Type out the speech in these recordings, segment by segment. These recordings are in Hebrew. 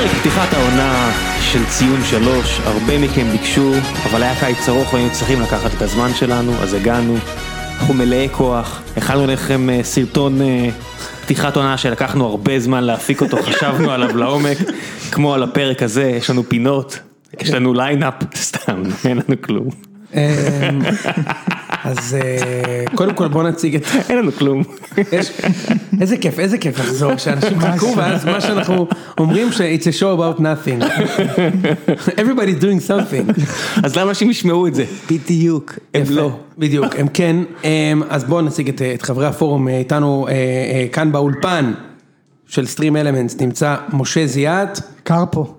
פתיחת העונה של ציון 3, הרבה מכם ביקשו, אבל היה קיץ ארוך והיינו צריכים לקחת את הזמן שלנו, אז הגענו, אנחנו מלאי כוח, הכנו לכם סרטון פתיחת עונה שלקחנו הרבה זמן להפיק אותו, חשבנו עליו לעומק, כמו על הפרק הזה, יש לנו פינות, יש לנו ליינאפ, סתם, אין לנו כלום. אז קודם כל בוא נציג את... אין לנו כלום. איזה כיף לחזור, שאנשים חכו, ואז מה שאנחנו אומרים ש-it's a show about nothing. Everybody's doing something. אז למה שהם ישמעו את זה? בדיוק, הם לא. בדיוק, הם כן. אז בואו נציג את חברי הפורום, איתנו כאן באולפן של Stream Elements, נמצא משה זיאת. קרפו.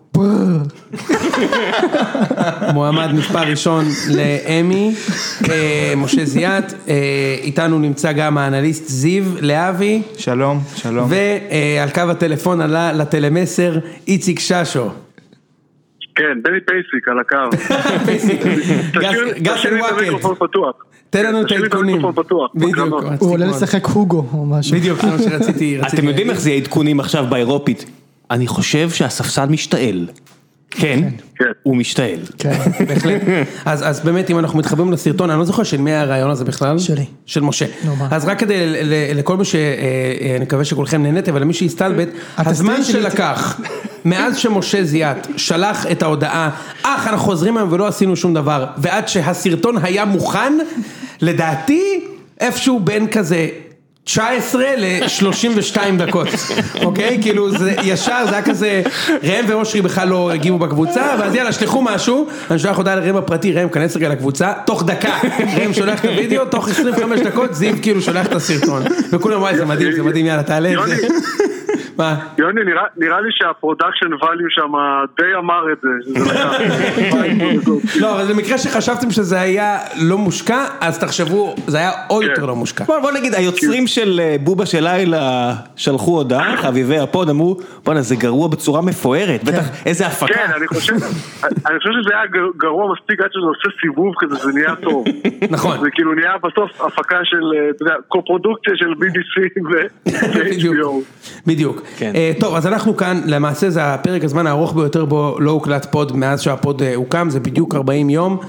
מועמד מספר ראשון לאמי, משה זיאת, איתנו נמצא גם האנליסט זיו להבי. שלום, שלום. ועל קו הטלפון עלה לטלמסר איציק ששו. כן, בני פייסיק על הקו. פייסיק, גסל וואקד. תן לנו את העדכונים. בדיוק. הוא עולה לשחק הוגו או משהו. בדיוק, כמו שרציתי. אתם יודעים איך זה יהיה עדכונים עכשיו באירופית? אני חושב שהספסל משתעל. כן, הוא משתעל. כן, בהחלט. אז באמת אם אנחנו מתחברים לסרטון, אני לא זוכר של מי הרעיון הזה בכלל? שלי. של משה. אז רק כדי לכל מי שאני מקווה שכולכם נהנתם, אבל למי שהסתלבט, הזמן שלקח, מאז שמשה זיאת שלח את ההודעה, אנחנו חוזרים היום ולא עשינו שום דבר, ועד שהסרטון היה מוכן, לדעתי, איפשהו בין כזה, 19 ל-32 דקות, אוקיי? כאילו זה ישר, זה היה כזה, ראם ואושרי בכלל לא הגיעו בקבוצה, ואז יאללה, שלחו משהו, אני שולח הודעה לראם הפרטי, ראם כנס רגע לקבוצה, תוך דקה, ראם שולח את הוידאו, תוך 25 דקות, זיו כאילו שולח את הסרטון, וכולם וואי, זה מדהים, יאללה, תעלה את זה. מה? יוני, נראה לי שהפרודקשן ואליו שם די אמר את זה. לא, אבל במקרה שחשבתם שזה היה לא מושקע, אז תחשבו, זה היה עוד יותר לא מושקע. בוא נגיד, היוצרים של בובה של לילה שלחו הודעה, חביבי הפוד אמרו, בוא'נה, זה גרוע בצורה מפוארת, בטח איזה הפקה. כן, אני חושב שזה היה גרוע מספיק, עד שזה עושה סיבוב כזה, זה נהיה טוב. נכון. זה כאילו נהיה בסוף הפקה של, אתה יודע, קופרודוקציה של BBC ו-HBO. בדיוק. טוב, אז אנחנו כאן, למעשה זה הפרק הזמן הארוך ביותר בו לא הוקלט פוד מאז שהפוד הוקם, זה בדיוק 40 יום.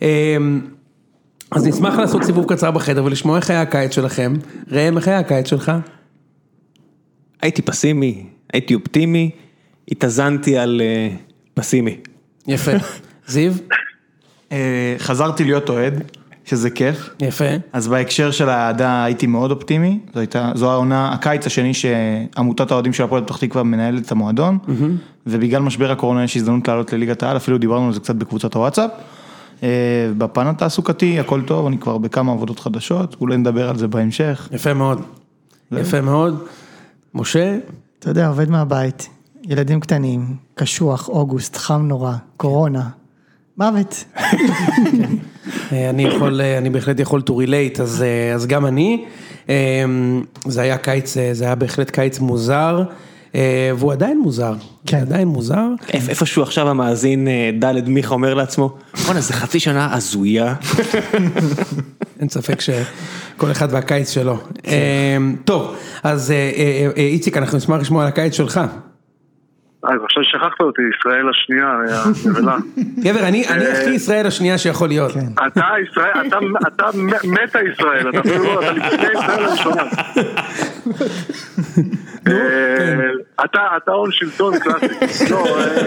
אז נשמח לעשות סיבוב קצר בחדר ולשמוע איך היה הקיץ שלכם. ראם, איך היה הקיץ שלך? הייתי פסימי, הייתי אופטימי, התאזנתי על פסימי. יפה. זיו? חזרתי להיות אוהד, שזה כיף. יפה. אז בהקשר של העדה הייתי מאוד אופטימי, זו העונה, הקיץ השני שעמותת האוהדים של הפועל פתח תקווה מנהלת את המועדון, ובגלל משבר הקורונה יש הזדמנות לעלות לליגת העל, אפילו דיברנו על זה קצת בקבוצת הוואטסאפ, בפן התעסוקתי הכל טוב, אני כבר בכמה עבודות חדשות, אולי נדבר על זה בהמשך. יפה מאוד. יפה מאוד. משה? אתה יודע, עובד מהבית, ילדים קטנים, קשוח, אוגוסט, חם נורא, קורונה, מוות. אני בהחלט יכול to relate, אז גם אני, זה היה קיץ, זה היה בהחלט קיץ מוזר, והוא עדיין מוזר, עדיין מוזר. איפשהו עכשיו המאזין דלת מיכה אומר לעצמו, בוא'נה, זה חצי שנה הזויה. אין ספק שכל אחד והקיץ שלו. טוב, אז איציק, אנחנו נשמח לשמוע על הקיץ שלך. אז עכשיו שכחת אותי, ישראל השנייה, היה נבלה. גבר, אני הכי ישראל השנייה שיכול להיות. אתה מתה ישראל, אתה אפילו לא, אתה לפני ישראל הראשונה. אתה הון שלטון קלאסי. לא,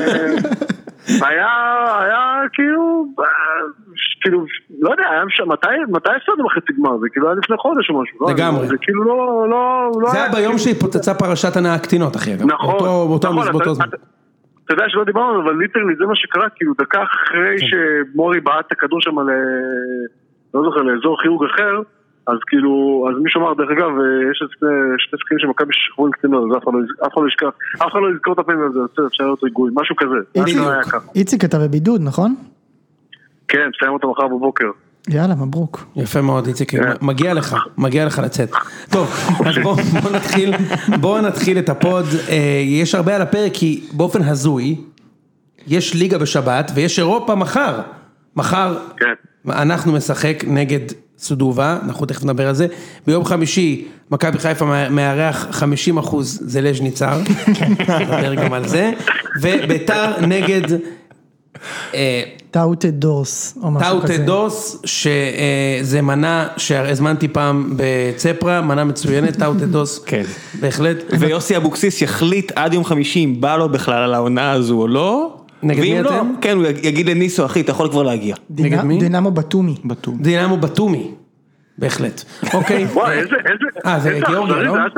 היה כאילו, לא יודע, מתי הפסדנו בחצי גמר? זה כאילו היה לפני חודש או משהו. לגמרי. זה כאילו לא... זה היה ביום שהתפוצצה פרשת הנאה הקטינות, אחי. נכון. באותו זמן. אתה יודע שלא דיברנו, אבל ליטרלי זה מה שקרה, כאילו דקה אחרי שמורי בעט את הכדור שם לא זוכר, לאזור חיוג אחר, אז כאילו, אז מישהו אמר, דרך אגב, יש שתי שחקנים שמכבי שחרורים קטינות, אז אף אחד לא ישכח, אף אחד לא יזכור את הפעמים הזה, אפשר להיות ריגוי, משהו כזה. איציק, אתה בבידוד, נכון? כן, מסיים אותו מחר בבוקר. יאללה, מברוק. יפה מאוד, איציק, מגיע לך לצאת. טוב, אז בואו נתחיל את הפוד, יש הרבה על הפרק, כי באופן הזוי, יש ליגה בשבת, ויש אירופה מחר. מחר אנחנו משחק נגד סודובה, אנחנו תכף נדבר על זה, ביום חמישי, מכבי חיפה מארח 50%, זה לז' ניצר, נדבר גם על זה, וביתר נגד טאוטה דורס, או משהו כזה. טאוטה דורס, שזה מנה שהזמנתי פעם בצפרה, מנה מצוינת, טאוטה דורס, כן. בהחלט. ויוסי אבוקסיס יחליט עד יום חמישי אם בא לו בכלל על העונה הזו או לא. נגד מי לא, אתם? כן, הוא יגיד לניסו, אחי, אתה יכול כבר להגיע. נגד מי? דינמו בתומי. דינמו בתומי, בהחלט. אוקיי. וואי, איזה זה גיאורגיה, לא? עד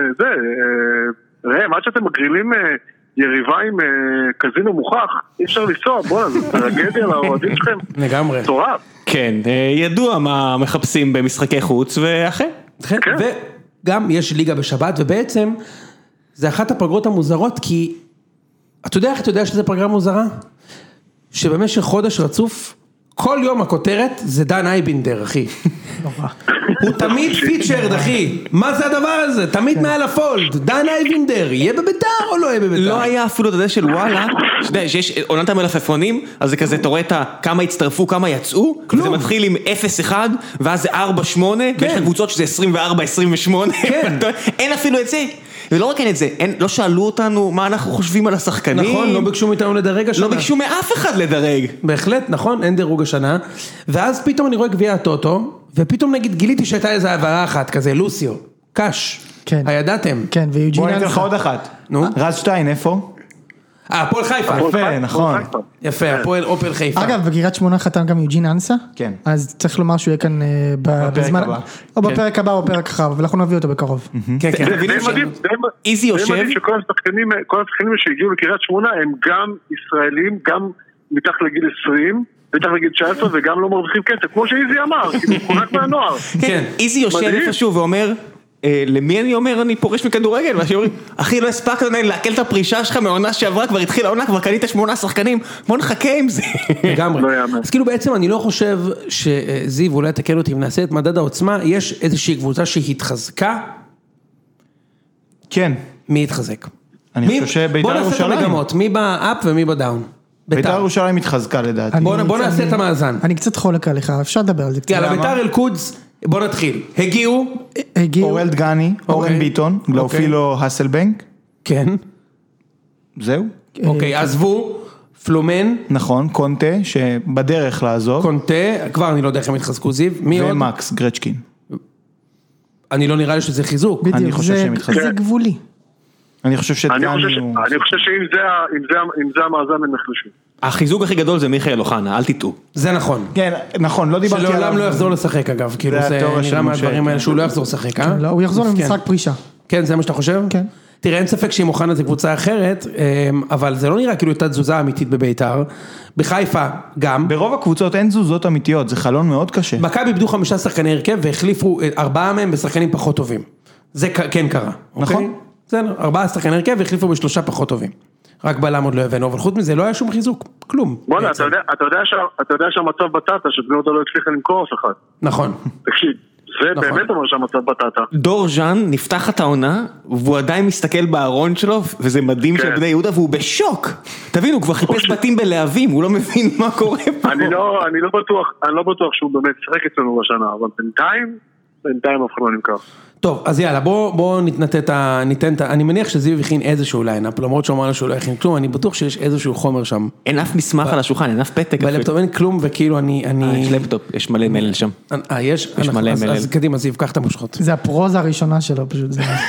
שאתם מגרילים יריבה עם קזינו מוכח, אי אפשר לנסוע, בוא'נה, זה טרגדיה לאוהדים שלכם. לגמרי. צורף. כן, ידוע מה מחפשים במשחקי חוץ, ואחרי. כן. וגם יש ליגה בשבת, ובעצם זה אחת הפגרות המוזרות, כי אתה יודע שזה פגרה מוזרה? שבמשך חודש רצוף, כל יום הכותרת זה דן אייבינדר, אחי. הוא תמיד פיצ'רד, אחי. מה זה הדבר הזה? תמיד מעל הפולד. דן אייבינדר, יהיה בביתר או לא יהיה בביתר? לא היה אפילו את זה של וואלה, שיש עונת המלפפונים, אז זה כזה, אתה רואה כמה הצטרפו, כמה יצאו, זה מתחיל עם 0-1, ואז זה 4-8, ויש קבוצות שזה 24-28, אין אפילו את זה. ולא רק אין את זה, לא שאלו אותנו מה אנחנו חושבים על השחקנים. נכון, לא ביקשו מאיתנו לדרג השנה. לא ביקשו מאף אחד לדרג. בהחלט, נכון, אין דירוג השנה. ואז פתאום אני רואה גביע הטוטו, ופתאום נגיד גיליתי שהייתה איזו העברה אחת, כזה לוסיו, קש. כן. הידעתם? כן, ויוג'ין בוא ניתן לך אנסה. עוד אחת. נו. רז שטיין, איפה? הפועל חיפה. יפה, נכון. יפה, הפועל אופל חיפה. אגב, בקריית שמונה חתם גם יוג'ין אנסה. כן. אז צריך לומר שהוא יהיה כאן בזמן, הבא. או בפרק הבא או בפרק אחר, ואנחנו נביא אותו בקרוב. כן, כן. איזי יושב. מדהים שכל השחקנים שהגיעו לקריית שמונה הם גם ישראלים, גם מתחת לגיל 20, מתחת לגיל 19 וגם לא מרוויחים כסף, כמו שאיזי אמר, כאילו חונק מהנוער. כן. איזי יושב איפשהו ואומר, למי אני אומר אני פורש מכדורגל? ואנשים אומרים, אחי לא הספקת לעכל את הפרישה שלך מהעונה שעברה, כבר התחילה העונה, כבר קנית 8 שחקנים, בוא נחכה עם זה. לגמרי. לא יאמן. אז כאילו בעצם אני לא חושב שזיו, אולי תקל אותי אם נעשה את מדד העוצמה, יש איזושהי קבוצה שהתחזקה. כן. מי התחזק? אני חושב שביתר בוא נעשה את ירושלים. המגמות, מי באפ ומי בדאון. ביתר ירושלים התחזקה לדעתי. בוא נעשה את המאזן. אני קצת חולק עליך, אפשר לדבר על זה קצת. יאללה, ביתר אל-קודס, בוא נתחיל. הגיעו, אורל דגני, אורן ביטון, גלאופילו הסלבנק. כן, זהו. אוקיי, עזבו, פלומן, נכון, קונטה, שבדרך לעזוב. קונטה, כבר אני לא יודע איך הם התחזקו זיו, מי עוד? ומקס גרצ'קין. אני לא נראה לי שזה חיזוק. אני בדיוק, חושב שהם התחזקו. זה גבולי. אני חושב שדגני הוא... אני חושב שאם זה המאזן הם נחלשו. החיזוק הכי גדול זה מיכאל אוחנה, אל תטעו. זה נכון. כן, נכון, לא דיברתי עליו. שלעולם לא יחזור לשחק אגב, כאילו זה זה התיאוריה של נראה משה, מהדברים האלה כן. שהוא לא יחזור לשחק, אה? לא, הוא יחזור למשחק פרישה. כן, זה מה שאתה חושב? כן. תראה, אין ספק שאם אוחנה זה קבוצה אחרת, אבל זה לא נראה כאילו הייתה תזוזה אמיתית בביתר. בחיפה גם. ברוב הקבוצות אין תזוזות אמיתיות, זה חלון מאוד קשה. מכבי איבדו 5 שחקני הרכב והחליפו 4 מהם בשחקנים פחות טובים. זה כן קרה. נכון. בסדר, 4 שחקני הרכב והחליפו ב3 פחות טובים. רק בלם עוד לא הבאנו, אבל חוץ מזה לא היה שום חיזוק, כלום. בוא'נה, אתה יודע שהמצב בטטה, שבני יהודה לא הצליחה למכור אף אחד. נכון. תקשיב, זה באמת אומר שהמצב בטטה. דור ז'אן נפתחת העונה, והוא עדיין מסתכל בארון שלו, וזה מדהים של בני יהודה, והוא בשוק. תבין, הוא כבר חיפש בתים בלהבים, הוא לא מבין מה קורה פה. אני לא בטוח שהוא באמת שחק אצלנו בשנה, אבל בינתיים אף אחד לא נמכר. טוב, אז יאללה, בוא ניתן, אני מניח שזיו הכין איזשהו ליינאפ, למרות שהוא אמר לו שהוא לא הכין כלום, אני בטוח שיש איזשהו חומר שם. אין אף מסמך על השולחן, אין אף פתק. בלפטופ אין כלום, וכאילו אני... יש לפטופ, יש מלא מלל שם. יש מלא מלל. אז קדימה, זיו, קח את המושכות. זה הפרוזה הראשונה שלו פשוט.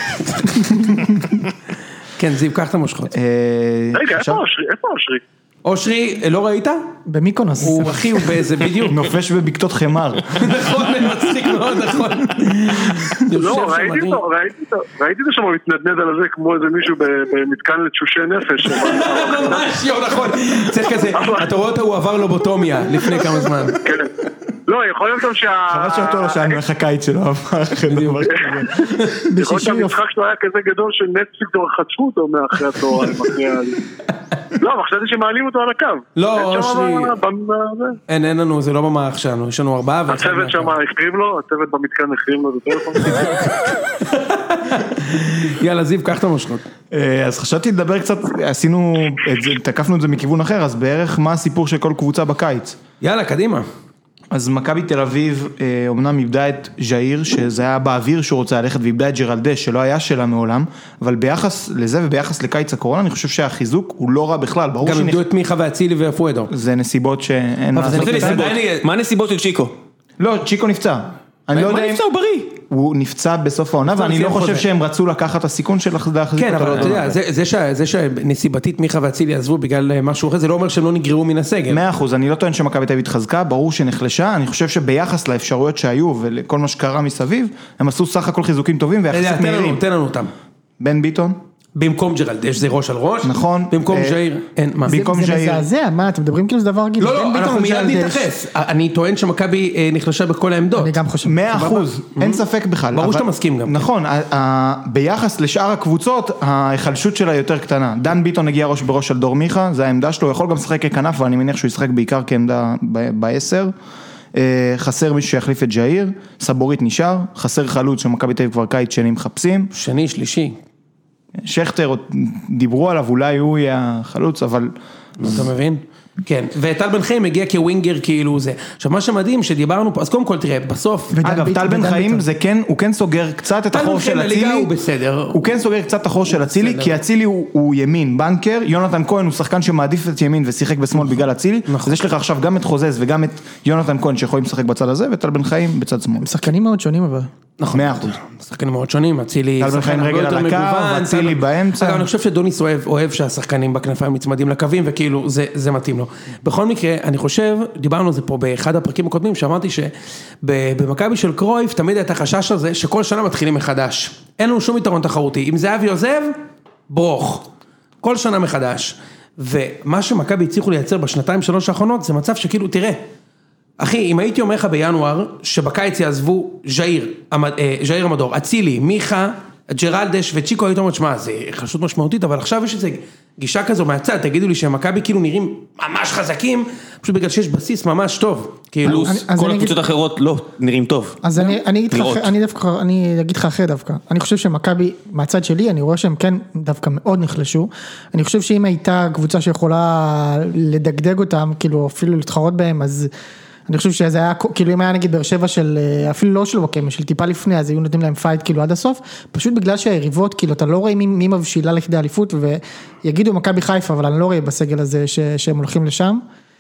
כן, זיו, קח את המושכות. רגע, איפה אושרי? אושרי, לא ראית? במיקונוס. הוא אחי, הוא באיזה בדיוק. נופש בבקתות חמר. נכון, מצחיק מאוד, נכון. לא, ראיתי את זה שם מתנדנד על זה כמו איזה מישהו במתקן לתשושי נפש. ממש, יום, נכון. צריך כזה, אתה רואה אותו, הוא עבר לובוטומיה לפני כמה זמן. לא, יכול להיות גם חבל שאותו לא שאלנו איך הקיץ שלו עבר. יכול להיות שהמשחק שלו היה כזה גדול שנטפליקס כבר חטפו אותו מאחרי הצהריים. לא, אבל חשבתי שמעלים אותו על הקו. לא, אושרי. אין לנו, זה לא במערך שלנו, יש לנו 4 הצוות שם החריב לו, הצוות במתקן החריב לו, זה טלפון. יאללה, זיו, קח את המושכות. אז חשבתי לדבר קצת, עשינו, תקפנו את זה מכיוון אחר, אז בערך מה הסיפור של כל קבוצה בקיץ? יאללה, קדימה. אז מכבי תל אביב אומנם איבדה את ז'איר, שזה היה באוויר שהוא רוצה ללכת, ואיבדה את ג'רלדש, שלא היה שלה מעולם, אבל ביחס לזה וביחס לקיץ הקורונה, אני חושב שהחיזוק הוא לא רע בכלל. גם איבדו את מיכה ואצילי ואפואדו. זה נסיבות שאין... מה הנסיבות של צ'יקו? לא, צ'יקו נפצע. אני לא יודע אם... מה נפצע? הוא בריא. הוא נפצע בסוף העונה, ואני לא חושב שהם רצו לקחת את הסיכון של להחזיק כן, אבל אתה יודע, זה שנסיבתית מיכה ואצילי עזבו בגלל משהו אחר, זה לא אומר שהם לא נגרעו מן הסגל. 100%, אני לא טוען שמכבי תל אביב התחזקה, ברור שנחלשה, אני חושב שביחס לאפשרויות שהיו ולכל מה שקרה מסביב, הם עשו סך הכל חיזוקים טובים ויחסית מהירים. תן לנו אותם. בן ביטון? במקום ג'רלדש זה ראש על ראש, נכון. במקום ז'איר, אין מה. זה מזעזע, מה, אתם מדברים כאילו זה דבר רגיל. לא, אנחנו מיד נתייחס. אני טוען שמכבי נחלשה בכל העמדות. אני גם חושב. 100%, אין ספק בכלל. ברור שאתה מסכים גם. נכון, ביחס לשאר הקבוצות, ההיחלשות שלה יותר קטנה. דן ביטון הגיע ראש בראש על דור מיכה, זה העמדה שלו, הוא יכול גם לשחק ככנף, ואני מניח שהוא ישחק בעיקר כעמדה ב-10. חסר מישהו שיחליף את ז'איר, סבורית נשאר, חסר חלוץ שמכבי תל אביב כבר קיץ שני מחפשים. שני, שלישי. שכטר, דיברו עליו, אולי הוא יהיה החלוץ, אבל... אתה מבין? כן, וטל בן חיים הגיע כווינגר כאילו זה. עכשיו מה שמדהים שדיברנו פה, אז קודם כל תראה, בסוף... אגב, טל בן חיים זה כן, הוא כן סוגר קצת את החור של אצילי. הוא בסדר. הוא כן סוגר קצת את החור של אצילי, כי אצילי הוא ימין, בנקר, יונתן כהן הוא שחקן שמעדיף את ימין ושיחק בשמאל בגלל אצילי, אז יש לך עכשיו גם את חוזז וגם את יונתן כהן שיכולים לשחק בצד הזה, וטל בן חיים בצד שמאל. שחקנים מאוד שונים אבל. נכון, 100%. שחקנים מאוד שונים, אצילי שחקן רגל על הקו, אצילי באמצע. אגב, אני חושב שדוניס אוהב שהשחקנים בכנפיים מצמדים לקווים, וכאילו זה מתאים לו. בכל מקרה, אני חושב, דיברנו על זה פה באחד הפרקים הקודמים, שאמרתי שבמכבי של קרויף, תמיד הייתה חשש הזה, שכל שנה מתחילים מחדש. אין לנו שום יתרון תחרותי. אם זהבי עוזב, ברוך. כל שנה מחדש. ומה שמכבי הצליחו לייצר בשנתיים שלוש האחרונות, זה מצב שכאילו, תראה, אחי, אם הייתי אומר לך בינואר, שבקיץ יעזבו ז'איר המדור, אצילי, מיכה, ג'רלדש וצ'יקו, היית אומרת, שמה, זה חשות משמעותית, אבל עכשיו יש איזו גישה כזו מהצד, תגידו לי שמכבי כאילו נראים ממש חזקים, פשוט בגלל שיש בסיס ממש טוב, כאילו כל הקבוצות האחרות לא נראים טוב. אז אני אגיד לך אחרי דווקא, אני חושב שמכבי, מהצד שלי, אני רואה שהם כן דווקא מאוד נחלשו, אני חושב שאם הייתה קבוצה שיכולה לדגדג אותם, כאילו אפילו להתחרות בהם, אז אני חושב שזה היה, כאילו אם היה נגיד באר שבע של, אפילו לא של וואקמה, של טיפה לפני, אז היו נותנים להם פייט כאילו עד הסוף, פשוט בגלל שהיריבות, כאילו אתה לא רואה מי מבשילה לכדי אליפות, ויגידו מכבי חיפה, אבל אני לא רואה בסגל הזה שהם הולכים לשם,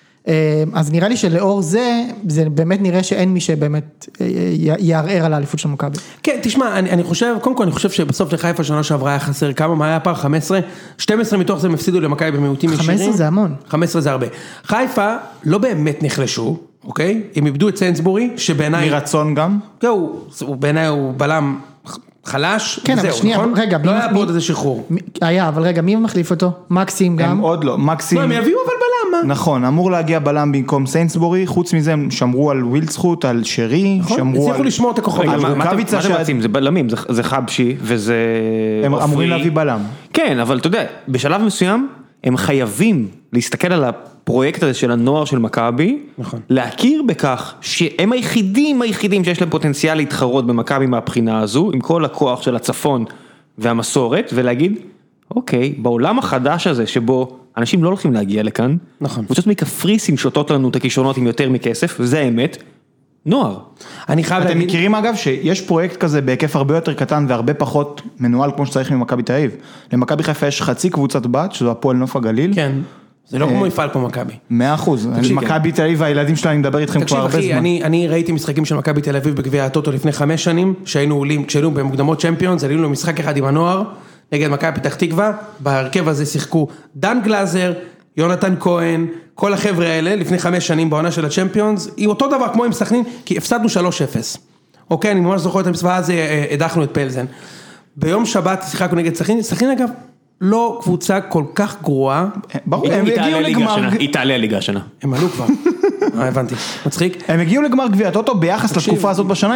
אז נראה לי שלאור זה באמת נראה שאין מי שבאמת יערער על האליפות של מכבי. כן, תשמע, אני חושב, קודם כל אני חושב שבסוף לחיפה שנה שעברה היה חסר כמה, מה היה פער? 15? 12 מתוך זה הם הפסידו למכבי במיעוטים ישירים. 15 זה המון. 15 זה הרבה. חיפה לא באמת נחלשו, אוקיי? הם איבדו את סיינסבורי, שבעיניי... מרצון גם? בעיניי הוא בלם חלש, כן, אבל שנייה, רגע, לא היה פה עוד איזה שחרור. היה, אבל רגע, מי מחליף אותו? מקסים גם? הם עוד לא, מקסים... לא, הם יביאו אבל בלם, מה? נכון, אמור להגיע בלם במקום סיינסבורי, חוץ מזה הם שמרו על ווילדסחוט, על שרי, שמרו על... הצליחו לשמור את הכוכבים. מה אתם רוצים? זה בלמים, זה חבשי, וזה... הם אמורים להביא בלם. כן, אבל אתה יודע, בשלב מסוים, הם חייבים להסתכל על הפרויקט הזה של הנוער של מכבי, להכיר בכך שהם היחידים שיש להם פוטנציאל להתחרות במכבי מהבחינה הזו, עם כל הכוח של הצפון והמסורת, ולהגיד, אוקיי, בעולם החדש הזה שבו אנשים לא הולכים להגיע לכאן, קבוצות מקפריסין שותות לנו את הכישרונות עם יותר מכסף, וזה האמת, נוער. אתם מכירים אגב שיש פרויקט כזה בהיקף הרבה יותר קטן והרבה פחות מנוהל כמו שצריך ממכבי תל אביב. למכבי חיפה יש חצי קבוצת בת, שזו הפועל נוף הגליל. כן, זה לא כמו מפעל פה מכבי. 100%. מכבי תל אביב, הילדים שלהם, אני מדבר איתכם כבר הרבה זמן. תקשיב אחי, אני ראיתי משחקים של מכבי תל אביב בגביע הטוטו לפני 5 שנים, כשהיינו במוקדמות צ'מפיונס, עלינו למשחק אחד עם הנוער, נגד מכבי פתח תקווה, בהרכב הזה שיחקו דן גלאזר, יונתן כהן, כל החבר'ה האלה, לפני 5 שנים בעונה של הצ'מפיונס, היא אותו דבר כמו עם סכנין, כי הפסדנו 3-0. אוקיי, אני ממש זוכר את המספר הזה, הדחנו את פלזן. ביום שבת שיחקנו נגד סכנין, סכנין אגב, לא קבוצה כל כך גרועה. ברור, הם הגיעו לגמר... היא תעלה ליגה השנה. הם עלו כבר. הבנתי, מצחיק. הם הגיעו לגמר גביע הטוטו, ביחס לתקופה הזאת בשנה,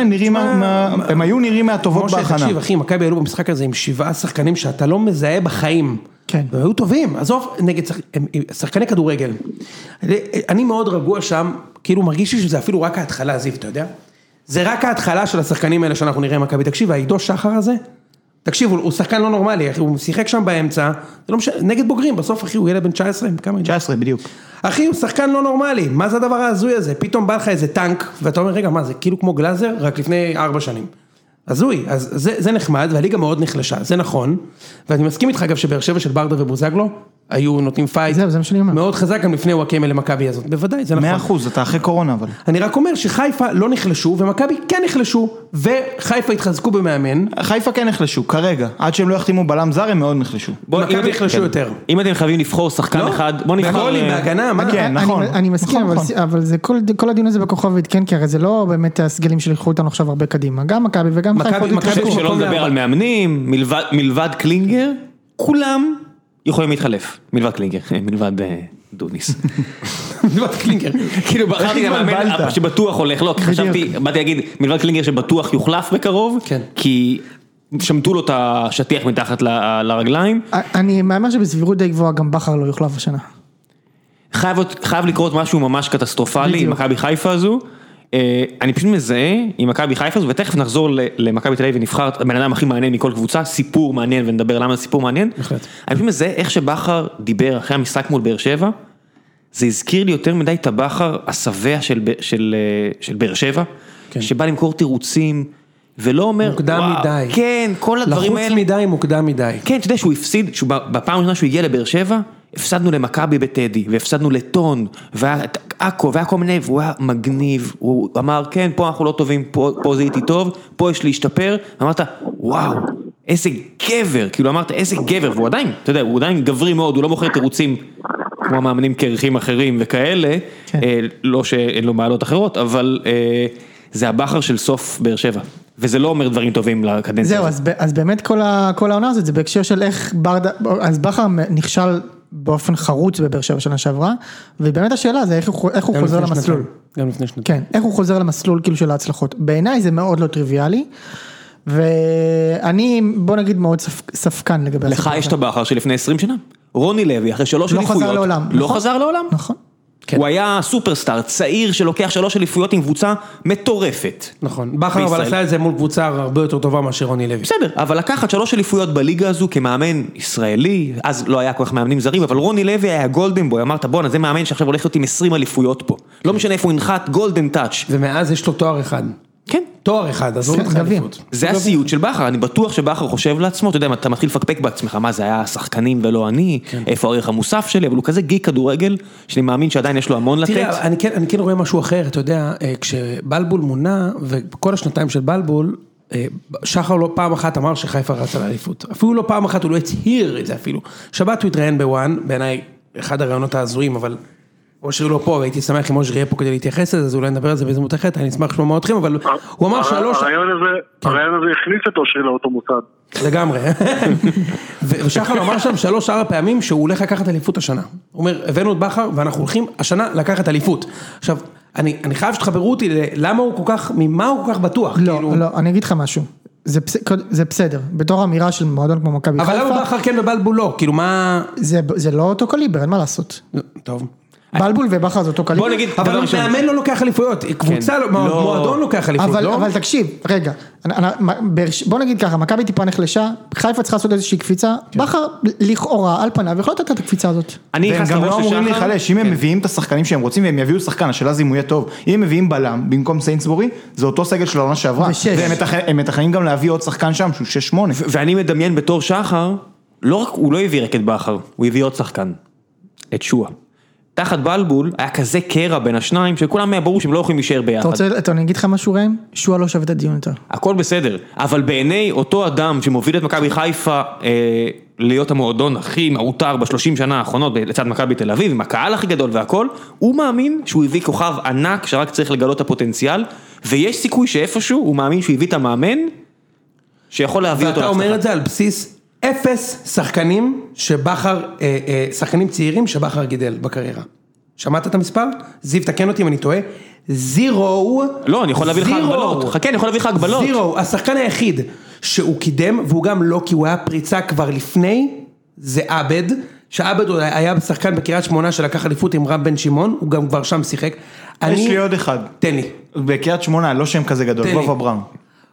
הם היו נראים מהטובות בהכנה. תקשיב אחי, מכבי עלו במשחק הזה עם 7 שחקנים שאתה לא מזהה בחיים. כן. והם היו טובים, עזוב, נגד שחקני כדורגל. אני מאוד רגוע שם, כאילו מרגיש לי שזה אפילו רק ההתחלה, זיו, אתה יודע? זה רק ההתחלה של השחקנים האלה שאנחנו נראה מכבי. תקשיב, העידו שחר הזה, תקשיבו, הוא שחקן לא נורמלי, אחי, הוא שיחק שם באמצע, זה לא משנה, נגד בוגרים, בסוף אחי, הוא ילד בן 19, כמה? 19 בדיוק. אחי, הוא שחקן לא נורמלי, מה זה הדבר ההזוי הזה? פתאום בא לך איזה טנק, ואתה אומר, רגע, מה זה, כאילו כמו גלאזר, רק לפני 4 שנים. הזוי, אז זה נחמד, והליגה מאוד נחלשה, זה נכון, ואני מסכים איתך אגב שבאר שבע של ברדה ובוזגלו, היו נותנים פייט, זה מה שאני אומר. מאוד חזק גם לפני וואקמה למכבי הזאת, בוודאי, זה נכון. 100%, אתה אחרי קורונה אבל. אני רק אומר שחיפה לא נחלשו, ומכבי כן נחלשו, וחיפה התחזקו במאמן. חיפה כן נחלשו, כרגע, עד שהם לא יחתימו בלם זר, הם מאוד נחלשו. מכבי נחלשו יותר. אם אתם חייבים לבחור שחקן אחד, בוא נבחר... בגולים, בהגנה, מה? כן, נכון. אני מסכים, אבל זה כל הדיון הזה בכוכבית, כן, כי הרי זה לא באמת הסגלים שלקחו אותנו עכשיו הרבה קדימה, גם מכבי וגם חיפה. שלא לדבר על מאמנים, מלבד קלינגר, כולם יכולים להתחלף, מלבד קלינגר, מלבד דוניס. מלבד קלינגר. כאילו בחרתי גם מאמן שבטוח הולך, לא, כי חשבתי, באתי להגיד, מלבד קלינגר שבטוח יוחלף בקרוב, כי שמטו לו את השטיח מתחת לרגליים. אני מאמר שבסבירות די גבוהה גם בכר לא יוחלף השנה. חייב לקרות משהו ממש קטסטרופלי עם מכבי חיפה הזו. אני פשוט מזהה עם מכבי חיפה הזו, ותכף נחזור למכבי תל אביב ונבחר את הבן אדם הכי מעניין מכל קבוצה, סיפור מעניין ונדבר למה זה סיפור מעניין. אני פשוט מזהה איך שבכר דיבר אחרי המשחק מול באר שבע, זה הזכיר לי יותר מדי את הבכר השבע של באר שבע, שבא למכור תירוצים, ולא אומר, מוקדם מדי. כן, כל הדברים האלה. לחוץ מדי, מוקדם מדי. כן, אתה יודע שהוא הפסיד, בפעם הראשונה שהוא הגיע לבאר שבע, הפסדנו למכבי בטדי, והפסדנו לטון, ועכו, והיה כל מיני, והוא היה מגניב, הוא אמר, כן, פה אנחנו לא טובים, פה זה איתי טוב, פה יש להשתפר, אמרת, וואו, איזה גבר, כאילו אמרת, איזה גבר, והוא עדיין, אתה יודע, הוא עדיין גברי מאוד, הוא לא מוכר תירוצים, כמו מאמנים קרחים אחרים וכאלה, לא שאין לו מעלות אחרות, אבל זה הבכר של סוף באר שבע. וזה לא אומר דברים טובים לקדנציה. זהו, אז באמת כל העונה הזאת, זה בהקשר של איך ברדה, אז בכר נכשל באופן חרוץ בבאר שבע שנה שעברה, ובאמת השאלה זה איך הוא חוזר למסלול. גם לפני שנתיים. כן, איך הוא חוזר למסלול כאילו של ההצלחות. בעיניי זה מאוד לא טריוויאלי, ואני, בוא נגיד, מאוד ספקן לגבי לך יש את הבכר שלפני 20 שנה. רוני לוי, אחרי 3 אליפויות. לא חזר לעולם. לא חזר לעולם? נכון. הוא היה סופרסטאר, צעיר שלוקח 3 אליפויות עם קבוצה מטורפת. נכון, בכר אבל עשה את זה מול קבוצה הרבה יותר טובה מאשר רוני לוי. בסדר, אבל לקחת 3 אליפויות בליגה הזו כמאמן ישראלי, אז לא היה כל כך מאמנים זרים, אבל רוני לוי היה גולדן בוי, אמרת בוא, זה מאמן שעכשיו הולך להיות עם 20 אליפויות פה. לא משנה איפה הוא הנחת, גולדן טאץ'. ומאז יש לו תואר אחד. כן. תואר אחד, אז הוא מתחיל אליפות. זה הסיוט של בכר, אני בטוח שבכר חושב לעצמו, אתה יודע, אתה מתחיל לפקפק בעצמך, מה זה היה שחקנים ולא אני, איפה הערך המוסף שלי, אבל הוא כזה גיק כדורגל, שאני מאמין שעדיין יש לו המון לתת. תראה, אני כן רואה משהו אחר, אתה יודע, כשבלבול מונה, וכל השנתיים של בלבול, שחר לא פעם אחת אמר שחיפה רצה לאליפות, אפילו לא פעם אחת, הוא לא הצהיר את זה אפילו. שבת הוא התראיין בוואן, בעיניי אחד הרעיונות העזויים, אבל אושרי לא פה, והייתי שמח אם אושרי יהיה פה כדי להתייחס לזה, אז אולי נדבר על זה בהזדמנות אחרת, אני אשמח לשמוע אתכם, אבל הוא אמר 3... הרעיון הזה הכניס את אושרי לאותו מוסד. לגמרי. ושחר אמר שם 3-4 פעמים שהוא הולך לקחת אליפות השנה. הוא אומר, הבאנו את בכר ואנחנו הולכים השנה לקחת אליפות. עכשיו, אני חייב שתחברו אותי למה הוא כל כך, ממה הוא כל כך בטוח. לא, אני אגיד לך משהו. זה בסדר, בתור אמירה של מועדון כמו מכבי חיפה. אבל למה בכר כן ובלבול לא? כאילו מה... זה לא אותו קליבר, אין מה לעשות. טוב. בלבול ובכר זה אותו קליבר. בוא נגיד, אבל מאמן לא לוקח אליפויות, קבוצה, מועדון לוקח אליפות, לא? אבל תקשיב, רגע, בוא נגיד ככה, מכבי טיפה נחלשה, חיפה צריכה לעשות איזושהי קפיצה, בכר לכאורה על פניו, יכול לתת את הקפיצה הזאת. והם גם לא אמורים להיחלש, אם הם מביאים את השחקנים שהם רוצים, והם יביאו שחקן, השאלה זה אם הוא יהיה טוב, אם הם מביאים בלם, במקום סיינסבורי, זה אותו סגל של העונה שעברה, והם מתכננים גם להביא עוד שחקן שם, שהוא 6-8. ואני מדמיין בתור שחר, הוא לא הביא רק את בכר, הוא הביא עוד שחקן, את שועה. תחת בלבול היה כזה קרע בין השניים, שכולם היה ברור שהם לא יכולים להישאר ביחד. אני אגיד לך משהו רעים? שועה לא שווה את הדיון יותר. הכל בסדר, אבל בעיני אותו אדם שמוביל את מכבי חיפה להיות המועדון הכי מעוטר ב30 שנה האחרונות לצד מכבי תל אביב, עם הקהל הכי גדול והכל, הוא מאמין שהוא הביא כוכב ענק שרק צריך לגלות את הפוטנציאל, ויש סיכוי שאיפשהו הוא מאמין שהוא הביא את המאמן שיכול להביא אותו. ואתה אומר את זה על בסיס 0 שחקנים שבחר, שחקנים צעירים שבחר גידל בקריירה. שמעת את המספר? זיו, תקן אותי אם אני טועה. 0. לא, אני יכול להביא לך הגבלות. חכה, אני יכול להביא לך הגבלות. 0. השחקן היחיד שהוא קידם, והוא גם לא, כי הוא היה פריצה כבר לפני, זה עבד, שעבד היה בשחקן בקריית שמונה שלקח אליפות עם רם בן שמעון, הוא גם כבר שם שיחק. יש לי עוד אחד. תן לי. בקריית שמונה, לא שם כזה גדול, בוב אברהם.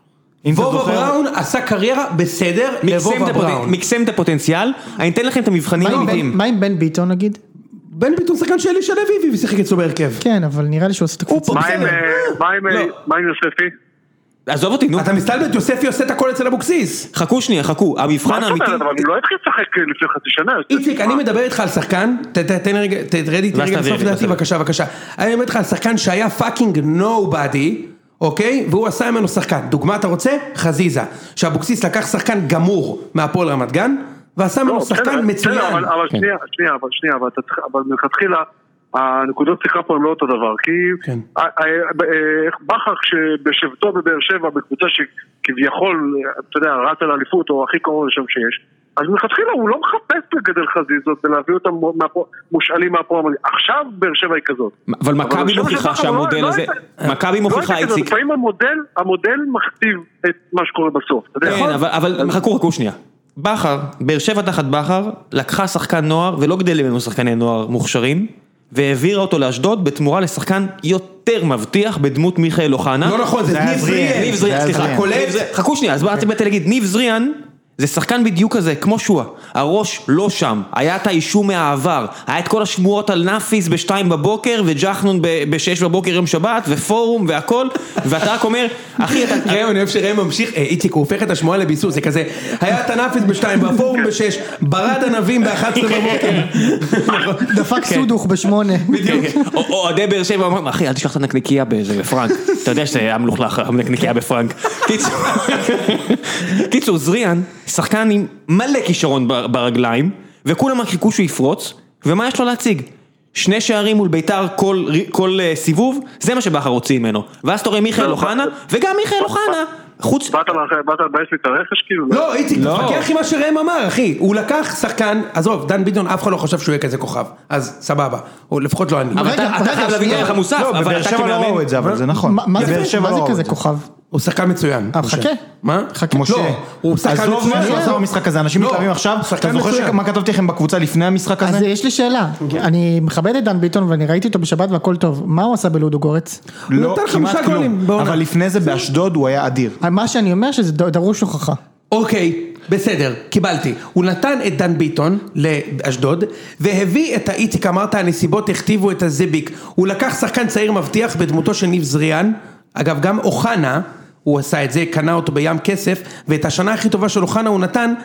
וובה בראון עשה קריירה בסדר לוובה בראון. מקסם את הפוטנציאל, אני אתן לכם את המבחנים האמיתיים. מה עם בן ביטון נגיד? בן ביטון שחקן של אלישע לוי ושיחק אצלו בהרכב. כן, אבל נראה לי שהוא עושה את הקבוצה. מה עם יוספי? עזוב אותי, נו. אתה מסתלבט, יוספי עושה את הכל אצל אבוקסיס. חכו שנייה, חכו, המבחן האמיתי. אבל הוא לא התחיל לשחק לפני חצי שנה. איציק, אני מדבר איתך על שחקן, תן רגע, תרדי לסוף דעתי, בבקשה. אני מדבר איתך על שחקן שהיה פאקינג נובדי, אוקיי? והוא עשה ממנו שחקן. דוגמה אתה רוצה? חזיזה. שאבוקסיס לקח שחקן גמור מהפועל רמת גן, ועשה ממנו שחקן מצוין. אבל שנייה, אבל מלכתחילה, הנקודות שיחה פה הם לא אותו דבר, כי בכר שבשבתו בבאר שבע, בקבוצה שכביכול, אתה יודע, רץ על האליפות או הכי קרוב לשם שיש, אז מלכתחילה הוא לא מחפש לגדל חזיזות ולהביא אותם מושאלים מהפועל. עכשיו באר שבע היא כזאת. אבל מכבי מוכיחה שהמודל הזה, מכבי מוכיחה איציק. לפעמים המודל מכתיב את מה שקורה בסוף. כן, אבל חכו שנייה. בכר, באר שבע תחת בכר, לקחה שחקן נוער ולא גדל ממנו שחקני נוער מוכשרים, והעבירה אותו לאשדוד בתמורה לשחקן יותר מבטיח בדמות מיכאל אוחנה. לא נכון, זה ניב זריאן. סליחה, חכו שנייה, אז באתי להגיד, ניב זריאן זה שחקן בדיוק כזה, כמו שואה, הראש לא שם, היה את האישום מהעבר, היה את כל השמועות על נאפיס ב2 בבוקר, וג'חנון ב6 בבוקר יום שבת, ופורום והכל, ואתה רק אומר, אחי, אתה... ראם, אני אוהב שראם ממשיך, איציק, הוא הופך את השמועה לביסוס, זה כזה, היה את הנאפיס ב2, והפורום ב6, ברד ענבים ב11 בבוקר. דפק סודוך ב8. בדיוק. או עדי באר שבע, אחי, אל תשכח את הנקניקייה בפרנק, אתה יודע שזה היה מלוכלך, הנקניקייה בפרנק. קיצור, זריאן, שחקן עם מלא כישרון ברגליים, וכולם חיכו שהוא יפרוץ, ומה יש לו להציג? 2 שערים מול ביתר כל סיבוב, זה מה שבכר הוציא ממנו. ואז תראה מיכאל אוחנה, וגם מיכאל אוחנה, חוץ... באת לבייס לי את הרכש כאילו? לא, איציק, תפקח עם מה שראם אמר, אחי. הוא לקח שחקן, עזוב, דן ביטון, אף אחד לא חושב שהוא יהיה כזה כוכב. אז סבבה, או לפחות לא אני. אבל אתה חייב להבין לך מוסף, אבל אתה שבע לא ראו את זה, אבל זה נכון. מה זה כזה כוכב? הוא שחקן מצוין. חכה. מה? חכה. לא, הוא שחקן מצוין. עזוב עשה במשחק הזה, אנשים מתלהבים עכשיו. אתה זוכר מה כתבתי לכם בקבוצה לפני המשחק הזה? אז יש לי שאלה. אני מכבד את דן ביטון ואני ראיתי אותו בשבת והכל טוב. מה הוא עשה בלודו גורץ? לא, כמעט כלום. אבל לפני זה באשדוד הוא היה אדיר. מה שאני אומר שזה דרוש הוכחה. אוקיי, בסדר, קיבלתי. הוא נתן את דן ביטון לאשדוד, והביא את האיציק, אמרת, הנסיבות הכתיבו את הזיביק. הוא לקח שחקן צעיר מבטיח בדמותו של ניב זריאן. אגב, גם אוחנה, הוא עשה את זה, קנה אותו בים כסף, ואת השנה הכי טובה של אוחנה הוא נתן,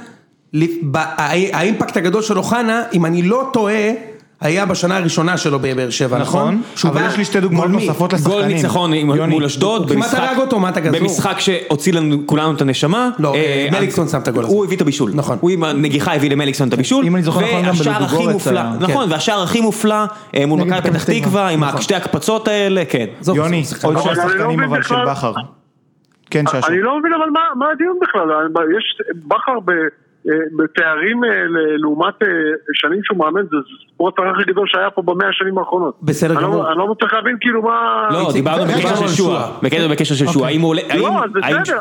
האימפקט הגדול של אוחנה, אם אני לא טועה, היה בשנה הראשונה שלו בבאר שבע, נכון? אבל יש לי 2 דוגמאות נוספות לשחקנים. גול ניצחון מול אשדוד, כמעט הרג אותו, מה אתה גזור? במשחק שהוציא לנו כולנו את הנשמה. לא, מליקסון שם את הגול הזה. הוא הביא את הבישול. נכון. הוא עם הנגיחה הביא למליקסון את הבישול. אם אני זוכר נכון גם בלודו גורץ. נכון, והשער הכי מופלא מול מכבי פתח תקווה, עם שתי הקפצות האלה, כן. יוני, עוד 2 שחקנים אבל של בכר. כן, ששו. אני לא מבין אבל מה הדיון בכלל, יש בכר בתארים לעומת שנים שהוא מאמן, זה ספורט הכי גדול שהיה פה ב100 השנים האחרונות. בסדר גמור. אני לא מצליח להבין כאילו מה... לא, דיברנו בקשר של שואה. בקשר של שואה, האם הוא עולה... לא, אז בסדר,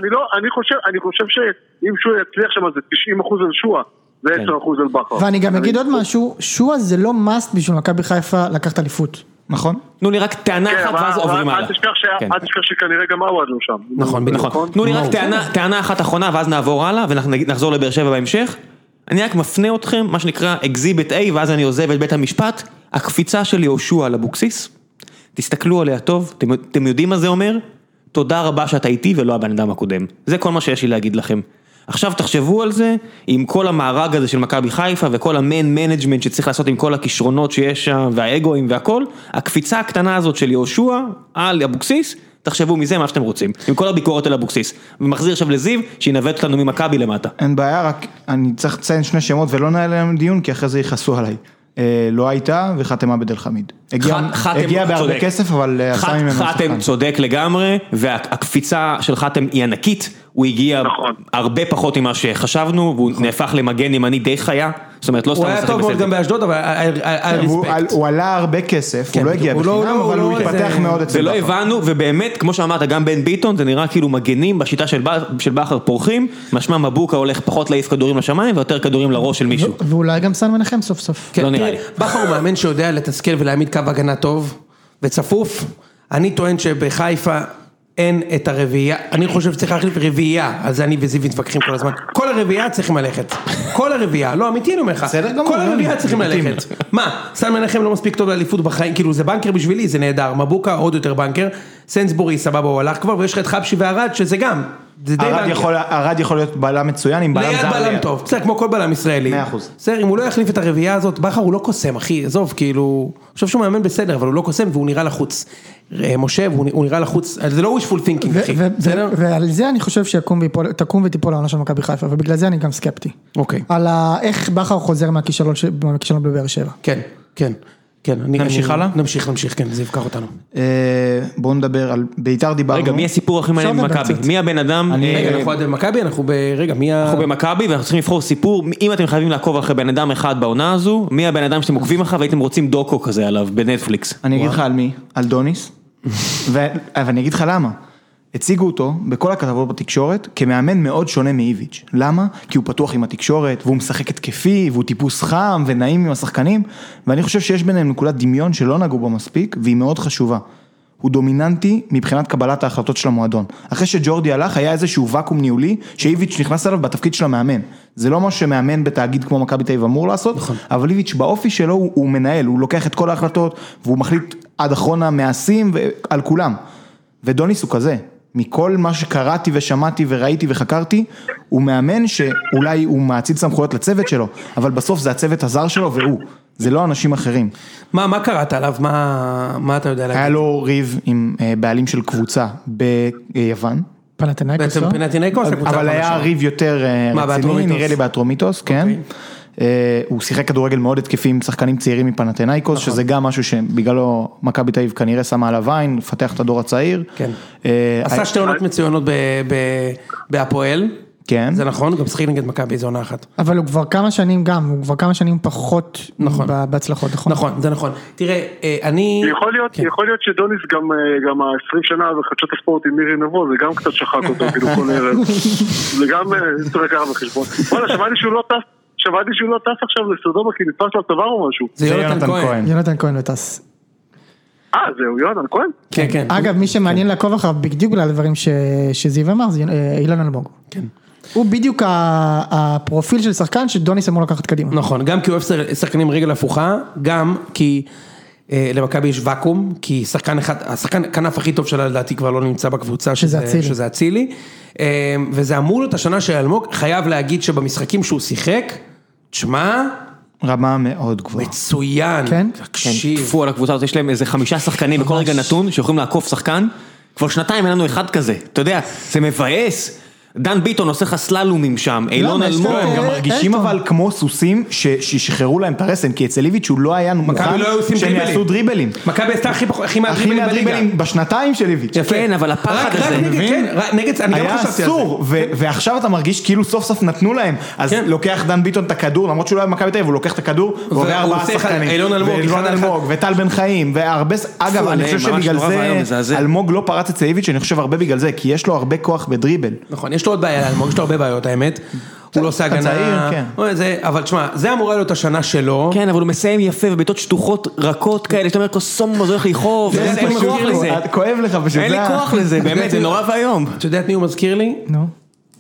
אני חושב שאם שואה יצליח שם זה 90% על שואה, זה 10% על בכר. ואני גם אגיד עוד משהו, שואה זה לא מאסט בשביל מכבי חיפה לקחת אליפות. נכון? תנו לי רק טענה אחת ואז עוברים הלאה. אל תשכח שכנראה גם עווד לא שם. נכון. תנו לי רק טענה אחת אחרונה ואז נעבור הלאה ונחזור לבאר שבע בהמשך. אני רק מפנה אתכם, מה שנקרא אקזיביט A, ואז אני עוזב את בית המשפט. הקפיצה של יהושע על אבוקסיס, תסתכלו עליה טוב, אתם יודעים מה זה אומר? תודה רבה שאתה איתי ולא הבן אדם הקודם. זה כל מה שיש לי להגיד לכם. עכשיו תחשבו על זה, עם כל המארג הזה של מכבי חיפה, וכל המן מנג'מנט שצריך לעשות עם כל הכישרונות שיש שם, והאגואים והכל, הקפיצה הקטנה הזאת של יהושע על אבוקסיס, תחשבו מזה מה שאתם רוצים, עם כל הביקורת על אבוקסיס, ומחזיר עכשיו לזיו, שינווט אותנו ממכבי למטה. אין בעיה, רק אני צריך לציין 2 שמות, ולא נעלה להם דיון, כי אחרי זה יכעסו עליי. לא הייתה וחתמה בדל חמיד. הגיע בהרבה כסף, אבל עשה ממנו שחקן. חתם צודק לגמרי, והקפיצה של חתם היא ענקית, הוא הגיע הרבה פחות ממה שחשבנו, והוא נהפך למגן ימני די חיה, זאת אומרת לא סתם הוא היה טוב מאוד גם באשדוד, אבל היה רספקט. הוא עלה הרבה כסף, הוא לא הגיע בחינם, אבל הוא התפתח מאוד אצל בכר. ולא הבנו, ובאמת, כמו שאמרת, גם בן ביטון, זה נראה כאילו מגנים בשיטה של בכר פורחים, משמע מבוקה הולך פחות להעיף כדורים לשמיים, ויותר כדורים לראש של מישהו. ואולי גם סן מנחם סוף סוף. לא נראה לי. בכר הוא מאמן שיודע לתסכל ולהעמיד קו הגנה טוב וצפוף. אני טוען שבחיפה אין את הרביעייה, אני חושב שצריך להחליף רביעייה, אז אני וזיו מתווכחים כל הזמן, כל הרביעייה צריכים ללכת, כל הרביעייה, לא אמיתי אני אומר לך, כל הרביעייה צריכים ללכת, מה, סן מנחם לא מספיק טוב לאליפות בחיים, כאילו זה בנקר בשבילי, זה נהדר, מבוקה עוד יותר בנקר, סנסבורי סבבה הוא הלך כבר, ויש לך את חבשי והרד שזה גם, זה די בנקר. הרד יכול להיות בלם מצוין, עם בלם זר. ליד בלם טוב, בסדר, כמו כל בלם ישראלי. 100%. בסדר, אם הוא לא יחליף את הרביעייה הזאת, בכר הוא לא קוסם, אחי, עזוב, כאילו, אני חושב שהוא מאמן בסדר, אבל הוא לא קוסם והוא נראה לחוץ. משה, הוא נראה לחוץ, זה לא wishful thinking, אחי. ועל זה אני חושב שתקום ותיפול העונה של מכבי חיפה, ובגלל זה אני גם סקפטי. אוקיי. על איך בכר חוזר מהכישלון בבאר שבע. כן, כן. כן, נמשיך הלאה? נמשיך, כן, זה יבקח אותנו. בואו נדבר על ביתר דיברנו. רגע, מי הסיפור הכי מעניין במכבי? מי הבן אדם? רגע, אנחנו במכבי, אנחנו במכבי ואנחנו צריכים לבחור סיפור, אם אתם חייבים לעקוב אחרי בן אדם אחד בעונה הזו, מי הבן אדם שאתם עוקבים אחריו והייתם רוצים דוקו כזה עליו בנטפליקס? אני אגיד לך על מי, על דוניס, ואני אגיד לך למה. הציגו אותו בכל הכתבות בתקשורת כמאמן מאוד שונה מאיביץ'. למה? כי הוא פתוח עם התקשורת, והוא משחק התקפי, והוא טיפוס חם ונעים עם השחקנים, ואני חושב שיש ביניהם נקודת דמיון שלא נגעו בו מספיק, והיא מאוד חשובה. הוא דומיננטי מבחינת קבלת ההחלטות של המועדון. אחרי שג'ורדי הלך, היה איזשהו ואקום ניהולי, שאיביץ' נכנס אליו בתפקיד של המאמן. זה לא מה שמאמן בתאגיד כמו מכבי תל אביב אמור לעשות, אבל איביץ' באופי שלו הוא מנהל, הוא לוקח את כל ההחלטות, והוא מחליט עד אחרון המעשים על כולם. ודוניס הוא כזה. מכל מה שקראתי ושמעתי וראיתי וחקרתי, הוא מאמן שאולי הוא מאציל סמכויות לצוות שלו, אבל בסוף זה הצוות הזר שלו והוא, זה לא אנשים אחרים. מה קראת עליו? מה אתה יודע להגיד? היה לו ריב עם בעלים של קבוצה ביוון. פנתינייקוס, בעצם פנתינייקוס, אבל היה ריב יותר רציני, נראה לי באטרומיטוס, כן. הוא שיחק כדורגל מאוד התקפי עם שחקנים צעירים מפנתינייקוס, שזה גם משהו שבגללו מכבי תל אביב כנראה שמה עליו עין, לפתח את הדור הצעיר. כן. עשה שתי עונות מצוינות בהפועל. כן. זה נכון, הוא גם שחק נגד מכבי איזו עונה אחת. אבל הוא כבר כמה שנים גם, הוא כבר כמה שנים פחות בהצלחות, נכון? נכון, זה נכון. תראה, אני... יכול להיות שדוניס גם ה-20 שנה בחדשות הספורט עם מירי נבו, זה גם קצת שחק אותו, כאילו כל ערב. זה גם צריך לקחת בחשבון. וואלה, שמעתי שהוא לא טס עכשיו לסודומה, כי נתפס לו צוואר או משהו. זה יונתן כהן. יונתן כהן וטס. זהו, יונתן כהן? כן, כן. אגב, מי שמעניין לעקוב אחריו, בדיוק בגלל הדברים שזיו אמר, זה אילן אלמוג. כן. הוא בדיוק הפרופיל של שחקן שדוניס אמור לקחת קדימה. נכון, גם כי הוא אוהב שחקנים רגל הפוכה, גם כי למכבי יש ואקום, כי השחקן כנף הכי טוב שלה לדעתי כבר לא נמצא בקבוצה, שזה אצילי, וזה אמור להיות השנה של אלמוג, חייב להגיד שבמשחקים שהוא שיחק, תשמע, רמה מאוד גבוהה. מצוין. כן? תקשיב. תקפו על הקבוצה הזאת, יש להם איזה 5 שחקנים בכל רגע נתון, שיכולים לעקוף שחקן, כבר 2 אין לנו אחד כזה, אתה יודע, זה מבאס. דן ביטון עושה לך סללומים שם, אילון אלמוג. הם גם מרגישים אבל כמו סוסים ששחררו להם את הרסן, כי אצל איביץ' הוא לא היה מוכן שהם יעשו דריבלים. מכבי עשתה הכי מהדריבלים בשנתיים של איביץ'. כן, אבל הפחד הזה. היה אסור, ועכשיו אתה מרגיש כאילו סוף סוף נתנו להם, אז לוקח דן ביטון את הכדור, למרות שהוא לא היה במכבי תל אביב, הוא לוקח את הכדור, ועובר 4 שחקנים. אילון אלמוג, וטל בן חיים, והרבה, אגב, אני חושב שבגלל זה, אלמוג לא פרץ אצל איביץ', אני חושב הרבה בגלל זה, כי יש לו הרבה כוח בדריבל. נכון, יש לו עוד בעיה, אלמוג, יש לו הרבה בעיות, האמת. הוא לא עושה הגנה, אבל תשמע, זה אמורה להיות השנה שלו. כן, אבל הוא מסיים יפה, ובעיטות שטוחות רכות כאלה, שאתה אומר, קוסום, זה הולך לחוב, אין לי כוח לזה. כואב לך פשוט. אין לי כוח לזה, באמת, זה נורא והיום. אתה יודע את מי הוא מזכיר לי? נו.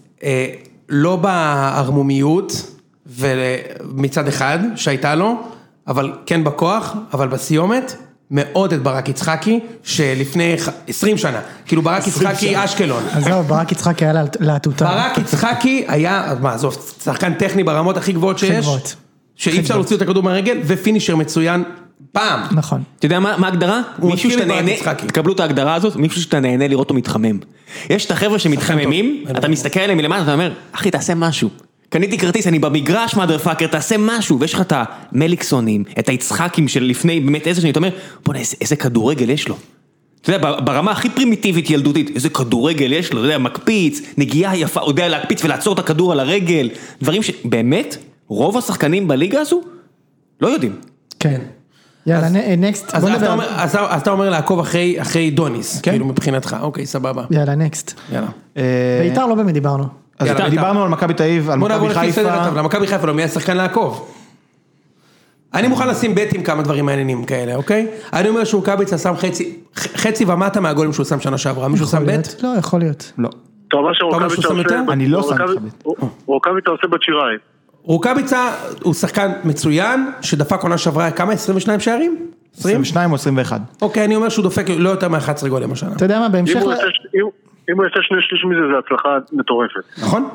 לא בערמומיות, ומצד אחד, שהייתה לו, אבל כן בכוח, אבל בסיומת, מאוד את ברק יצחקי, שלפני 20 שנה, כאילו ברק יצחקי אשקלון. אז זהו, ברק יצחקי היה להטוטה. ברק יצחקי היה, מה, זו שחקן טכני ברמות הכי גבוהות שיש, שאי אפשר להוציא את הכדור מהרגל, ופינישר מצוין פעם. נכון. אתה יודע מה ההגדרה? מישהו שאתה נהנה, תקבלו את ההגדרה הזאת, מישהו שאתה נהנה לראות אותו מתחמם. יש את החבר'ה שמתחממים, אתה מסתכל עליהם מלמטה, אתה אומר, אחי, תעשה משהו. קניתי כרטיס, אני במגרש מאדרפאקר, תעשה משהו, ויש לך את המליקסונים, את היצחקים של לפני באמת 10 שנים, אתה אומר, בוא'נה, איזה כדורגל יש לו. אתה יודע, ברמה הכי פרימיטיבית ילדותית, איזה כדורגל יש לו, אתה יודע, מקפיץ, נגיעה יפה, יודע להקפיץ ולעצור את הכדור על הרגל, דברים שבאמת, רוב השחקנים בליגה הזו, לא יודעים. כן. יאללה, נקסט. אז אתה אומר לעקוב אחרי דוניס, כאילו מבחינתך, אוקיי, סבבה. יאללה, נקסט. יאללה. ביתר לא באמת דיברנו. אז דיברנו על מכבי תל אביב, על מכבי חיפה. למכבי חיפה לא מי השחקן לעקוב. אני מוכן לשים בית עם כמה דברים מעניינים כאלה, אוקיי? אני אומר שהוא קביצה שם חצי, חצי ומטה מהגולים שהוא שם שנה שעברה, מישהו שם בית? לא, יכול להיות. לא. טוב, מה שרוקביצה עושה... אני לא שם לך בית. רוקביצה עושה בצ'יראי. רוקביצה הוא שחקן מצוין, שדפק עונה שעברה כמה? 22 שערים? 22 או 21. אוקיי, אני אומר שהוא דופק לא יותר מ-11 גולים השנה. אתה יודע מה, בהמשך... אם הוא יעשה 2/3 מזה, זה הצלחה מטורפת. נכון?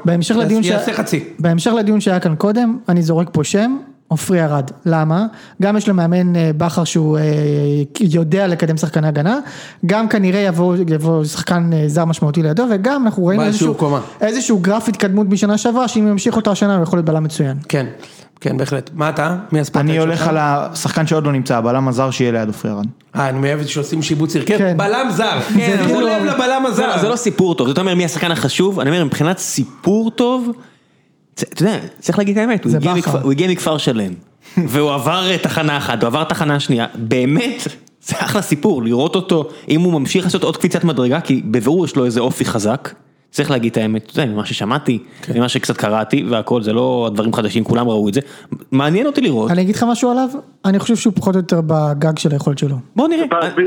בהמשך לדיון שהיה כאן קודם, אני זורק פה שם, עופרי ארד. למה? גם יש לו מאמן בחר שהוא יודע לקדם שחקני הגנה, גם כנראה יבוא שחקן זר משמעותי לידו, וגם אנחנו רואים איזשהו גרף התקדמות בשנה שעברה, שאם ימשיך אותה השנה הוא יכול להיות בלם מצוין. כן. כן, בהחלט. מה אתה? אני הולך על השחקן שעוד לא נמצא, הבלם הזר שיהיה ליד עופרי ארד. אני מאוהב שעושים שיבוץ הרכב. בלם זר. כן, הוא לב לבלם הזר. זה לא סיפור טוב, זאת אומרת מי השחקן החשוב, אני אומר מבחינת סיפור טוב, אתה יודע, צריך להגיד את האמת, הוא הגיע מכפר שלם, והוא עבר תחנה אחת, הוא עבר תחנה שנייה, באמת, זה אחלה סיפור, לראות אותו, אם הוא ממשיך לעשות עוד קפיצת מדרגה, כי בבירור יש לו איזה אופי חזק, צריך להגיד את האמת, זה ממה ששמעתי, ממה שקצת קראתי, והכל זה לא דברים חדשים, כולם ראו את זה, מעניין אותי לראות. אני אגיד לך משהו עליו, אני חושב שהוא פחות או יותר בגג של היכולת שלו. בוא נראה.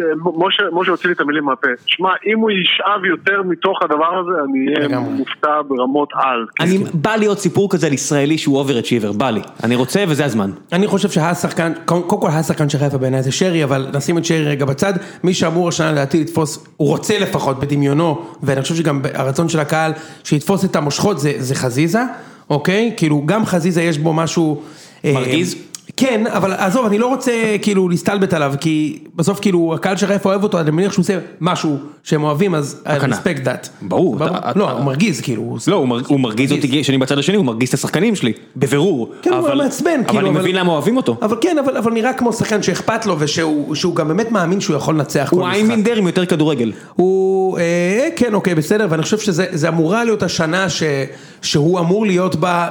משה הוציא לי את המילים מהפה, שמע, אם הוא ישאב יותר מתוך הדבר הזה, אני אהיה מופתע ברמות על. בא לי עוד סיפור כזה על ישראלי שהוא אובר-אצ'יבר, בא לי, אני רוצה וזה הזמן. אני חושב שהשחקן, קודם כל השחקן של חיפה בעיניי זה שרי, אבל נשים את שרי רגע בצד, מי שאמור השנה לדעתי לתפוס, הוא רוצה לפחות בדמיונו, ואני חושב שגם הרצון של הקהל שיתפוס את המושכות זה חזיזה, אוקיי? כאילו גם חזיזה יש בו משהו מרגיז? כן, אבל עזוב, אני לא רוצה כאילו להסתלבט עליו, כי בסוף כאילו הקהל של חיפה אוהב אותו, אני מניח שהוא עושה משהו שהם אוהבים, אז I respect that. ברור. לא, הוא מרגיז כאילו. לא, הוא מרגיז אותי, שאני בצד השני, הוא מרגיז את השחקנים שלי, בבירור. כן, הוא מעצבן. אבל אני מבין למה אוהבים אותו. אבל כן, אבל נראה כמו שחקן שאכפת לו, ושהוא גם באמת מאמין שהוא יכול לנצח כל משחק. הוא איינמינדר עם יותר כדורגל. הוא, כן, אוקיי, בסדר, ואני חושב שזה אמורה להיות השנה שהוא אמור להיות בה,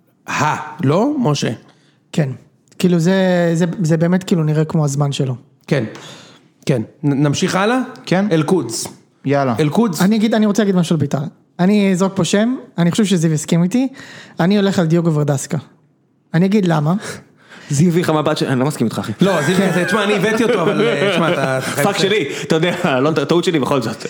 לא, משה? כן. כאילו זה באמת כאילו נראה כמו הזמן שלו. כן, כן. נמשיך הלאה? כן. אל-קודס. יאללה. אל-קודס. אני רוצה להגיד משהו על בית"ר. אני אזרוק פה שם, אני חושב שזיו הסכים איתי, אני הולך על דיוגו ורדסקה. אני אגיד למה. זיו הביא לך מבט אני לא מסכים איתך אחי. לא, זיו, תשמע, אני הבאתי אותו, אבל תשמע, אתה... פאק שלי, אתה יודע, לא טעות שלי בכל זאת.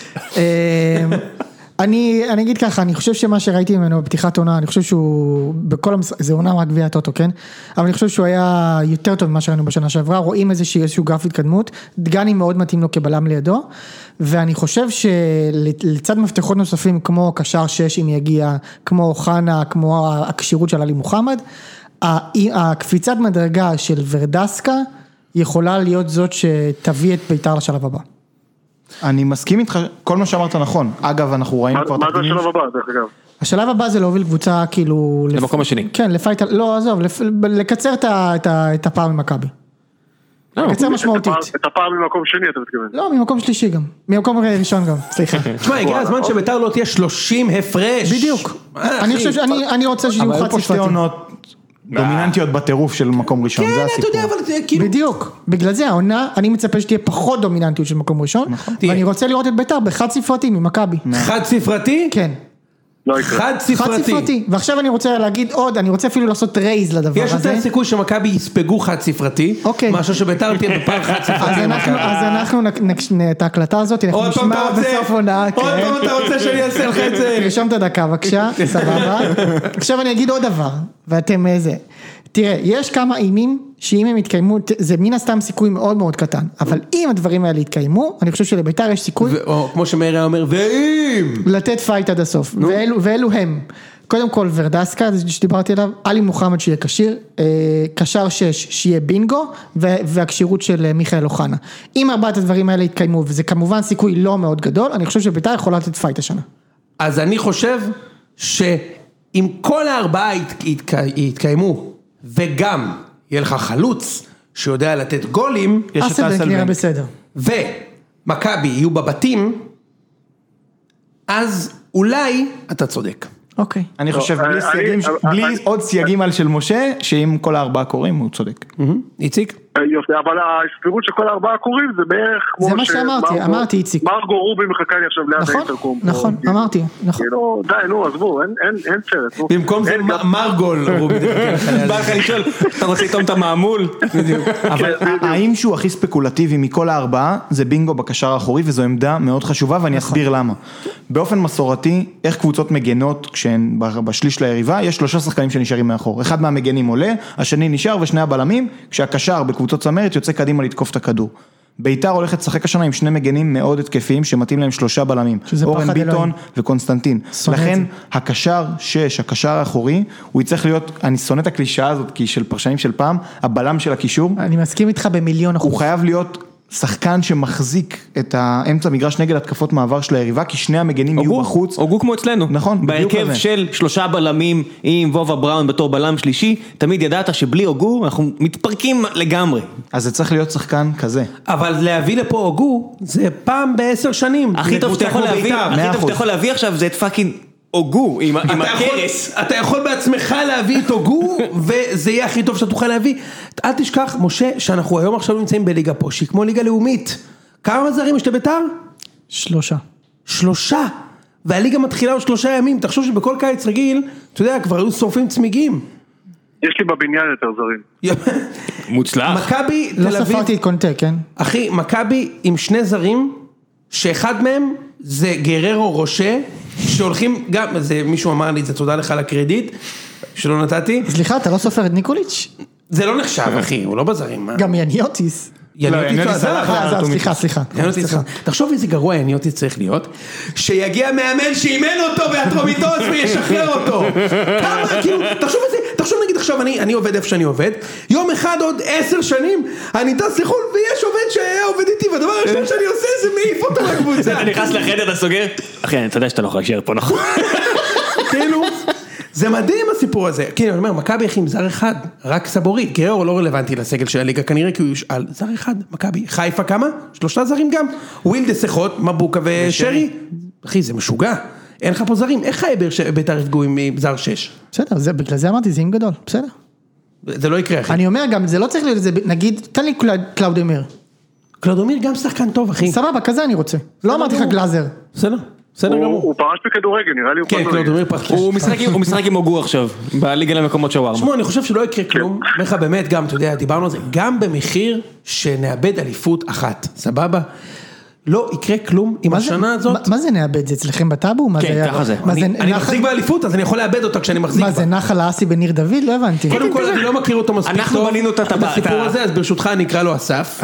אני אגיד ככה, אני חושב שמה שראיתי ממנו בפתיחת עונה, אני חושב שהוא, בכל זה עונה רק גביע הטוטו, כן? אבל אני חושב שהוא היה יותר טוב ממה שראינו בשנה שעברה, רואים איזשהו גרף התקדמות, דגני מאוד מתאים לו כבלם לידו, ואני חושב שלצד מפתחות נוספים, כמו קשר 6 אם יגיע, כמו חנה, כמו הקשירות של עלי מוחמד, הקפיצת מדרגה של ורדסקה, יכולה להיות זאת שתביא את בית"ר לשלב הבא. אני מסכים איתך, כל מה שאמרת נכון. אגב, אנחנו ראינו כבר... מה זה השלב הבא, דרך אגב? השלב הבא זה להוביל קבוצה כאילו... למקום השני. כן, לפייט... לא, עזוב, לקצר את הפער ממכבי. לקצר משמעותית. את הפער ממקום שני, אתה מתכוון? לא, ממקום שלישי גם. ממקום ראשון גם, סליחה. תשמע, הגיע הזמן שבית"ר לא תהיה 30 הפרש. בדיוק. אני רוצה שיהיו חד ספרתי. אבל שתי עונות דומיננטיות בטירוף של מקום ראשון, זה הסיפור. כן, אתה יודע, אבל זה כאילו... בדיוק. בגלל זה העונה, אני מצפה שתהיה פחות דומיננטיות של מקום ראשון, ואני רוצה לראות את בית"ר בחד ספרתי ממכבי. חד ספרתי? כן. חד ספרתי. ועכשיו אני רוצה להגיד עוד, אני רוצה אפילו לעשות רייז לדבר הזה. יש יותר סיכוי שמכבי יספגו חד ספרתי, משהו שבית"ר תהיה בפער חד ספרתי. אז אנחנו את ההקלטה הזאת, אנחנו נשמע בסוף עונה. עוד פעם אתה רוצה שאני אעשה לך את זה. תרשום את הדקה בבקשה, סבבה. עכשיו אני אגיד עוד דבר, ואתם איזה. תראה, יש כמה אימים שאם הם יתקיימו, זה מן הסתם סיכוי מאוד מאוד קטן, אבל אם הדברים האלה יתקיימו, אני חושב שלבית"ר יש סיכוי, או כמו שמאיר אומר, ואם, לתת פייט עד הסוף, ואלו הם, קודם כל ורדסקה, שדיברתי עליו, עלי מוחמד שיהיה קשיר, קשר 6 שיהיה בינגו, והקשירות של מיכאל אוחנה. אם ארבעת הדברים האלה יתקיימו, וזה כמובן סיכוי לא מאוד גדול, אני חושב שבית"ר יכולה לתת פייט השנה. אז אני חושב שאם כל הארבעה יתקיימו, וגם יהיה לך חלוץ שיודע לתת גולים, אסלבנק נראה בסדר. ומכבי יהיו בבתים, אז אולי אתה צודק. אוקיי. אני חושב בלי עוד סייגים על של משה, שאם כל הארבעה קוראים הוא צודק. איציק? יופי, אבל הסבירות של כל 4 קורים זה בערך כמו זה מה שאמרתי, אמרתי איציק. מרגו רובי מחכה לי עכשיו ליד האינטרקום. נכון, אמרתי, נכון. כאילו, די, נו, עזבו, אין סרט. במקום זה מרגול רובי בא לך לשאול, אתה רוצה לטעום את המעמול? אבל האם שהוא הכי ספקולטיבי מכל 4 זה בינגו בקשר האחורי, וזו עמדה מאוד חשובה ואני אסביר למה. באופן מסורתי, איך קבוצות מגנות כשהן בשליש ליריבה, יש 3 שחקנים שנשארים מאחור. אחד מהמגנים עולה, השני נשאר ושני הבלמים, כשהקשר בקבוצות צמרת יוצא קדימה לתקוף את הכדור. ביתר הולכת לשחק השנה עם 2 מגנים מאוד התקפיים שמתאים להם 3 בלמים, אורן ביטון וקונסטנטין. לכן הקשר 6, הקשר האחורי, הוא יצטרך להיות, אני שונא את הקלישאה הזאת כי של פרשנים של פעם, הבלם של הקישור. אני מסכים איתך ב1,000,000%. הוא חייב להיות שחקן שמחזיק את האמצע מגרש נגד התקפות מעבר של היריבה, כי שני המגנים יהיו בחוץ. אוגו כמו אצלנו. נכון, בדיוק בהרכב של 3 בלמים עם וובה בראון בתור בלם שלישי, תמיד ידעת שבלי אוגו אנחנו מתפרקים לגמרי. אז זה צריך להיות שחקן כזה. אבל להביא לפה אוגו, זה פעם ב10 שנים. הכי טוב שאתה יכול להביא עכשיו זה את פאקינג אוגו עם הקרס. אתה יכול בעצמך להביא את אוגו, וזה יהיה הכי טוב שאתה תוכל להביא. אל תשכח, משה, שאנחנו היום עכשיו נמצאים בליגה פה, שהיא כמו ליגה לאומית. כמה זרים יש לביתר? 3. 3. והליגה מתחילה עוד 3 ימים. תחשוב שבכל קיץ רגיל, אתה יודע, כבר היו שורפים צמיגים. יש לי בבניין יותר זרים. מוצלח. מכבי תל לא אביב. ספרתי את קונטה, כן? אחי, מכבי עם 2 זרים, שאחד מהם זה גררו רושה, שהולכים גם, זה מישהו אמר לי, זה תודה לך על הקרדיט, שלא נתתי. סליחה, אתה לא סופר את ניקוליץ'? זה לא נחשב, אחי, הוא לא בזרים. גם יניוטיס. יניוטיס סליחה. תחשוב איזה גרוע יניוטיס צריך להיות, שיגיע מאמן שאימן אותו באטרומיטוס וישחרר אותו. כמה, כאילו, תחשוב נגיד עכשיו, אני עובד איפה שאני עובד, יום אחד עוד 10 שנים, אני טס לחול ויש עובד שהיה עובד איתי, והדבר הראשון שאני עושה זה מעיף אותו לקבוצה. אתה נכנס לחדר, אתה סוגר? אחי, אתה יודע שאתה לא יכול להישאר פה, נכון? כאילו, זה מדהים הסיפור הזה. כן, אני אומר, מכבי אחים, זר אחד, רק סבורית, גררו לא רלוונטי לסגל של הליגה, כנראה כי הוא יושאל, זר אחד, מכבי, חיפה כמה? 3 זרים גם, ווילדס אחד, מבוקה ושרי, אחי, זה משוגע, אין לך פה זרים, איך חיי ביתר יפגעו עם זר 6? בסדר, בגלל זה אמרתי, זה עם גדול, בסדר. זה לא יקרה, אחי. אני אומר גם, זה לא צריך להיות, נגיד, תן לי קלאודמיר. קלאודמיר גם שחקן טוב, אחי. סבבה, כזה אני רוצה. לא אמרתי לך גלאזר. בסדר גמור. הוא פרש בכדורגל, נראה לי הוא כן, קלאודמיר פרש. הוא משחק עם אוגו עכשיו, בליגה למקומות שווארמה. שמוע, אני חושב שלא יקרה כלום, לך באמת גם, אתה יודע, דיברנו על זה, גם במחיר שנאבד אליפות אחת, סבבה? לא יקרה כלום עם השנה הזאת. מה זה נאבד? זה אצלכם בטאבו? כן, ככה זה. אני מחזיק באליפות, אז אני יכול לאבד אותה כשאני מחזיק בה. מה זה נחל האסי בניר דוד? לא הבנתי. קודם כל, אני לא מכיר אותו מספיק טוב. אנחנו בנינו את הסיפור הזה, אז ברשותך אני אקרא לו אסף.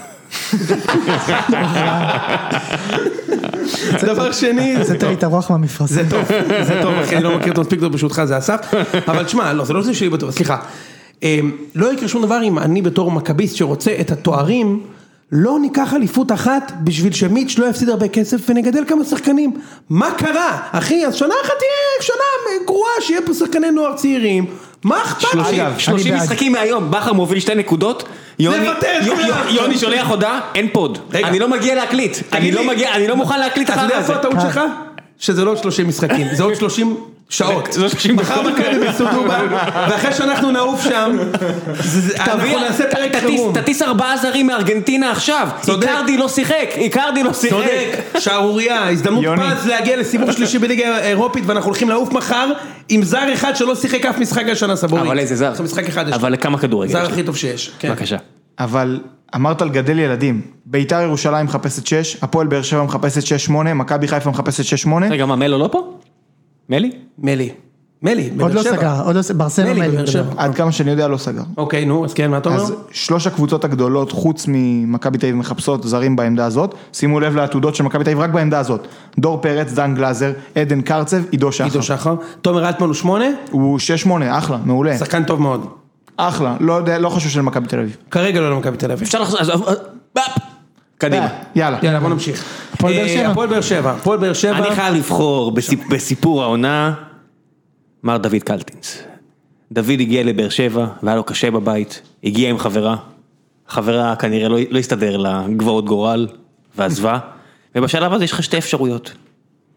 דבר שני, זה תראי את הרוח מהמפרסם. זה טוב, אחי, אני לא מכיר אותו מספיק טוב, ברשותך זה אסף. אבל תשמע, לא, זה לא שלי בטוח, סליחה. לא יקרה שום דבר אם אני בתור מכביסט שרוצה את התוארים, לא ניקח אליפות אחת בשביל שמיץ' לא יפסיד הרבה כסף ונגדל כמה שחקנים. מה קרה? אחי, אז שנה אחת תהיה שנה גרועה, שיהיה פה שחקני נוער צעירים. מה אכפת? 30 משחקים מהיום, בכר מוביל 2 נקודות, יוני שולח הודעה, אין פוד. אני לא מגיע להקליט. אני לא מוכן להקליט אחרי זה. אתה יודע איפה הטעות שלך? שזה לא 30 משחקים, זה עוד 30 שעות. מחר מכבי בסודובה, ואחרי שאנחנו נעוף שם, אנחנו נעשה פרק חירום. תטיס 4 זרים מארגנטינה עכשיו. איקרדי לא שיחק. צודק, שערוריה, הזדמנות פז להגיע לסיבוב שלישי בליגה האירופית, ואנחנו הולכים לעוף מחר עם זר אחד שלא שיחק אף משחק השנה סבורית. אבל איזה זר? משחק אחד. אבל לכמה כדורגל? זר הכי טוב שיש. בבקשה. אבל אמרת על גדל ילדים, ביתר ירושלים מחפשת 6, הפועל באר שבע מחפשת 6-8, מכבי חיפה מחפשת 6-8. רגע, מה, מלו לא פה? מלי? עוד לא סגר, ברסלונה מלי. עד כמה שאני יודע לא סגר. אוקיי, נו, אז כן, מה אתה אומר? אז 3 הקבוצות הגדולות, חוץ ממכבי תל אביב מחפשות זרים בעמדה הזאת, שימו לב לעתודות של מכבי תל אביב רק בעמדה הזאת. דור פרץ, דן גלאזר, עדן קרצב, עידו שחר. תומר אלטמן הוא 8? הוא 6-8, אחלה, מעולה. שחקן טוב מאוד. אחלה, לא חושב של מכבי תל אביב. כרגע לא למכבי תל אביב. אפשר לחזור, קדימה. יאללה, בוא נמשיך. הפועל באר שבע. אני חייב לבחור בסיפור העונה, מר דוד קלטינס. דוד הגיע לבאר שבע, והיה לו קשה בבית, הגיע עם חברה כנראה לא הסתדר לה גבעות גורל, ועזבה, ובשלב הזה יש לך 2 אפשרויות.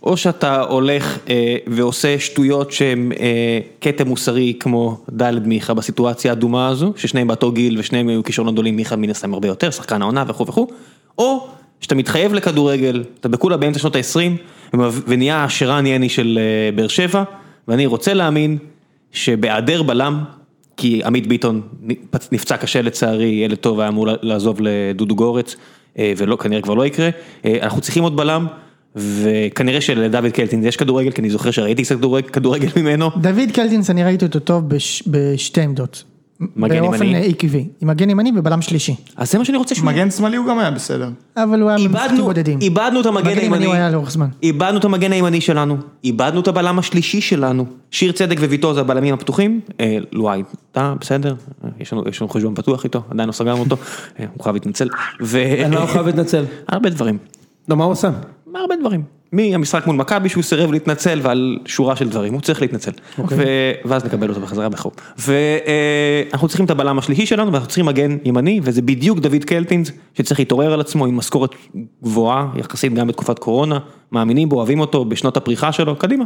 או שאתה הולך ועושה שטויות שהן קטע מוסרי כמו דלת מיכה בסיטואציה האדומה הזו, ששניהם באותו גיל ושניהם היו כישרונות גדולים, מיכה מן הסתם הרבה יותר, שחקן העונה וכו' וכו', או שאתה מתחייב לכדורגל, אתה בכולה באמצע שנות ה-20, ונהיה השרן יני של באר שבע, ואני רוצה להאמין שבהיעדר בלם, כי עמית ביטון נפצע קשה לצערי, ילד טוב היה אמור לעזוב לדודו גורץ, ולא, כנראה כבר לא יקרה, אנחנו צריכים עוד בלם, וכנראה שלדוד קלטינס יש כדורגל, כי אני זוכר שראיתי קצת כדורגל ממנו. דוד קלטינס אני ראיתי אותו טוב בשתי עמדות. באופן עקבי, עם מגן ימני ובלם שלישי. אז זה מה שאני רוצה לשמוע. מגן שמאלי הוא גם היה בסדר. אבל הוא היה במשחקים בודדים. איבדנו את המגן הימני. הוא היה לאורך זמן. איבדנו את המגן הימני שלנו. איבדנו את הבלם השלישי שלנו. שיר צדק וויטור זה הבלמים הפתוחים. לואי, אתה בסדר? יש לנו חשבון פתוח איתו, עדיין לא סגרנו אותו. הוא חייב להתנצל. אני לא חייב להתנצל. הרבה דברים. לא, מה הוא עושה? הרבה דברים. מהמשחק מול מכבי שהוא סירב להתנצל ועל שורה של דברים, הוא צריך להתנצל. ואז נקבל אותו בחזרה בחוב. ואנחנו צריכים את הבלם השלישי שלנו, ואנחנו צריכים מגן ימני, וזה בדיוק דוד קלטינס, שצריך להתעורר על עצמו עם משכורת גבוהה, יחסית גם בתקופת קורונה, מאמינים בו, אוהבים אותו, בשנות הפריחה שלו, קדימה.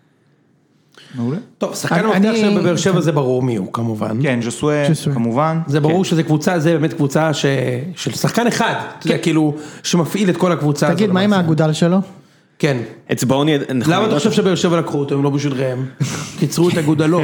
מעולה. טוב, שחקן המפתח של בבאר שבע זה ברור מי הוא כמובן. כן, ז'וסווה, כמובן. זה ברור שזה קבוצה, זה באמת קבוצה של שחקן אחד, זה כאילו שמפעיל את כל הקבוצה. תגיד, מה עם האגודל שלו? כן. אצבעוני... למה אתה חושב שבאר שבע לקחו אותו, הם לא בשביל ראם? קיצרו את אגודלו.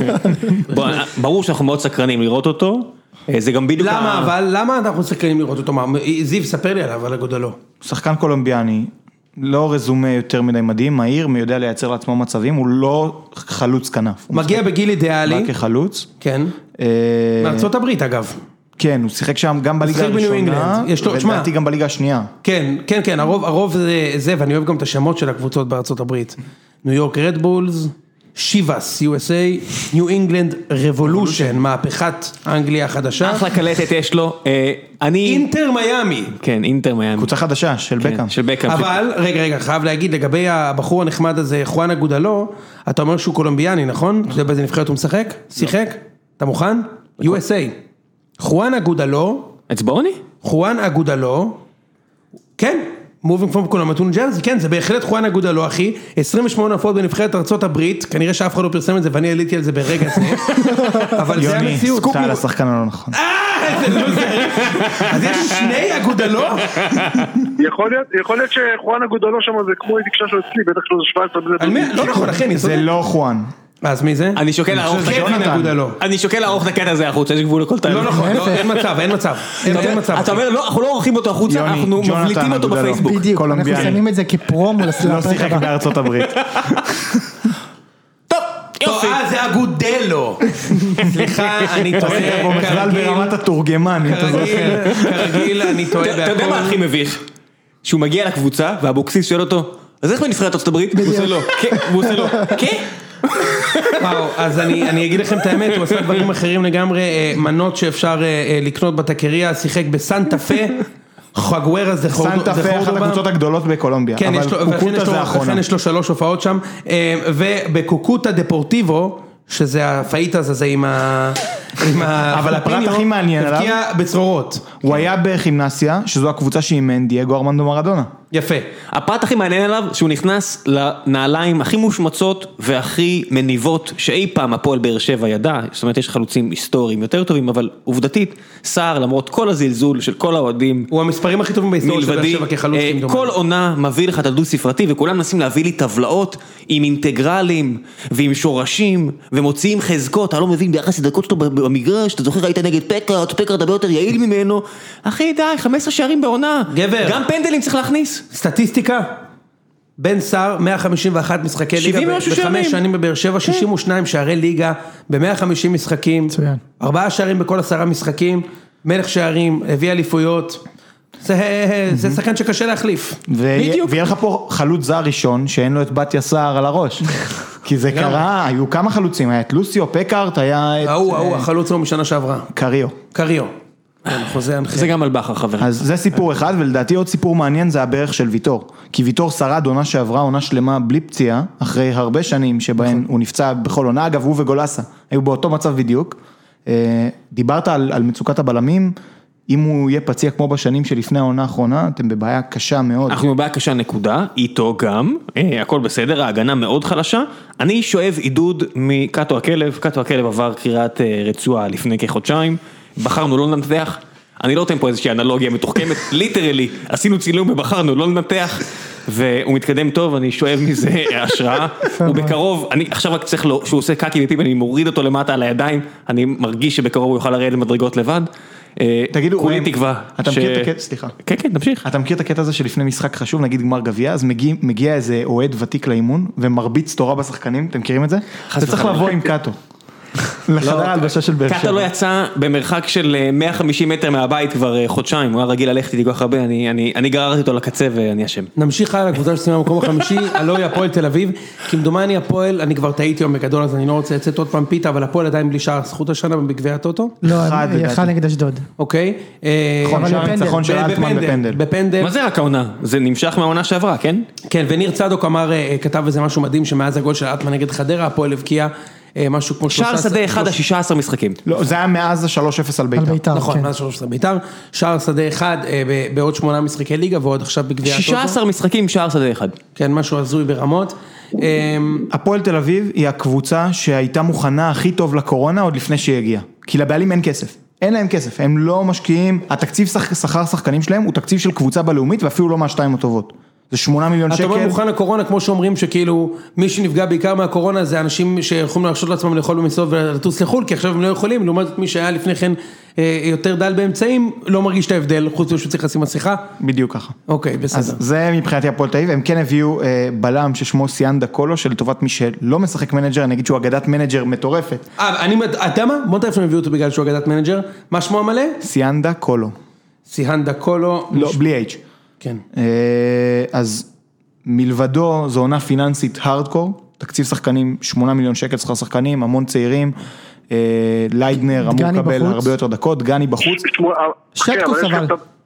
ברור שאנחנו מאוד סקרנים לראות אותו, זה גם בדיוק... למה, אבל למה אנחנו סקרנים לראות אותו? זיו, ספר לי עליו, על אגודלו. שחקן קולומביאני, לא רזומה יותר מדי מדהים, מהיר, מי יודע לייצר לעצמו מצבים, הוא לא חלוץ כנף. מגיע בגיל אידיאלי. בא כחלוץ. כן. מארצות הברית אגב. כן, הוא שיחק שם גם בליגה הראשונה, ולדעתי גם בליגה השנייה. כן, כן, כן, הרוב זה, ואני אוהב גם את השמות של הקבוצות בארצות הברית. ניו יורק רדבולס, שיבאס, USA, ניו אינגלנד רבולושן, מהפכת אנגליה החדשה. אחלה קלטת יש לו. אינטר מיאמי. כן, אינטר מיאמי. קבוצה חדשה של בקאם. של בקאם. אבל, רגע, חייב להגיד, לגבי הבחור הנחמד הזה, חואן אגודלו, אתה אומר שהוא קולומביאני, נכון? אתה יודע באיזה נבחרת הוא משחק? שיחק? אתה מוכן? USA. חואן אגודלו. אצבעוני? חואן אגודלו. כן. Moving from קולומביה ג'רזי, כן, זה בהחלט חואן אגודלו, אחי, 28 הופעות בנבחרת ארצות הברית, כנראה שאף אחד לא פרסם את זה, ואני עליתי על זה ברגע זה, אבל זה המציאות. יוני, על השחקן הלא נכון. איזה לוזר. אז יש שני אגודלו? יכול להיות שחואן אגודלו שם זה כמו הדקשה של אצלי, בטח שלו זה 17. לא נכון, אחי, זה לא חואן. אז מי זה? אני שוקל לערוך את הקטע הזה החוצה, יש גבול לכל טעם. לא נכון, אין מצב. אתה אומר, אנחנו לא עורכים אותו החוצה, אנחנו מבליטים אותו בפייסבוק. בדיוק, אנחנו שמים את זה כפרומו לא שיחק בארצות הברית. טוב, זה אגודלו. סליחה, אני טועה. הוא בכלל ברמת התורגמן, אם אתה זוכר. כרגיל, אני טועה בהכל. אתה יודע מה הכי מביך? שהוא מגיע לקבוצה, והבוקסיס שואל אותו, אז איך בנבחרת ארצות הברית? והוא עושה לו, כן? וואו, אז אני אגיד לכם את האמת, הוא עושה דברים אחרים לגמרי, מנות שאפשר לקנות בטקריה, שיחק בסנטה פה, חגוארה זה חורדובה. סנטה פה, אחת הקבוצות הגדולות בקולומביה, אבל קוקוטה זה האחרונה. ולכן יש לו 3 הופעות שם, ובקוקוטה דפורטיבו, שזה הפאיטס הזה עם אבל הפרט הכי מעניין עליו, הבקיע בצרורות. הוא היה בכימנסיה, שזו הקבוצה שאימן דייגו ארמנדו מרדונה. יפה. הפרט הכי מעניין עליו, שהוא נכנס לנעליים הכי מושמצות והכי מניבות שאי פעם הפועל באר שבע ידע, זאת אומרת יש חלוצים היסטוריים יותר טובים, אבל עובדתית, סער למרות כל הזלזול של כל האוהדים, הוא המספרים הכי טובים בהיסטוריה של באר שבע כחלוץ. כל עונה מביא לך את הדו ספרתי, וכולם מנסים להביא לי טבלאות עם אינטגרלים ועם שורשים, ומוציאים חזקות, אתה לא מבין ביחס לדקות שלו במגרש, אתה זוכר, היית נגד פקארט הרבה יותר יעיל ממנו, אחי די, 15 שערים בעונה, גבר. גם פנדלים צריך להכניס. סטטיסטיקה, בן סער 151 משחקי ליגה ב5 שנים בבאר שבע, 62 שערי ליגה ב150 משחקים, 4 שערים בכל 10 משחקים, מלך שערים, הביא אליפויות, זה שחקן שקשה להחליף. ויהיה לך פה חלוץ זר ראשון שאין לו את בתיה סער על הראש, כי זה קרה, היו כמה חלוצים, היה את לוסיו, פקארט, היה את... החלוץ הוא משנה שעברה. קריו. זה גם על בכר חבר. אז זה סיפור אחד, ולדעתי עוד סיפור מעניין זה הברך של ויטור, כי ויטור שרד עונה שעברה, עונה שלמה בלי פציעה, אחרי הרבה שנים שבהן הוא נפצע בכל עונה, אגב הוא וגולסה, היו באותו מצב בדיוק, דיברת על מצוקת הבלמים, אם הוא יהיה פציע כמו בשנים שלפני העונה האחרונה, אתם בבעיה קשה מאוד. אנחנו בבעיה קשה נקודה, איתו גם, הכל בסדר, ההגנה מאוד חלשה. אני שואב עידוד מקאטו הכלב, קאטו הכלב עבר קרירת רצועה לפני כחודשיים, בחרנו לא לנתח, אני לא אתן פה איזושהי אנלוגיה מתוחכמת, ליטרלי, עשינו צילום ובחרנו לא לנתח, והוא מתקדם טוב, אני שואב מזה השראה, הוא בקרוב, אני עכשיו רק צריך לו, שהוא עושה קאקי בפיפ, אני מוריד אותו למטה על הידיים, אני מרגיש שבקרוב הוא יוכל לרדת למדרגות לבד, תגידו, כולי תקווה. אתה מכיר את הקטע, סליחה. כן, כן, תמשיך. אתה מכיר את הקטע הזה שלפני משחק חשוב, נגיד גמר גביע, אז מגיע איזה אוהד ותיק לאימון, ומרביץ תורה בשחקנים, אתם מכירים את זה? אתה צריך לבוא עם קאטו. לחדר ההלבשה של באר שבע. קאטו לא יצא במרחק של 150 מטר מהבית כבר חודשיים, הוא היה רגיל ללכת איתי כל כך הרבה, אני גררתי אותו לקצה ואני אשם. נמשיך הלאה, קבוצה שסיימה במקום החמישי, הלא היא הפועל תל אביב, כמדומני הפועל, אני כבר טעיתי יום בגדול, אז אני לא רוצה לצאת עוד פעם פיתה, אבל הפועל עדיין בלי שער זכות השנה בגביע הטוטו. לא, אחד נגד אשדוד. אוקיי. ניצחון של אלטמן בפנדל. בפנדל. מה זה רק העונה? זה נמשך מהעונה שעברה, כן? כן, וניר צדוק אמר, כתב איזה משהו מדהים, שמאז הגול של אלטמן נגד חדרה, הפועל הבקיע משהו כמו שער שדה 1 ה-16 משחקים. לא, זה היה מאז ה-3-0 על ביתר. נכון, מאז 3 ביתר. שער שדה 1 בעוד 8 משחקי ליגה, ועוד עכשיו בגביע הטוטו. 16 משחקים, שער שדה 1. כן, משהו הזוי ברמות. הפועל תל אביב היא הקבוצה שהייתה מוכנה הכי טוב לקורונה עוד לפני שהיא הגיעה. כי לבעלים אין כסף. אין להם כסף, הם לא משקיעים, התקציב שכר שחקנים שלהם הוא תקציב של קבוצה בלאומית ואפילו לא מהשתיים הטובות. זה 8 מיליון שקל. אתה אומר מוכן לקורונה, כמו שאומרים שכאילו מי שנפגע בעיקר מהקורונה זה אנשים שיכולים להרשות לעצמם לאכול במסעוד ולטוס לחול, כי עכשיו הם לא יכולים, לעומת מי שהיה לפני כן יותר דל באמצעים, לא מרגיש את ההבדל, חוץ שהוא צריך לשים מסכה. בדיוק ככה. אוקיי, בסדר. אז זה מבחינתי הפועל תל אביב, הם כן הביאו בלם ששמו סיאנדה קולו, שלטובת מי שלא משחק מנג'ר, אני אגיד שהוא אגדת מנג'ר מטורפת. אתה מה? בוא נתאר שהם הביאו אותו בגלל שהוא אגדת מנג'ר, מה שמו המלא? סיאנדה קולו. סיאנדה קולו. לא, בלי H. כן. אז מלבדו זו עונה פיננסית הארדקור, תקציב שחקנים 8 מיליון שקל שכר שחקנים, המון צעירים, ליידנר אמור לקבל הרבה יותר דקות, גני בחוץ. שטקוס אבל.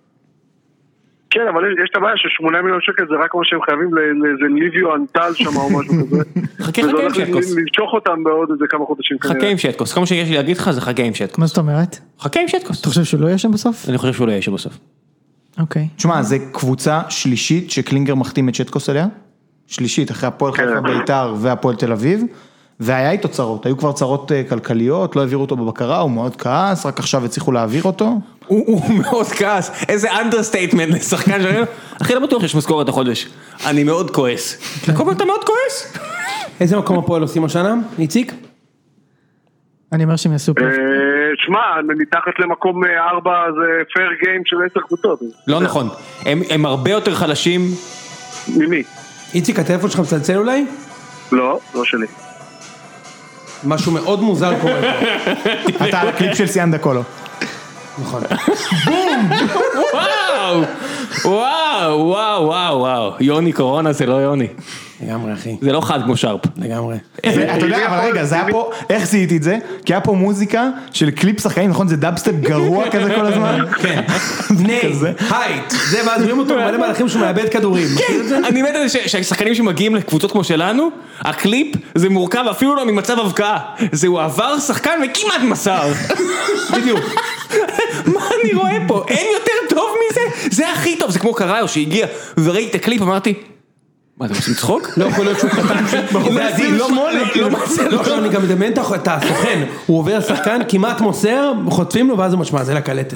כן, אבל יש את הבעיה ש8 מיליון שקל זה רק מה שהם חייבים לאיזה ליביו אנטל שם או משהו כזה. חכה עם שטקוס. למשוך אותם בעוד איזה כמה חודשים. חכה עם שטקוס, כל מה שיש לי להגיד לך זה חכה עם שטקוס. מה זאת אומרת? חכה עם שטקוס. אתה חושב שהוא לא יהיה שם בסוף? אני חושב שהוא לא יהיה שם בסוף. אוקיי. תשמע, זה קבוצה שלישית שקלינגר מחתים את שטקוס עליה, שלישית, אחרי הפועל חיפה ביתר והפועל תל אביב, והיה איתו צרות, היו כבר צרות כלכליות, לא העבירו אותו בבקרה, הוא מאוד כעס, רק עכשיו הצליחו להעביר אותו. הוא מאוד כעס, איזה אנדרסטייטמנט לשחקן שלנו, אחי לא בטוח שיש משכורת החודש, אני מאוד כועס. אתה מאוד כועס? איזה מקום הפועל עושים השנה? איציק? אני אומר שהם יעשו פלייאוף. שמע, מתחת למקום 4 זה פייר גיים של 10 קבוצות. לא נכון, הם הרבה יותר חלשים. ממי? איציק, הטלפון שלך מצלצל אולי? לא, לא שלי. משהו מאוד מוזר קורה פה. אתה על הקליפ של סיאנדה קולו. נכון. וואו, יוני קורונה זה לא יוני. לגמרי אחי. זה לא חד כמו שרפ. לגמרי. אתה יודע, אבל רגע, זה היה פה, איך זיהיתי את זה? כי היה פה מוזיקה של קליפ שחקנים, נכון? זה דאבסטפ גרוע כזה כל הזמן? כן. בני, הייט. זה ואז רואים אותו מלא מהלכים שהוא מאבד כדורים. כן, אני מת על זה שהשחקנים שמגיעים לקבוצות כמו שלנו, הקליפ זה מורכב אפילו לא ממצב הבקעה. זהו עבר שחקן וכמעט מסר. בדיוק. מה אני רואה פה? אין יותר טוב מזה? זה הכי טוב, זה כמו קראיו שהגיע וראיתי את הקליפ, אמרתי מה, אתם עושים צחוק? לא יכול להיות שהוא קטן לא, אני גם מדמיין את הסוכן, הוא עובר שחקן, כמעט מוסר, חוטפים לו ואז הוא משמע, זה לקלטת.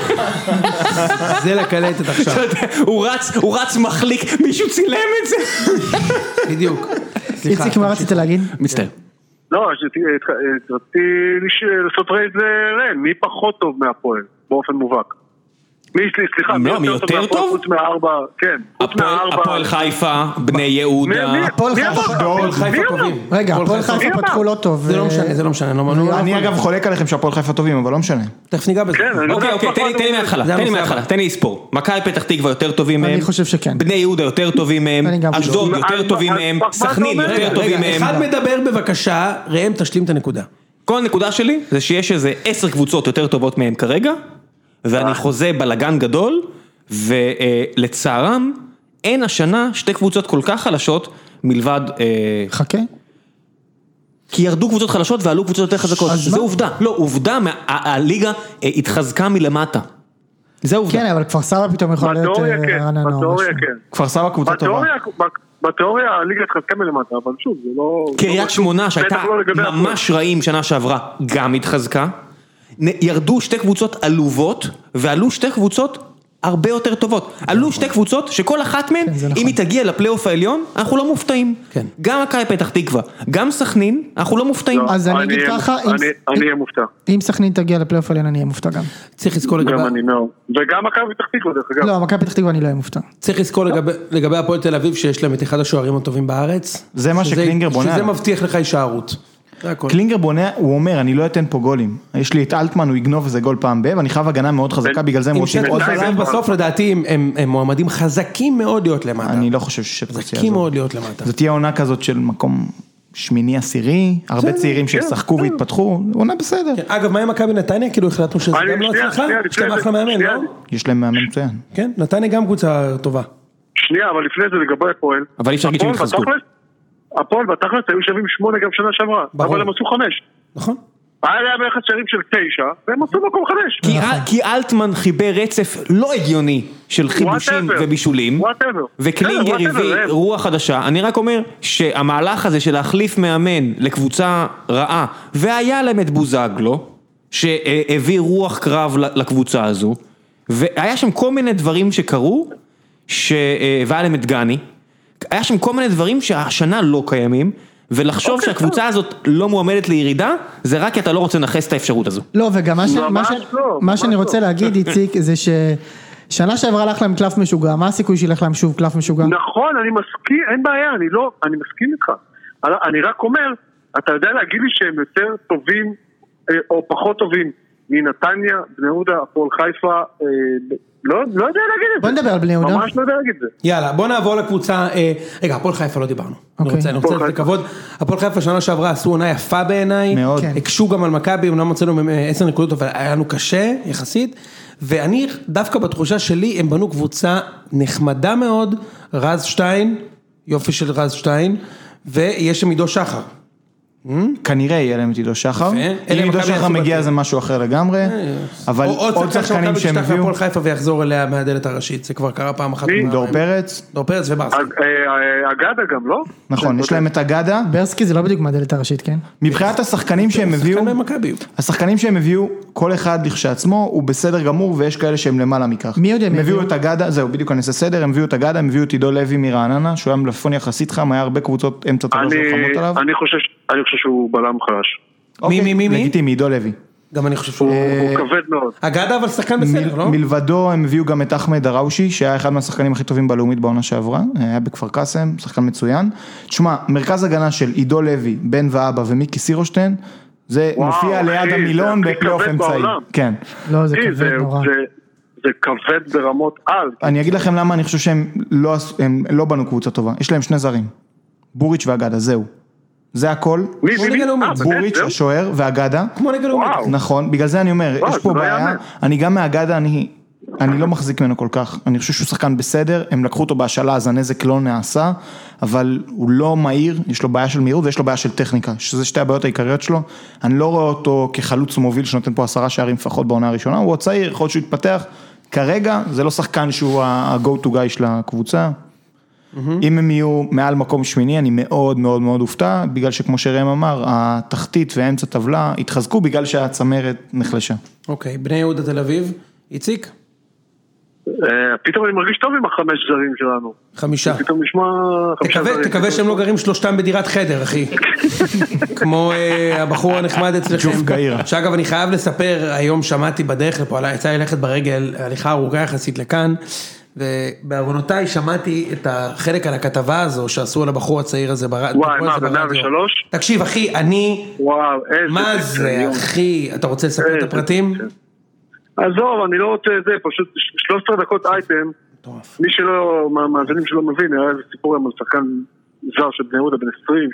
זה לקלטת עכשיו. הוא רץ מחליק, מישהו צילם את זה. בדיוק. איציק, מה רצית להגיד? מצטער. לא, רציתי לעשות רייז לרן, מי פחות טוב מהפועל, באופן מובהק. סליחה, מי יותר טוב? חוץ מהארבע, כן. הפועל חיפה, בני יהודה. הפועל חיפה טובים. רגע, הפועל חיפה פתחו לא טוב. זה לא משנה. אני אגב חולק עליכם שהפועל חיפה טובים, אבל לא משנה. תכף ניגע בזה. אוקיי, תן לי מההתחלה, תן לי לספור. מכבי פתח תקווה יותר טובים מהם. אני חושב שכן. בני יהודה יותר טובים מהם. אשדוד יותר טובים מהם. סכנין יותר טובים מהם. אחד מדבר בבקשה, ראם תשלים את הנקודה. כל הנקודה שלי זה שיש איזה 10 קבוצות יותר טובות מהם כרגע. ואני חוזה בלגן גדול, ולצערם, אין השנה 2 קבוצות כל כך חלשות, מלבד... חכה. כי ירדו קבוצות חלשות ועלו קבוצות יותר חזקות. זה עובדה. לא, עובדה, הליגה התחזקה מלמטה. זה עובדה. כן, אבל כפר סבא פתאום יכול להיות רעננה. בתיאוריה כן. כפר סבא קבוצה טובה. בתיאוריה הליגה התחזקה מלמטה, אבל שוב, זה לא... קריית שמונה שהייתה ממש רעים שנה שעברה, גם התחזקה. ירדו שתי קבוצות עלובות, ועלו שתי קבוצות הרבה יותר טובות. עלו שתי קבוצות שכל אחת מהן, אם היא תגיע לפלייאוף העליון, אנחנו לא מופתעים. גם מכבי פתח תקווה, גם סכנין, אנחנו לא מופתעים. אז אני אגיד ככה, אני אהיה מופתע. אם סכנין תגיע לפלייאוף העליון, אני אהיה מופתע גם. צריך לזכור לגבי... גם אני מאוד. וגם מכבי פתח תקווה, דרך אגב. לא, מכבי פתח תקווה אני לא אהיה מופתע. צריך לזכור לגבי הפועל תל אביב, שיש להם את אחד השוערים הטובים בארץ. זה מה שקלינגר בונה. שזה מבטיח לך הישארות. קלינגר בונה, הוא אומר, אני לא אתן פה גולים. יש לי את אלטמן, הוא יגנוב איזה גול פעם ב, ואני חייב הגנה מאוד חזקה, בגלל זה הם רוצים עוד בלם. בסוף לדעתי הם מועמדים חזקים מאוד להיות למטה. אני לא חושב ששפט חזקים מאוד להיות למטה. זו תהיה עונה כזאת של מקום שמיני עשירי, הרבה צעירים ששחקו והתפתחו, עונה בסדר. אגב, מה עם מכבי נתניה? כאילו החלטנו שזה גם לא הצלחה? יש להם אחלה מאמן, לא? יש להם מאמן מצוין. כן, נתניה גם קבוצה טובה. שנייה, אבל לפני זה לגבי הפועל. אבל אי אפשר להגיד שהם התחזקו. הפועל בתכלס היו שווים 8 גם שנה שעברה, אבל הם עשו 5. נכון. היה להם ביחס שערים של 9, והם עשו מקום 5. כי אלטמן חיבר רצף לא הגיוני של חיבושים ובישולים, וקלינגר הביא רוח חדשה. אני רק אומר שהמהלך הזה של להחליף מאמן לקבוצה רעה, והיה להם את בוזגלו, שהביא רוח קרב לקבוצה הזו, והיה שם כל מיני דברים שקרו, והיה להם את גני, היה שם כל מיני דברים שהשנה לא קיימים, ולחשוב שהקבוצה הזאת לא מועמדת לירידה, זה רק כי אתה לא רוצה לנחס את האפשרות הזו. לא, וגם מה שאני רוצה להגיד, איציק, זה ששנה שעברה הלך להם קלף משוגע, מה הסיכוי שילך להם שוב קלף משוגע? נכון, אני מסכים, אין בעיה, אני מסכים איתך. אני רק אומר, אתה יודע להגיד לי שהם יותר טובים, או פחות טובים, מנתניה, בני יהודה, הפועל חיפה, לא יודע להגיד את זה. בוא נדבר על בני יהודה. ממש לא יודע להגיד את זה. יאללה, בוא נעבור לקבוצה, רגע, הפועל חיפה לא דיברנו. אני רוצה לתת כבוד. הפועל חיפה שנה שעברה עשו עונה יפה בעיניי. מאוד. הקשו גם על מכבי, אמנם מצאנו 10 נקודות, אבל היה לנו קשה, יחסית. ואני, דווקא בתחושה שלי, הם בנו קבוצה נחמדה מאוד, רז שטיין, יופי של רז שטיין, ויש שם עידו שחר. כנראה יהיה להם את עידו שחר, אם עידו שחר מגיע זה משהו אחר לגמרי, אבל עוד שחקנים שהם הביאו, הפועל חיפה ויחזור אליה מהדלת הראשית, זה כבר קרה פעם אחת. דור פרץ וברסקי. אגדה גם, לא? נכון, יש להם את אגדה. ברסקי זה לא בדיוק מהדלת הראשית, כן? מבחינת השחקנים שהם הביאו, כל אחד לכשעצמו הוא בסדר גמור, ויש כאלה שהם למעלה מכך. מי יודע? הם הביאו את אגדה, זהו בדיוק אני אעשה סדר, הם הביאו את אגדה, הם הביאו את עידו לוי מרעננה, שהוא היה מלפון יחסית חם, היה הרבה קבוצות אמצע טובה שחמות עליו. אני חושב שהוא בלם חלש. מי? לגיטימי, עידו לוי. גם אני חושב שהוא כבד מאוד. אגדה אבל שחקן בסדר, לא? מלבדו הם הביאו גם את אחמד דראושי, שהיה אחד מהשחקנים הכי טובים בלאומית בעונה שעברה, היה בכפר קאסם, שחקן מצוין. תשמע, מרכז הגנה של עידו לוי, בן ואבא ומיקי סירושטיין, זה מופיע ליד המילון בפלייאוף אמצעי. כן. לא, זה כבד נורא. זה כבד ברמות על. אני אגיד לכם למה אני חושב שהם לא בנו קבוצה טובה. יש להם 2 זרים. בוריץ' ואגדה, זהו. זה הכל. בוריץ' השוער ואגדה. כמו נגד לאומית. נכון, בגלל זה אני אומר, יש פה בעיה. אני גם מאגדה, אני לא מחזיק ממנו כל כך. אני חושב שהוא שחקן בסדר, הם לקחו אותו בהשאלה, אז הנזק לא נעשה, אבל הוא לא מהיר, יש לו בעיה של מהירות ויש לו בעיה של טכניקה, שזה שתי הבעיות העיקריות שלו. אני לא רואה אותו כחלוץ מוביל שנותן פה 10 שערים לפחות בעונה הראשונה, הוא עוד צעיר, יכול להיות שהוא יתפתח. כרגע זה לא שחקן שהוא ה-go to guy של הקבוצה. אם הם יהיו מעל מקום שמיני, אני מאוד מאוד מאוד הופתע, בגלל שכמו שרם אמר, התחתית והאמצע טבלה התחזקו בגלל שהצמרת נחלשה. אוקיי, בני יהודה תל אביב, איציק? פתאום אני מרגיש טוב עם 5 זרים שלנו. 5. פתאום נשמע 5 זרים. תקווה שהם לא גרים 3 בדירת חדר, אחי. כמו הבחור הנחמד אצלכם. ג'וף גאירה. שאגב, אני חייב לספר, היום שמעתי בדרך לפה, יצא לי ללכת ברגל, הליכה ארוכה יחסית לכאן, ובעוונותיי שמעתי את החלק על הכתבה הזו, שעשו על הבחור הצעיר הזה ברדיו. וואי, מה, ב-103? תקשיב, אחי, וואו, מה זה, אחי? אתה רוצה לספר את הפרטים? עזוב, אני לא רוצה את זה, פשוט 13 דקות אייטם, מי שלא, מהמאזינים שלא מבין, היה איזה סיפור על שחקן זר של בני יהודה בן 20,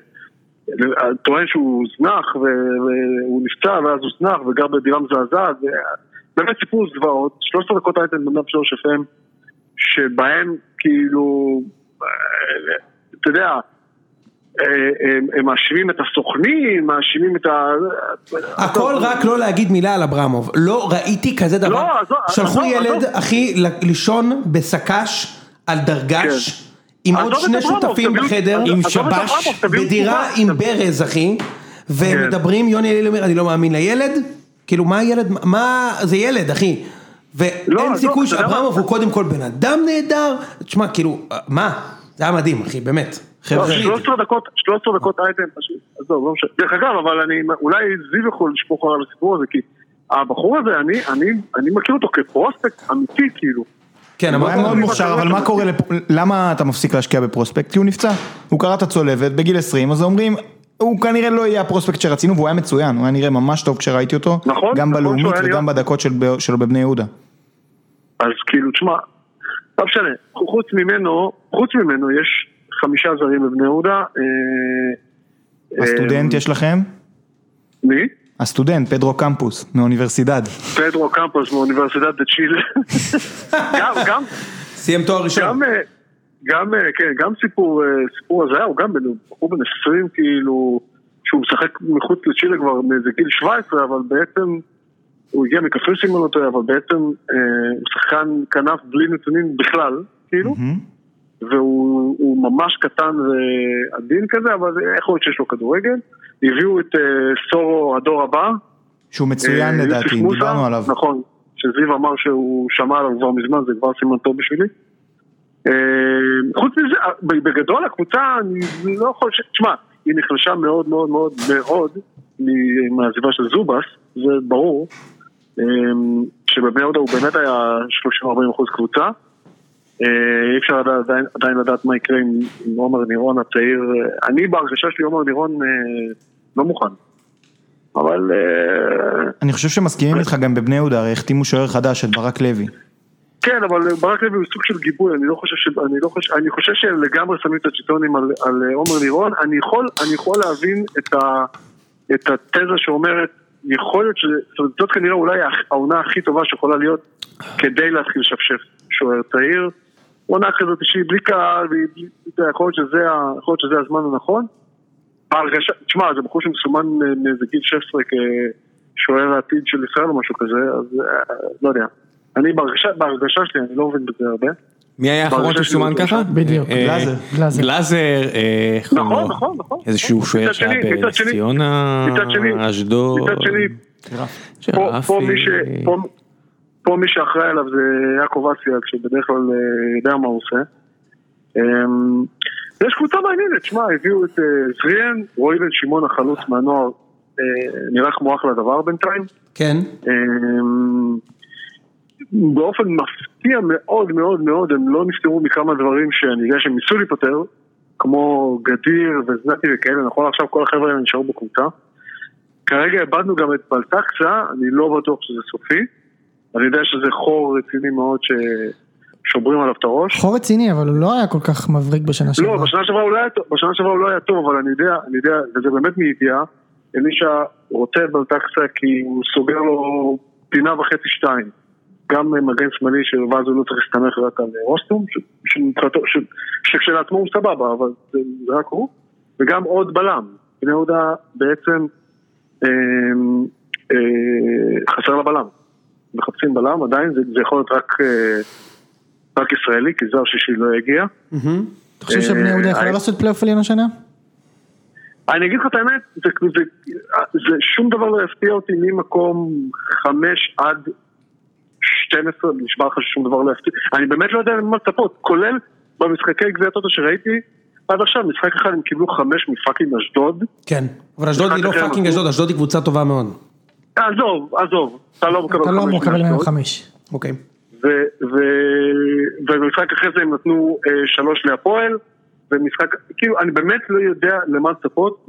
שטוען שהוא זנח, והוא נפצע, ואז הוא זנח, וגר בדירה מזעזעת, באמת סיפור זוועות, 13 דקות אייטם ב-103 FM, שבהם כאילו, אתה יודע, הם מאשימים את הסוכנים, מאשימים את הכל רק לא להגיד מילה על אברמוב, לא ראיתי כזה דבר, שלחו ילד אחי לישון בסקש על דרגש, עם עוד שני שותפים בחדר, עם שבש, בדירה עם ברז אחי, ומדברים, יוני אליל אומר, אני לא מאמין לילד, כאילו מה הילד, מה, זה ילד אחי, ואין סיכוי שאברמוב הוא קודם כל בן אדם נהדר, תשמע כאילו, מה, זה היה מדהים אחי, באמת. 13 דקות אייטם פשוט, אז טוב, לא משנה. דרך אגב, אבל אולי זיו יכול לשפוך על הסיפור הזה, כי הבחור הזה, אני מכיר אותו כפרוספקט אמיתי, כאילו. כן, הוא היה מאוד מוכשר, אבל מה קורה, למה אתה מפסיק להשקיע בפרוספקט? כי הוא נפצע, הוא קרא את הצולבת בגיל 20, אז אומרים, הוא כנראה לא יהיה הפרוספקט שרצינו, והוא היה מצוין, הוא היה נראה ממש טוב כשראיתי אותו, גם בלאומית וגם בדקות שלו בבני יהודה. אז כאילו, תשמע, לא משנה, חוץ ממנו יש 5 זרים בבני יהודה. הסטודנט יש לכם? מי? הסטודנט, פדרו קמפוס, מאוניברסידד. פדרו קמפוס, מאוניברסידד בצ'ילה. גם... סיים תואר ראשון. גם סיפור הזה, הוא גם בחור בן 20, כאילו, שהוא משחק מחוץ לצ'ילה כבר מאיזה גיל 17, אבל בעצם, הוא הגיע מקפריסין מנותו, אבל בעצם הוא שחקן כנף בלי נתונים בכלל, כאילו. והוא ממש קטן ועדין כזה, אבל יכול להיות שיש לו כדורגל. הביאו את סורו הדור הבא. שהוא מצוין לדעתי, דיברנו עליו. נכון, שזיו אמר שהוא שמע עליו כבר מזמן, זה כבר סימן טוב בשבילי. חוץ מזה, בגדול הקבוצה, אני לא יכול תשמע, היא נחלשה מאוד מאוד מאוד מאוד מהעזיבה של זובס, זה ברור, שבבני יהודה הוא באמת היה 30-40% קבוצה. אי אפשר עדיין לדעת מה יקרה עם עומר נירון הצעיר. אני בהרגשה שלי עומר נירון לא מוכן, אבל אני חושב שמסכימים איתך גם בבני יהודה, הרי החתימו שוער חדש את ברק לוי. כן, אבל ברק לוי הוא סוג של גיבוי. אני חושב שלגמרי שמים את הצ'יטונים על עומר נירון. אני יכול להבין את התזה שאומרת יכול להיות שזאת כנראה אולי העונה הכי טובה שיכולה להיות כדי להתחיל לשפשף שוער צעיר. עונה כזאת שהיא בלי קהל, יכול להיות שזה הזמן הנכון. תשמע, זה בחור שמסומן מאיזה גיל 16 כשוער העתיד של ישראל או משהו כזה, אז לא יודע. אני בהרגשה שלי, אני לא מבין בזה הרבה. מי היה האחרון שסומן ככה? בדיוק, גלאזר. נכון. איזשהו שוער שהיה בנס ציונה, אשדוד. פה מי שאחראי עליו זה יעקב אציאל, שבדרך כלל יודע מה הוא עושה. יש קבוצה מעניינת, שמע, הביאו את זריאן, רועי בן שמעון החלוץ מהנוער, נראה כמו אחלה דבר בינתיים. כן. באופן מפתיע מאוד מאוד מאוד, הם לא נפתרו מכמה דברים שאני יודע שהם ניסו להיפטר, כמו גדיר וזנתי וכאלה, נכון עכשיו כל החבר'ה האלה נשארו בקבוצה. כרגע הבדנו גם את בלטקסה, אני לא בטוח שזה סופי, אני יודע שזה חור רציני מאוד ששוברים עליו את הראש. חור רציני, אבל הוא לא היה כל כך מבריק בשנה שעברה. לא, בשנה שעברה הוא לא היה טוב, אבל אני יודע, וזה באמת מידיעה, אלישע רוצה את בלטקסה כי הוא סוגר לו פינה וחצי 2. גם מגן שמאלי ואז הוא לא צריך להסתמך רק על רוסטום, שכשלעצמו הוא סבבה, אבל זה רק הוא, וגם עוד בלם. בני יהודה בעצם חסר לבלם. מחפשים בלם, עדיין זה יכול להיות רק ישראלי, כי זר שישי לא יגיע. אתה חושב שבני יהודה יכולה לעשות פלייאוף עליון השנה? אני אגיד לך את האמת, זה שום דבר לא יפתיע אותי ממקום 5 עד 12, נשמע לך ששום דבר לא יפתיע. אני באמת לא יודע מה לצפות, כולל במשחקי גביעת הטוטו שראיתי, עד עכשיו משחק אחד הם קיבלו 5 מפאקינג אשדוד. כן, אבל אשדוד היא לא פאקינג אשדוד, אשדוד היא קבוצה טובה מאוד. עזוב, אתה לא מקבל מהם 5. אוקיי. ובמשחק אחרי זה הם נתנו 3 להפועל, ומשחק, כאילו, אני באמת לא יודע למה לצפות,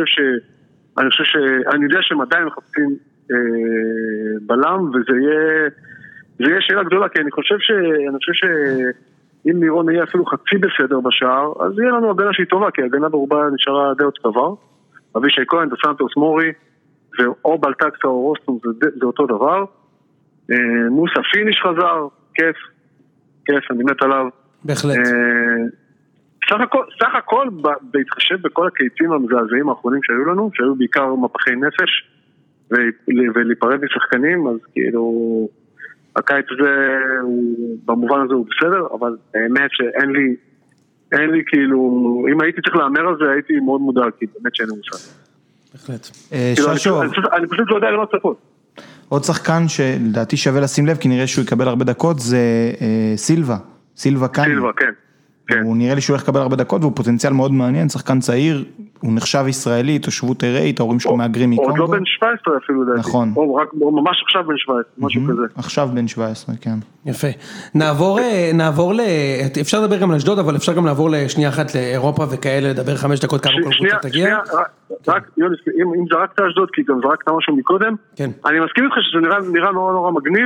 אני יודע שהם עדיין מחפשים בלם, וזה יהיה שאלה גדולה, כי אני חושב שאם נירון יהיה אפילו חצי בסדר בשער, אז יהיה לנו הגנה שהיא טובה, כי הגנה ברובה נשארה די אותו דבר. אבישי כהן, דסנטוס מורי, או בלטקסה או רוסטום, זה אותו דבר. מוסה פיניש חזר, כיף, אני מת עליו. בהחלט. סך הכל, בהתחשב בכל הקיצים המזעזעים האחרונים שהיו לנו, שהיו בעיקר מפחי נפש, ולהיפרד משחקנים, אז כאילו, הקיץ הזה, במובן הזה הוא בסדר, אבל האמת שאין לי כאילו, אם הייתי צריך לאמר על זה, הייתי מאוד מודע, כי באמת שאין לי מושג. בהחלט. אני פשוט לא יודע למה צפות. עוד שחקן שלדעתי שווה לשים לב, כי נראה שהוא יקבל הרבה דקות, זה סילבה קאני. סילבה, כן. הוא נראה לי שהוא הולך לקבל הרבה דקות, והוא פוטנציאל מאוד מעניין, שחקן צעיר, הוא נחשב ישראלי, תושבות ארעית, ההורים שלו מהגרים מקונגו. עוד לא בן 17 אפילו לדעתי. נכון. או ממש עכשיו בן 17, משהו כזה. עכשיו בן 17, כן. יפה. נעבור אפשר לדבר גם לאשדוד, אבל אפשר גם לעבור לשנייה אחת לאירופה וכאלה, לדבר 5 דקות כמה כל קבוצה תגיע. שנייה, רק, יוני, אם זרקת אשדוד, כי גם זרקת משהו מקודם, אני מסכים איתך שזה נראה נורא מגניב,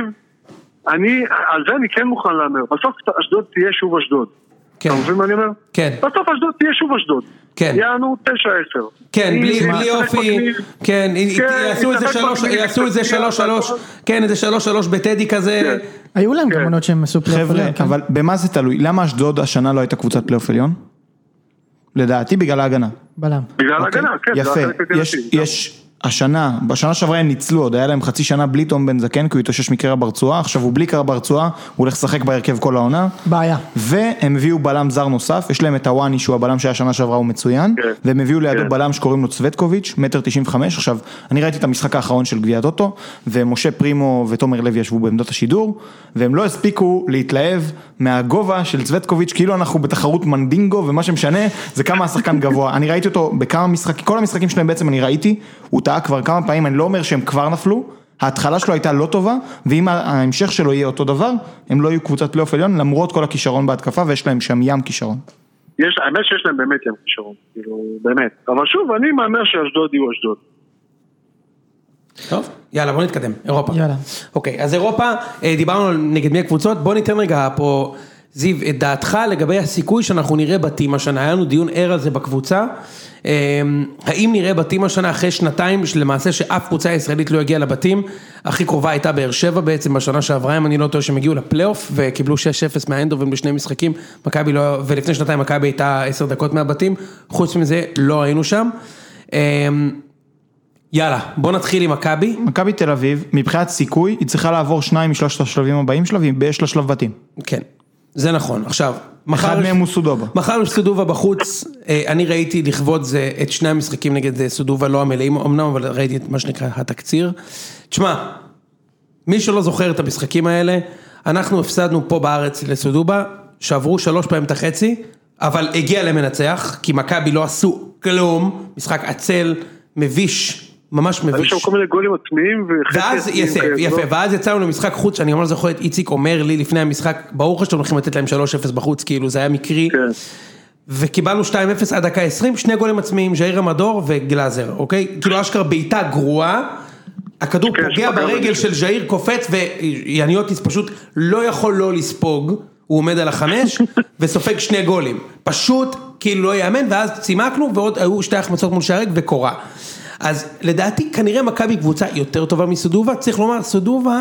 על זה אני כן מוכן לאמר. בסוף אשדוד תהיה שוב אשדוד. אתה מבין מה אני אומר? כן. בסוף אשדוד תהיה שוב אשדוד. כן. יענו 9-10. כן, בלי אופי. כן, יעשו איזה 3-3. כן, איזה 3-3 בטדי כזה. היו להם גם עונות שהם עשו פלייאוף עליון. חבר'ה, אבל במה זה תלוי? למה אשדוד השנה לא הייתה קבוצת פלייאוף עליון? לדעתי בגלל ההגנה. בלם. בגלל ההגנה, כן. יפה, יש בשנה שעברה הם ניצלו, עוד היה להם חצי שנה בלי תום בן זקן, כי הוא התאושש מקרע ברצועה, עכשיו הוא בלי קרע ברצועה, הוא הולך לשחק בהרכב כל העונה. בעיה. והם הביאו בלם זר נוסף, יש להם את הוואני שהוא הבלם שהיה שנה שעברה, הוא מצוין, והם הביאו לידו בלם שקוראים לו צוותקוביץ', 1.95 מטר. עכשיו, אני ראיתי את המשחק האחרון של גביע טוטו, ומשה פרימו ותומר לוי ישבו בעמדות השידור, והם לא הספיקו להתלהב מהגובה של צוותקוביץ', כאילו אנחנו בתחרות מנדינגו, ומה שמשנה זה כמה השחקן גבוה. אני ראיתי אותו בכמה משחקים, כל המשחקים שלהם בעצם אני ראיתי, הוא טעה כבר כמה פעמים, אני לא אומר שהם כבר נפלו, ההתחלה שלו הייתה לא טובה, ואם ההמשך שלו יהיה אותו דבר, הם לא יהיו קבוצת פלייאוף עליון, למרות כל הכישרון בהתקפה, ויש להם שם ים כישרון. האמת שיש להם באמת ים כישרון, כאילו, באמת. אבל שוב, אני מאמר שאשדוד יהיו אשדוד. טוב, יאללה, בוא נתקדם, אירופה. יאללה. אוקיי, אז אירופה, דיברנו נגד מי הקבוצות, בוא ניתן רגע פה, זיו, את דעתך לגבי הסיכוי שאנחנו נראה בתים השנה, היה לנו דיון ער על זה בקבוצה, האם נראה בתים השנה אחרי שנתיים למעשה שאף קבוצה ישראלית לא הגיעה לבתים, הכי קרובה הייתה באר שבע בעצם בשנה שעברה, אם אני לא טועה שהם הגיעו לפלייאוף וקיבלו 6-0 מהאנדובים בשני משחקים, ולפני שנתיים מכבי הייתה 10 דקות מהבתים, חוץ מזה לא היינו שם. יאללה, בוא נתחיל עם מכבי. מכבי תל אביב, מבחינת סיכוי, היא צריכה לעבור 2 משלושת השלבים הבאים שלה, ויש לה שלב בתים. כן, זה נכון. עכשיו, אחד מהם הוא סודובה. מחר יש סודובה בחוץ, אני ראיתי לכבוד זה את שני המשחקים נגד סודובה, לא המלאים אמנם, אבל ראיתי את מה שנקרא התקציר. תשמע, מי שלא זוכר את המשחקים האלה, אנחנו הפסדנו פה בארץ לסודובה, שעברו 3 פעמים את החצי, אבל הגיע למנצח, כי מכבי לא עשו כלום, משחק עצל, מביש, ממש מביש. היו שם כל מיני גולים עצמיים ואז יפה, ואז יצאנו למשחק חוץ, שאני ממש זוכר את איציק אומר לי לפני המשחק, ברור שאתם הולכים לתת להם 3-0 בחוץ, כאילו זה היה מקרי, וקיבלנו 2-0 עד דקה 20, 2 גולים עצמיים, ז'איר המדור וגלאזר, אוקיי? כאילו אשכרה בעיטה גרועה, הכדור פוגע ברגל של ז'איר קופץ, ויאניוטיס פשוט לא יכול לא לספוג, הוא עומד על 5, וסופג 2 גולים, פשוט כאילו לא יאמן, ואז צימקנו, ועוד היו 2 החמצות מול שער ריק וקורה. אז לדעתי כנראה מכבי קבוצה יותר טובה מסודובה, צריך לומר סודובה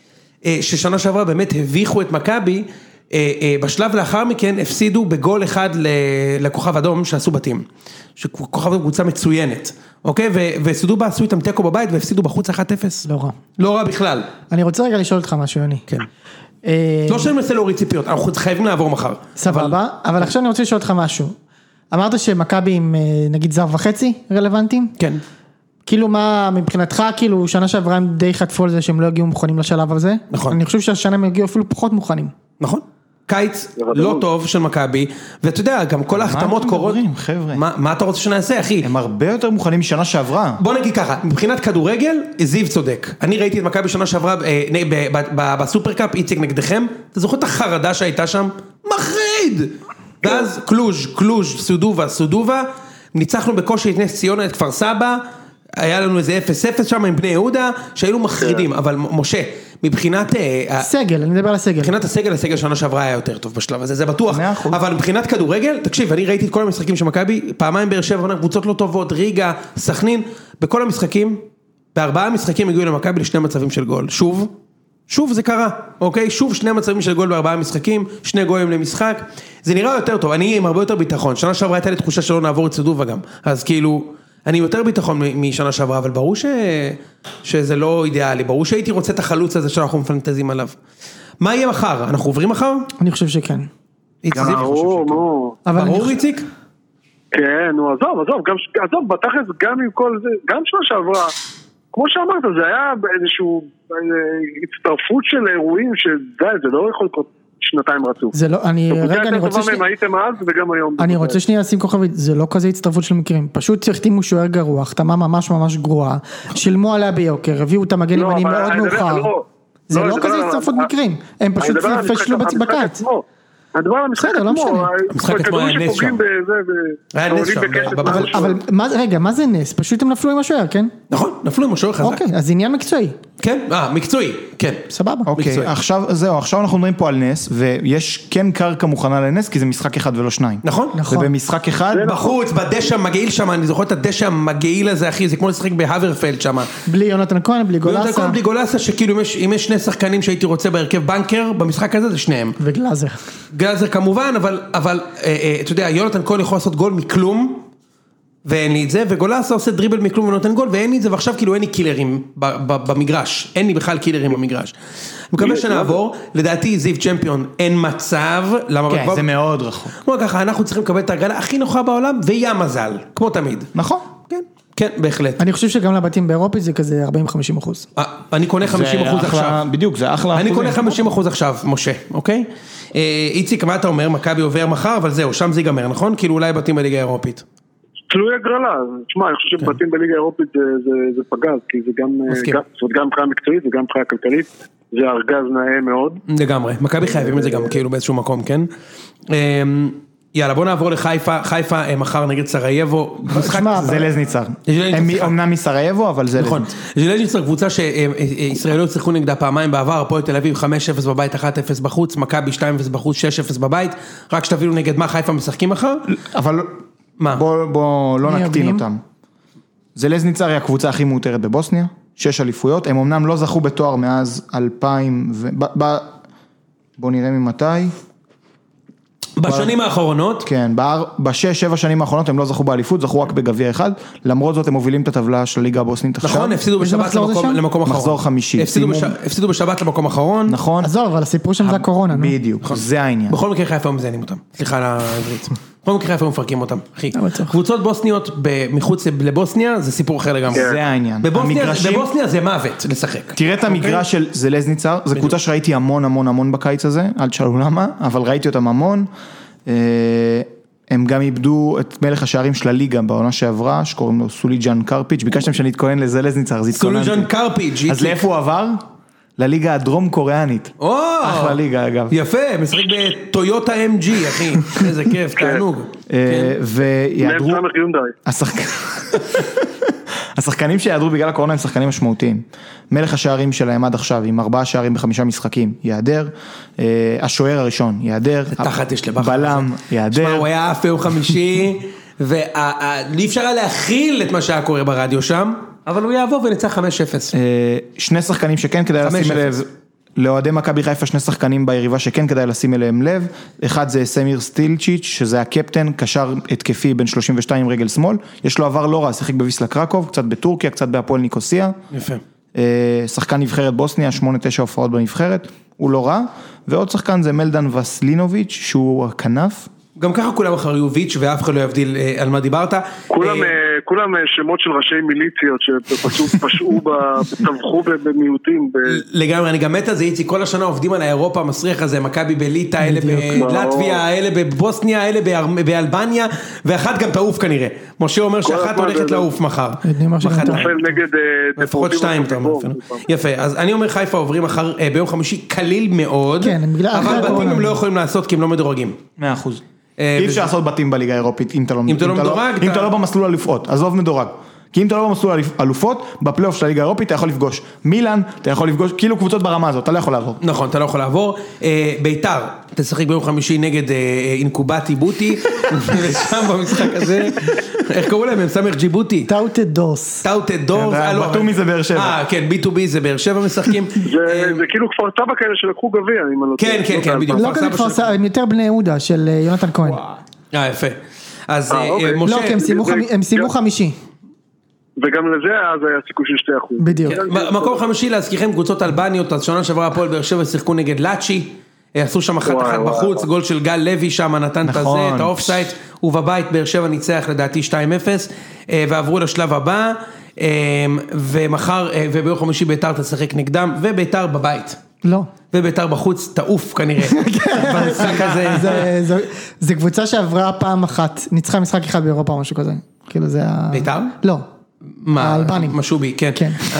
ששנה שעברה באמת הביכו את מכבי, בשלב לאחר מכן הפסידו בגול אחד לכוכב אדום שעשו בתים, שכוכב אדום קבוצה מצוינת, אוקיי? וסודובה עשו איתם תיקו בבית והפסידו בחוץ 1-0. לא רע. לא רע בכלל. אני רוצה רגע לשאול אותך משהו, יוני. כן. לא שאני מנסה להוריד ציפיות, אנחנו חייבים לעבור מחר. סבבה, אבל עכשיו אני רוצה לשאול אותך משהו. אמרת שמכבי עם נגיד זר וחצי רלוונטיים? כן. כאילו מה מבחינתך, כאילו שנה שעברה הם די חטפו על זה שהם לא הגיעו מוכנים לשלב הזה. נכון. אני חושב שהשנה הם הגיעו אפילו פחות מוכנים. נכון. קיץ לא טוב של מכבי, ואתה יודע, גם כל ההחתמות קורות. מה אתה רוצה שנעשה, אחי? הם הרבה יותר מוכנים משנה שעברה. בוא נגיד ככה, מבחינת כדורגל, זיו צודק. אני ראיתי את מכבי שנה שעברה בסופרקאפ, איציק נגדכם, אתה זוכר את החרדה שהייתה שם? מחריד! ואז קלוז', סודובה, ניצחנו בקושי את נס ציונה, את כפר סבא, היה לנו איזה 0-0 שם עם בני יהודה, שהיינו מחרידים, אבל משה, מבחינת סגל, אני מדבר על הסגל. מבחינת הסגל שנה שעברה היה יותר טוב בשלב הזה, זה בטוח, אבל מבחינת כדורגל, תקשיב, אני ראיתי את כל המשחקים של מכבי, פעמיים באר שבע, קבוצות לא טובות, ריגה, סכנין, בכל המשחקים, ב4 משחקים הגיעו למכבי ל2 מצבים של גול, שוב, שוב זה קרה, אוקיי? שוב שני מצבים של גול ב4 משחקים, 2 גולים למשחק, זה נראה יותר טוב, אני עם הרבה יותר ביטחון, שנה שעברה הייתה לי תחושה שלא נעבור את סדובה גם, אז כאילו, אני יותר ביטחון משנה שעברה, אבל ברור שזה לא אידיאלי, ברור שהייתי רוצה את החלוץ הזה שאנחנו מפנטזים עליו. מה יהיה מחר? אנחנו עוברים מחר? אני חושב שכן. ברור איציק? כן, נו, עזוב, בתכלס גם עם כל זה, גם שנה שעברה, כמו שאמרת, זה היה איזשהו הצטרפות של אירועים זה לא יכול לקרות שנתיים רצוף. זה לא, אני רוצה שנייה לשים כוכבית, זה לא כזה הצטרפות של מקרים, פשוט החתימו שוער גרוע, החתמה ממש ממש גרועה, שילמו עליה ביוקר, הביאו את המגן ימני מאוד מאוחר, זה לא כזה הצטרפות מקרים, הם פשוט פשלו בקיץ. הדבר על המשחק עצמו, המשחק עצמו היה נס שם. היה נס שם. אבל רגע, מה זה נס? פשוט הם נפלו עם השוער, כן? נכון, נפלו עם השוער חזק. אוקיי, אז עניין מקצועי. כן, מקצועי, כן. סבבה. אוקיי, עכשיו אנחנו מדברים פה על נס, ויש כן קרקע מוכנה לנס, כי זה משחק אחד ולא שניים. נכון. ובמשחק אחד... בחוץ, בדשא המגעיל שם, אני זוכר את הדשא המגעיל הזה, אחי, זה כמו לשחק בהוורפלד שם. בלי יונתן כהן, בלי גולסה. בלי גולסה, שכאילו אם יש 2 שחקנים שהייתי רוצה בהרכב בנקר, במשחק הזה זה שניהם. וגלאזר. גלאזר כמובן, אבל אתה יודע, יונתן כהן יכול לעשות גול מכלום, ואין לי את זה, וגולסה עושה דריבל מכלום ונותן גול, ואין לי את זה, ועכשיו כאילו אין לי קילרים במגרש, אין לי בכלל קילרים במגרש. מקווה שנעבור, לדעתי זיו צ'מפיון אין מצב, כן, זה מאוד רחוק. כמו ככה, אנחנו צריכים לקבל את הרגלה הכי נוחה בעולם, ויהיה מזל, כמו תמיד. נכון. כן, כן, בהחלט. אני חושב שגם לבתים באירופית זה כזה 40-50%. אני קונה 50% עכשיו. בדיוק, זה אחלה. אני קונה 50% עכשיו, משה, אוקיי? איציק, מה אתה אומר? מכבי עובר מחר, אבל זהו, שם זה ייגמר, נכון? כאילו אולי בתים בליגה האירופית. תלוי הגרלה, תשמע, אני חושב שבתים בליגה האירופית זה פגז, כי זה גם מבחינה מקצועית, זה גם מבחינה כלכלית, זה ארגז נאה מאוד. לגמרי, מכבי חייבים את זה גם כאילו באיזשהו מקום, כן? יאללה, בוא נעבור לחיפה, חיפה מחר נגד סרייבו, זה לזניצר, הם אומנם מסרייבו, אבל זה לזניצר. לזניצר קבוצה שישראליות שיחקו נגדה פעמיים בעבר, הפועל תל אביב 5-0 בבית, 1-0 בחוץ, מכבי 2-0 בחוץ, 6-0 בבית, רק שתבינו נגד מה חיפה משחקים מחר? אבל בוא לא נקטין אותם. זה לזניצר היא הקבוצה הכי מאותרת בבוסניה, 6 אליפויות, הם אמנם לא זכו בתואר מאז 2000, בוא נראה ממתי. בשנים האחרונות? כן, ב6-7 שנים האחרונות הם לא זכו באליפות, זכו רק בגביע אחד, למרות זאת הם מובילים את הטבלה של הליגה הבוסנית עכשיו. נכון, הפסידו בשבת למקום אחרון. מחזור 5. הפסידו בשבת למקום אחרון. נכון. עזוב, אבל הסיפור שם זה הקורונה, נו. בדיוק, זה העניין. בכל מקרה חיפה הם מזיינים אותם, סליחה על העברית. בכל מקרה חיפה הם מפרקים אותם, אחי. קבוצות בוסניות מחוץ לבוסניה זה סיפור אחר לגמרי. זה העניין. בבוסניה זה מוות לשחק. תראה את המגרש של זלזניצר, זו קבוצה שראיתי המון בקיץ הזה, אל תשאלו למה, אבל ראיתי אותם המון. הם גם איבדו את מלך השערים של הליגה בעונה שעברה, שקוראים לו סוליג'אן קרפיץ', ביקשתם שאני אתכונן לזלזניצר, אז התכוננתי. סוליג'אן קרפיץ'. אז לאיפה הוא עבר? לליגה הדרום קוריאנית. אחלה ליגה אגב. יפה, משחק בטויוטה MG, אחי. איזה כיף, תענוג. ויעדרו... השחקנים שיעדרו בגלל הקורונה הם שחקנים משמעותיים. מלך השערים שלהם עד עכשיו, עם 4 שערים ב5 משחקים, יעדר. השוער הראשון, יעדר. תחת יש לבחר. בלם, יעדר. שמע, הוא היה אף יום חמישי, ואי אפשר היה להכיל את מה שהיה קורה ברדיו שם, אבל הוא יעבור ונצא 5-0. 2 שחקנים שכן כדאי לשים אליהם, לאוהדי מכבי חיפה 2 שחקנים ביריבה שכן כדאי לשים אליהם לב, אחד זה סמיר סטילצ'יץ' שזה הקפטן, קשר התקפי בין 32 רגל שמאל, יש לו עבר לא רע, שיחק בוויסלה קרקוב, קצת בטורקיה, קצת בהפועל ניקוסיה, יפה. שחקן נבחרת בוסניה, 8-9 הופעות בנבחרת, הוא לא רע, ועוד שחקן זה מלדן וסלינוביץ' שהוא הכנף, גם ככה כולם אחר יוביץ' ואף אחד לא יבדיל על מה דיברת. כולם שמות של ראשי מיליציות שפשוט פשעו, צווחו במיעוטים. לגמרי, אני גם מת על זה, איציק, כל השנה עובדים על האירופה המסריח הזה, מכבי בליטא, אלה בלטביה, אלה בבוסניה, אלה באלבניה, ואחת גם תעוף כנראה. משה אומר שאחת הולכת לעוף מחר. לפחות 2 אתה אומר. יפה, אז אני אומר חיפה עוברים מחר ביום חמישי קליל מאוד, אבל בתים הם לא יכולים לעשות כי הם לא מדורגים. 100%. אי אפשר לעשות בתים בליגה האירופית אם אתה לא מדורג, אם אתה לא במסלול לפחות, עזוב מדורג, כי אם אתה לא במסלול אלופות, בפלייאוף של הליגה האירופית אתה יכול לפגוש מילאן, אתה יכול לפגוש, כאילו קבוצות ברמה הזאת, אתה לא יכול לעבור. נכון, אתה לא יכול לעבור. ביתר, תשחק ביום חמישי נגד אינקובטי בוטי, ושם במשחק הזה, איך קראו להם? הם סמך ג'יבוטי. טאוטד דורס. טאוטד דורס. בטומי זה באר שבע. כן, B2B זה באר שבע משחקים. זה כאילו כפר סבא כאלה שלקחו גביע, אני לא כן, כן, כן, בדיוק. לא כזה כפר סבא, הם יותר בני יהודה של יונתן כהן. יפה. אז לא, כי הם סיימו חמישי. וגם לזה אז היה סיכוי של 2%. בדיוק. מקום חמישי להזכירכם קבוצות אלבניות, אז שנה שעברה הפועל באר שבע שיחקו נגד לאצ'י, עשו שם 1-1 בחוץ, גול של גל לוי שם נתן את הזה, את האופסייט, ובבית באר שבע ניצח לדעתי 2-0, ועברו לשלב הבא, ומחר, וביום חמישי ביתר תשחק נגדם, וביתר בבית. לא. וביתר בחוץ תעוף כנראה. זה קבוצה שעברה פעם אחת, ניצחה משחק אחד באירופה או משהו כזה. כאילו זה ה... ביתר? לא. מה? האלבנים. משובי, כן.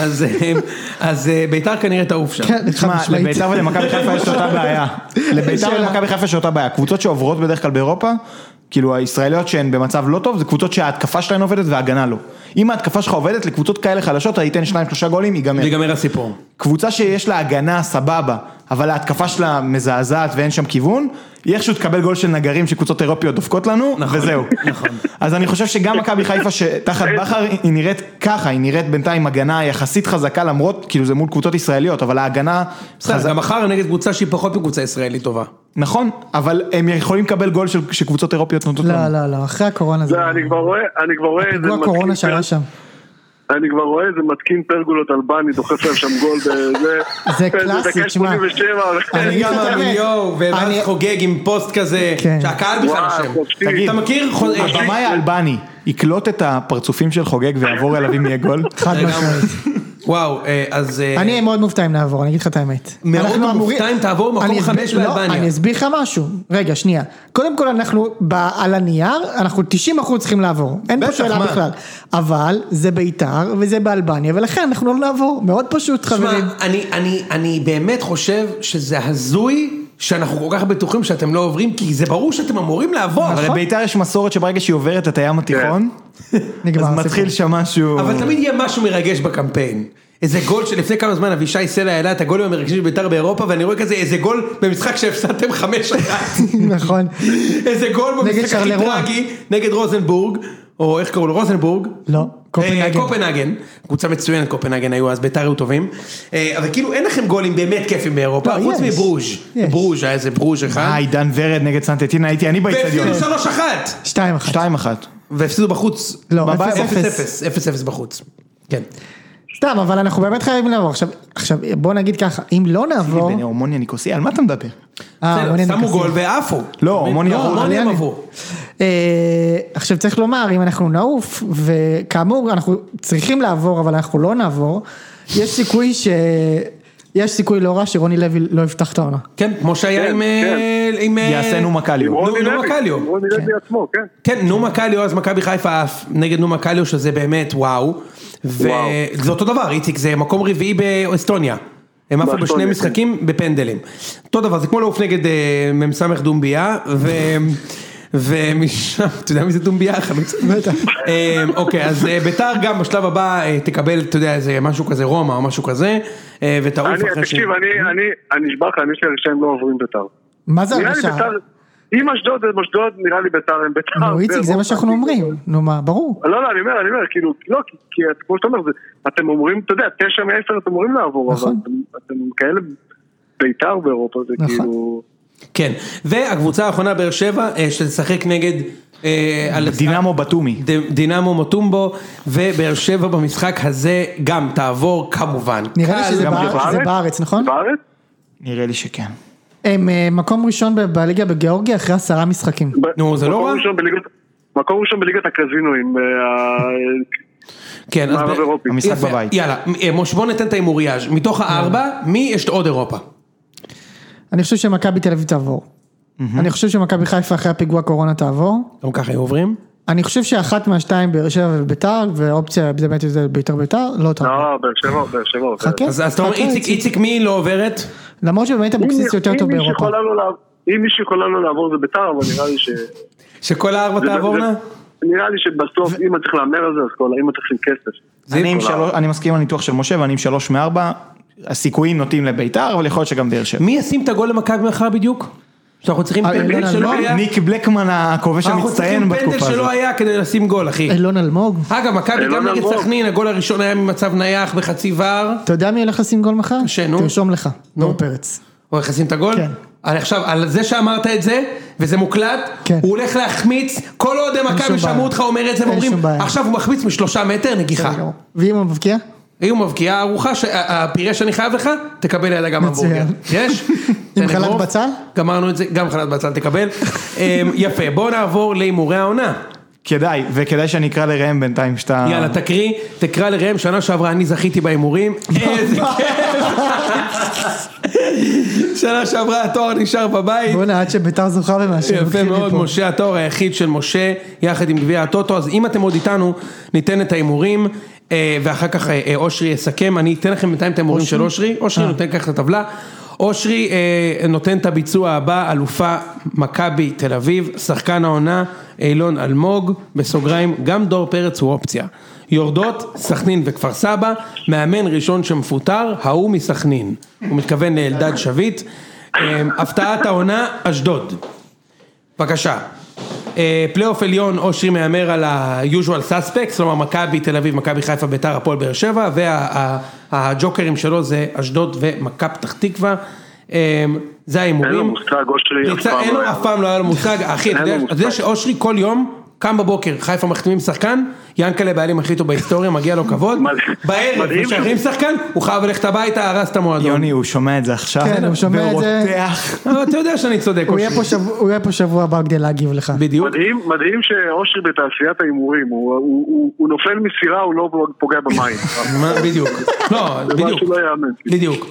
אז ביתר כנראה תעוף שם. כן, חד-משמעית. לביתר ולמכבי חיפה יש אותה בעיה. לביתר ולמכבי חיפה יש אותה בעיה. קבוצות שעוברות בדרך כלל באירופה, כאילו הישראליות שהן במצב לא טוב, זה קבוצות שההתקפה שלהן עובדת וההגנה לא. אם ההתקפה שלך עובדת לקבוצות כאלה חלשות, אתה ייתן 2-3 גולים, ייגמר הסיפור. קבוצה שיש לה הגנה סבבה, אבל ההתקפה שלה מזעזעת ואין שם כיוון, היא איכשהו תקבל גול של נגרים שקבוצות אירופיות דופקות לנו, וזהו. אז אני חושב שגם מכבי חיפה שתחת בכר היא נראית ככה, היא נראית בינתיים הגנה יחסית חזקה, למרות, כאילו זה מול קבוצות ישראליות, אבל ההגנה... גם מחר הם נגד קבוצה שהיא פחות מקבוצה ישראלית טובה. נכון, אבל הם יכולים לקבל גול שקבוצות אירופיות נותנות לנו. לא, לא, אחרי הקורונה זה... אני כבר רואה... פיגוע קורונה שהיה שם. אני כבר רואה איזה מתקין פרגולות אלבני, דוחף להם שם גול בזה. זה קלאסי, תשמע. אני גם מאמיניו, ואז חוגג עם פוסט כזה, שהקהל בכלל השם. תגיד, אתה מכיר? הבמאי האלבני יקלוט את הפרצופים של חוגג ויעבור אליו אם יהיה גול? חד משמעית. וואו, אז... אני מאוד מופתע אם נעבור, אני אגיד לך את האמת. מאוד מופתע אם תעבור מקום 5 באלבניה. אני אסביר לך משהו. רגע, שנייה. קודם כל אנחנו, על הנייר, אנחנו 90% צריכים לעבור. אין פה שאלה בכלל. אבל זה ביתר וזה באלבניה, ולכן אנחנו לא נעבור. מאוד פשוט, חברים. אני באמת חושב שזה הזוי שאנחנו כל כך בטוחים שאתם לא עוברים, כי זה ברור שאתם אמורים לעבור. אבל לביתר יש מסורת שברגע שהיא עוברת את הים התיכון, אז מתחיל שם משהו... אבל תמיד יהיה משהו מרגש בקמפיין. איזה גול שלפני כמה זמן אבישי סלע העלה את הגולים המרגשים של ביתר באירופה, ואני רואה כזה איזה גול במשחק שהפסדתם 5-1. נכון. איזה גול במשחק הכי טרגי נגד רוזנבורג, או איך קראו לו? רוזנבורג? לא, קופנהגן. קבוצה מצוינת קופנהגן היו, אז ביתר היו טובים. אבל כאילו אין לכם גולים באמת כיפים באירופה, חוץ מברוז'. ברוז' היה איזה ברוז' אחד. עידן ורד נגד סנטטינה, הייתי אני באצטדיון. והפסידו 3-1. 2-1. והפסידו בחוץ. לא, 0-0 בחוץ. כן. סתם, אבל אנחנו באמת חייבים לעבור. עכשיו, בוא נגיד ככה, אם לא נעבור... בני הורמוניה ניקוסיה, על מה אתה מדבר? שמו גול ועפו. לא, הורמוניה הם עברו. עכשיו צריך לומר, אם אנחנו נעוף, וכאמור, אנחנו צריכים לעבור, אבל אנחנו לא נעבור, יש סיכוי לא רע שרוני לוי לא יפתח את העונה. כן, כמו שהיה עם... יעשה נומה קליו. רוני לוי עצמו, כן. כן, נומה קליו, אז מכבי חיפה נגד נומה קליו, שזה באמת וואו. וזה אותו דבר, איציק, זה מקום רביעי באסטוניה. הם עפו בשני משחקים בפנדלים. אותו דבר, זה כמו לעוף נגד ממסמך דומביה, ומשם, אתה יודע מי זה דומביה? חלוץ? אוקיי, אז ביתר גם בשלב הבא תקבל, אתה יודע, איזה משהו כזה רומא או משהו כזה, ותעוף אחרי ש... תקשיב, אני נשבע לך, אני יש לי שהם לא עוברים ביתר. מה זה הרשע? אם אשדוד, נראה לי ביתר, הם ביתר. נו, איציק, זה מה שאנחנו אומרים. נו מה, ברור. לא, אני אומר, כאילו, לא, כי כמו שאתה אומר, אתם אומרים, אתה יודע, 9 מ-10 אתם אומרים לעבור, אבל אתם כאלה ביתר באירופה, זה כאילו... כן, והקבוצה האחרונה באר שבע, שתשחק נגד... דינמו בטומי. דינמו מוטומבו, ובאר שבע במשחק הזה גם תעבור כמובן. נראה לי שזה בארץ, נכון? בארץ? נראה לי שכן. הם מקום ראשון בליגה בגיאורגיה אחרי 10 משחקים. נו, זה לא רע? מקום ראשון בליגת הקזינואים. כן, אז המשחק בבית. יאללה, בוא ניתן את האימוריאז' מתוך 4, מי יש עוד אירופה? אני חושב שמכבי תל אביב תעבור. אני חושב שמכבי חיפה אחרי הפיגוע קורונה תעבור. גם ככה עוברים? אני חושב שאחת מהשתיים באר שבע וביתר, והאופציה באמת זה ביתר, לא תעבור. לא, באר שבע עוברת. חכה. אז אתה אומר, איציק מי לא עוברת? למרות שבאמת אבוקסיס יותר טוב באירופה. אם מישהו יכולה לא לעבור זה ביתר, אבל נראה לי ש... שכל 4 תעבורנה? נראה לי שבסוף, אם אתה צריך לאמר על זה, אז כל האם אתה צריך כסף. אני מסכים על ניתוח של משה, ואני עם 3 מ-4, הסיכויים נוטים לביתר, אבל יכול להיות שגם באר שבע. מי ישים את הגול למכבי מחר בדיוק? שאנחנו צריכים פנדל שלא היה? ניק בלקמן הכובש המצטיין בתקופה הזאת. אנחנו צריכים פנדל שלא היה כדי לשים גול, אחי. אילון אלמוג. אגב, מכבי גם נגד סכנין, הגול הראשון היה ממצב נייח בחצי ור. אתה יודע מי הולך לשים גול מחר? שנו. תרשום לך, דור פרץ. הוא הולך לשים את הגול? כן. עכשיו, על זה שאמרת את זה, וזה מוקלט, כן. הוא הולך להחמיץ, כל עוד מכבי שמעו אותך אומר את זה, ואומרים, עכשיו הוא מחמיץ מ3 מטר, נגיחה. ואם הוא מבקיע? אם הוא מבקיע, ארוחה, הפירה שאני חייב לך, תקבל לידה גם המבורגר. יש? עם חלת בצל? גמרנו את זה, גם חלת בצל תקבל. יפה, בואו נעבור להימורי העונה. כדאי, וכדאי שאני אקרא לראם בינתיים שאתה... יאללה, תקרא לראם, שנה שעברה אני זכיתי בהימורים. איזה כיף. שנה שעברה התואר נשאר בבית. בוא נעד שביתר זוכה במשהו. יפה מאוד, משה, התואר היחיד של משה, יחד עם גביע הטוטו. אז אם אתם עוד איתנו, ניתן את ההימורים, ואחר כך אושרי יסכם. אני אתן לכם בינתיים את ההימורים של אושרי. אושרי נותן כך את הטבלה. אושרי נותן את הביצוע הבא, אלופה מכבי תל אביב, שחקן העונה, אילון אלמוג, בסוגריים, גם דור פרץ הוא אופציה. יורדות, סכנין וכפר סבא, מאמן ראשון שמפוטר, ההוא מסכנין. הוא מתכוון לאלדד שביט. הפתעת העונה, אשדוד. בבקשה. פלייאוף עליון, אושרי מאמר על ה-usual suspects, כלומר מכבי תל אביב, מכבי חיפה, ביתר, הפועל באר שבע, והג'וקרים שלו זה אשדוד ומכבי פתח תקווה. זה ההימורים. אין לו מושג, אושרי אף פעם לא היה לו מושג. אחי, אתה יודע שאושרי כל יום קם בבוקר, חיפה מחתימים שחקן, ינקלה בעלים הכי טוב בהיסטוריה, מגיע לו כבוד, בערב, משחררים שחקן, הוא חייב ללכת הביתה, הרס את המועדון. יוני, הוא שומע את זה עכשיו, כן, הוא שומע את זה. אתה יודע שאני צודק, הוא יהיה פה שבוע הבא כדי להגיב לך. בדיוק. מדהים שאושרי בתעשיית ההימורים, הוא נופל מסירה, הוא לא פוגע במים. בדיוק. לא, בדיוק.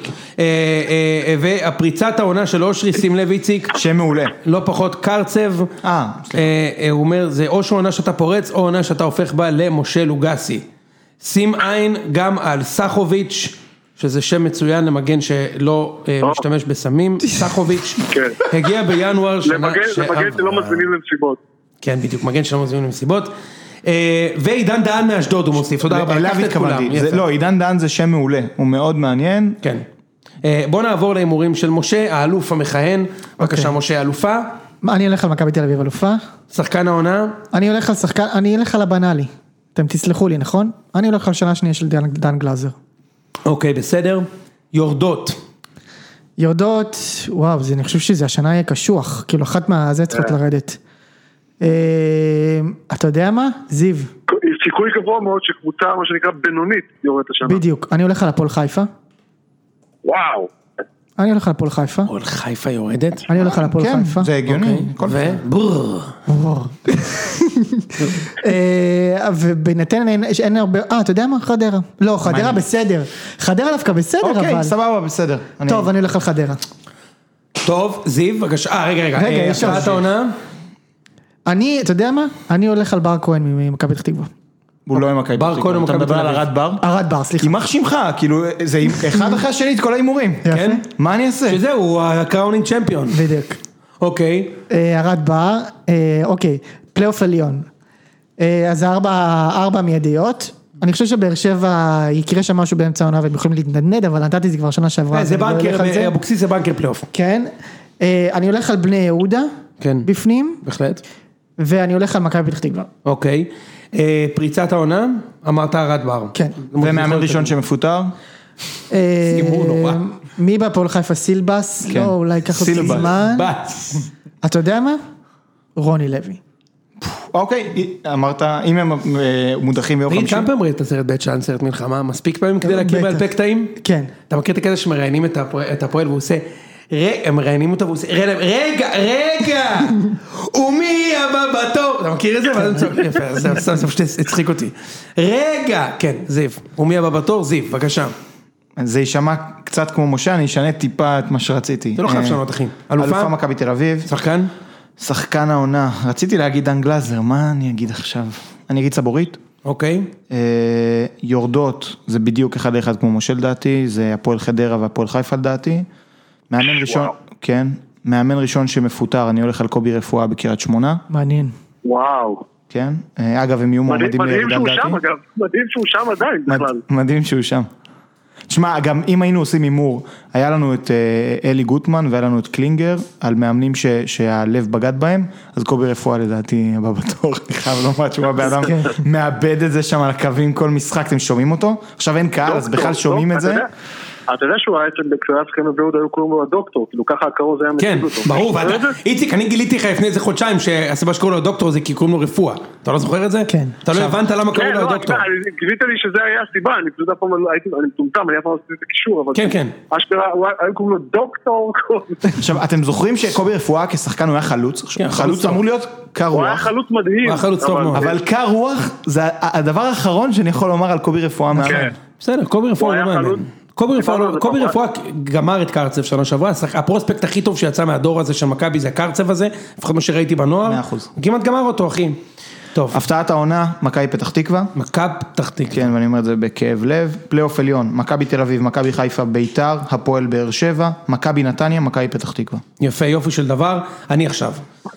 והפריצת העונה של אושרי, שים לב איציק, שם מעולה. לא פחות קרצב, הוא אומר, זה או שעונה שאתה פורץ, או עונה שאתה הופך בה למשה לוגסי. שים עין גם על סחוביץ', שזה שם מצוין למגן שלא משתמש בסמים, סחוביץ', הגיע בינואר שנה... למגן שלא מזמינים למסיבות. כן, בדיוק, מגן שלא מזמינים למסיבות. ועידן דהן מאשדוד הוא מוסיף, תודה רבה. אליו התכוונתי, לא, עידן דהן זה שם מעולה, הוא מאוד מעניין. כן. בוא נעבור להימורים של משה, האלוף המכהן, בבקשה משה, האלופה. אני הולך על מכבי תל אביב אלופה. שחקן העונה? אני הולך על הבנאלי. אתם תסלחו לי, נכון? אני הולך על שנה שנייה של דן גלאזר. אוקיי, בסדר. יורדות. יורדות, וואו, אני חושב שזה השנה יהיה קשוח. כאילו, אחת מהזה צריכות לרדת. אתה יודע מה? זיו. סיכוי גבוה מאוד שקבוצה, מה שנקרא, בינונית, יורד השנה. בדיוק. אני הולך על הפועל חיפה. וואו. אני הולך על הפועל חיפה. הפועל חיפה יורדת? אני הולך על הפועל חיפה. זה הגיוני. וברר. ובינתן אין הרבה... אתה יודע מה? חדרה. לא, חדרה בסדר. חדרה דווקא בסדר, אבל... אוקיי, סבבה, בסדר. טוב, אני הולך על חדרה. טוב, זיו, בבקשה. רגע. הפתעת העונה? אתה יודע מה? אני הולך על בר כהן ממכבי פתח תקווה. הוא לא עם מכבי פתח תקווה. אתה מדבר על ארד בר? ארד בר, סליחה. יימח שמך, כאילו, זה אחד אחרי השני את כל ההימורים. כן? מה אני אעשה? שזהו, הקראונינג צ'מפיון. בדיוק. אוקיי. ארד בר, אוקיי, פלייאוף עליון. אז 4 מיידיות. אני חושב שבאר שבע יקרה שם משהו באמצע העונה והם יכולים להתנדנד, אבל נתתי זה כבר שנה שעברה. זה בנקר, אבוקסיס זה בנקר פלייאוף. כן. אני הולך על בני יהודה. כן. בפנים. בהחלט. ואני הולך על מכבי פתח תקווה. אוקיי. פריצת העונה, אמרת ארד בר. כן. ומאמן ראשון שמפוטר? מי בהפועל חיפה? סילבס? לא, אולי ככה זמן. אתה יודע מה? רוני לוי. אוקיי, אמרת, אם הם מודחים ביום חמישי. כמה פעמים ראית את הסרט בית שאן, סרט מלחמה? מספיק פעמים כדי להכיר בעל פה קטעים? כן. אתה מכיר את הקטע שמראיינים את הפועל והוא עושה... הם מראיינים אותו והוא עושה, רגע, ומי הבא בתור, אתה מכיר את זה? יפה, זה פשוט הצחיק אותי. רגע, כן, זיו, ומי הבא בתור? זיו, בבקשה. זה יישמע קצת כמו משה, אני אשנה טיפה את מה שרציתי. זה לא חייב שנות, אחי. אלופה מכבי תל אביב. שחקן? שחקן העונה. רציתי להגיד דן גלאזר, מה אני אגיד עכשיו? אני אגיד סבורית. אוקיי. יורדות, זה בדיוק אחד לאחד כמו משה לדעתי, זה הפועל חדרה והפועל חיפה לדעתי. מאמן ראשון, כן, מאמן ראשון שמפוטר, אני הולך על קובי רפואה בקריית שמונה. מעניין. וואו. כן, אגב הם יהיו מועמדים לירידה לדעתי. מדהים שהוא שם אגב, מדהים שהוא שם עדיין בכלל. מדהים שהוא שם. תשמע, גם אם היינו עושים הימור, היה לנו את אלי גוטמן והיה לנו את קלינגר, על מאמנים שהלב בגד בהם, אז קובי רפואה לדעתי הבא בתור, אני חייב לומר שהוא באדם מאבד את זה שם על הקווים כל משחק, אתם שומעים אותו? עכשיו אין קהל, אז בכלל שומעים את זה. אתה יודע שהוא היה אצל בקריאת שכם ובאוד היו קוראים לו הדוקטור, כאילו ככה הקרוב זה היה כן, מציג אותו. ברור, איציק, אני גיליתי לך לפני איזה חודשיים שהסיבה שקוראים לו הדוקטור זה כי קוראים לו רפואה, אתה לא זוכר את זה? כן. אתה לא הבנת למה קוראים לו הדוקטור? גילית לי שזה היה הסיבה, אני פשוט אף פעם אני מטומטם, אני אף פעם לא עשיתי את הקישור, אבל כן, כן. אשכרה, היו קוראים לו דוקטור. עכשיו, אתם זוכרים שקובי רפואה כשחקן הוא היה חלוץ? חלוץ אמור להיות קר רוח. הוא היה חלוץ מדהים. הוא היה חלוץ טוב מאוד. אבל קר רוח זה הדבר האחרון שאני יכול לומר על קובי רפואה מאמן. בסדר, קובי רפואה לא מאמן. קובי רפואה גמר את קרצב שנה שעברה, הפרוספקט הכי טוב שיצא מהדור הזה של מכבי זה הקרצב הזה, לפחות מה שראיתי בנוער, כמעט גמר אותו אחי. טוב. הפתעת העונה, מכבי פתח תקווה. מכבי פתח תקווה. כן, ואני אומר את זה בכאב לב. פלייאוף עליון, מכבי תל אביב, מכבי חיפה, ביתר, הפועל באר שבע, מכבי נתניה, מכבי פתח תקווה. יפה, יופי של דבר, אני עכשיו.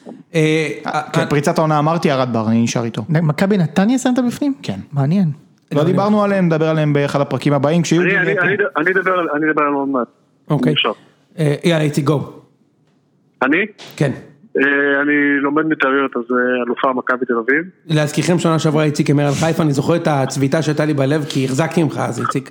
פריצת העונה אמרתי, ירד בר, אני נשאר איתו. מכבי נתניה שמת בפנים? כן. מעניין. לא דיברנו עליהם, נדבר עליהם באחד הפרקים הבאים, כשיהיו... אני אדבר על עוד מעט. אוקיי. יאללה, איציק, גו. אני? כן. אני לומד מתאריות, אז אלופה מכבי תל אביב. להזכירכם שנה שעברה איציק אמר על חיפה, אני זוכר את הצביטה שהייתה לי בלב, כי החזקתי ממך אז איציק.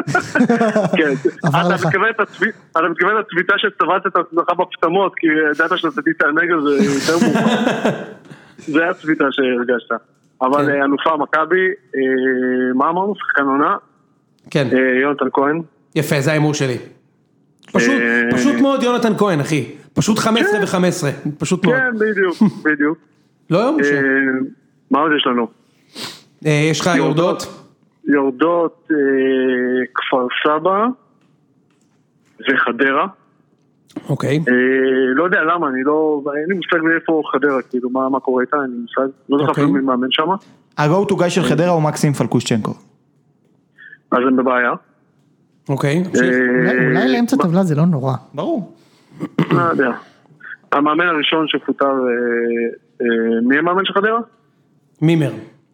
כן, אתה מתכוון לצביטה שצבעת את עצמך בפטמות, כי ידעת שנתתי את הנגל זה יותר מוכר. זה היה הצביטה שהרגשת. אבל אלופה מכבי, מה אמרנו? שחקן עונה? כן. יונתן כהן. יפה, זה האימור שלי. פשוט מאוד יונתן כהן, אחי. פשוט 15 ו-15. פשוט מאוד. כן, בדיוק. לא יום משה. מה עוד יש לנו? יש לך יורדות? יורדות, כפר סבא וחדרה. אוקיי. לא יודע למה, אין לי מושג מאיפה חדרה, כאילו מה קורה איתה, אין לי מושג. לא זוכר אפילו מי מאמן שם. ה-go to guy של חדרה הוא מקסים פלקושצ'נקו. אז הם בבעיה. אוקיי. אולי לאמצע טבלה זה לא נורא. ברור. לא יודע. המאמן הראשון שפוטר, מי המאמן של חדרה? מימר.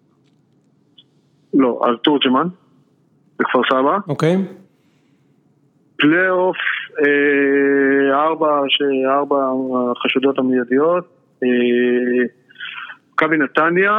לא, אז תורג'מן, בכפר סבא. אוקיי. פלייאוף, 4 החשודות המיידיות, מכבי נתניה,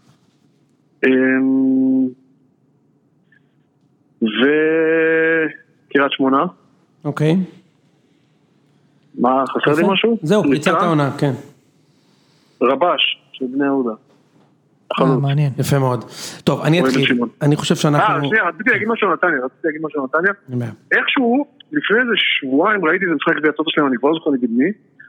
וקריית שמונה. אוקיי. מה, חסר לי משהו? זהו, פריצת העונה, כן. רבש, של בני יהודה. מעניין. יפה מאוד. טוב, אני אתחיל. אני חושב שאנחנו... שנייה, רציתי להגיד משהו על נתניה. איכשהו, לפני איזה שבועיים ראיתי את המשחק ביצות שלהם, אני כבר זוכר נגיד מי.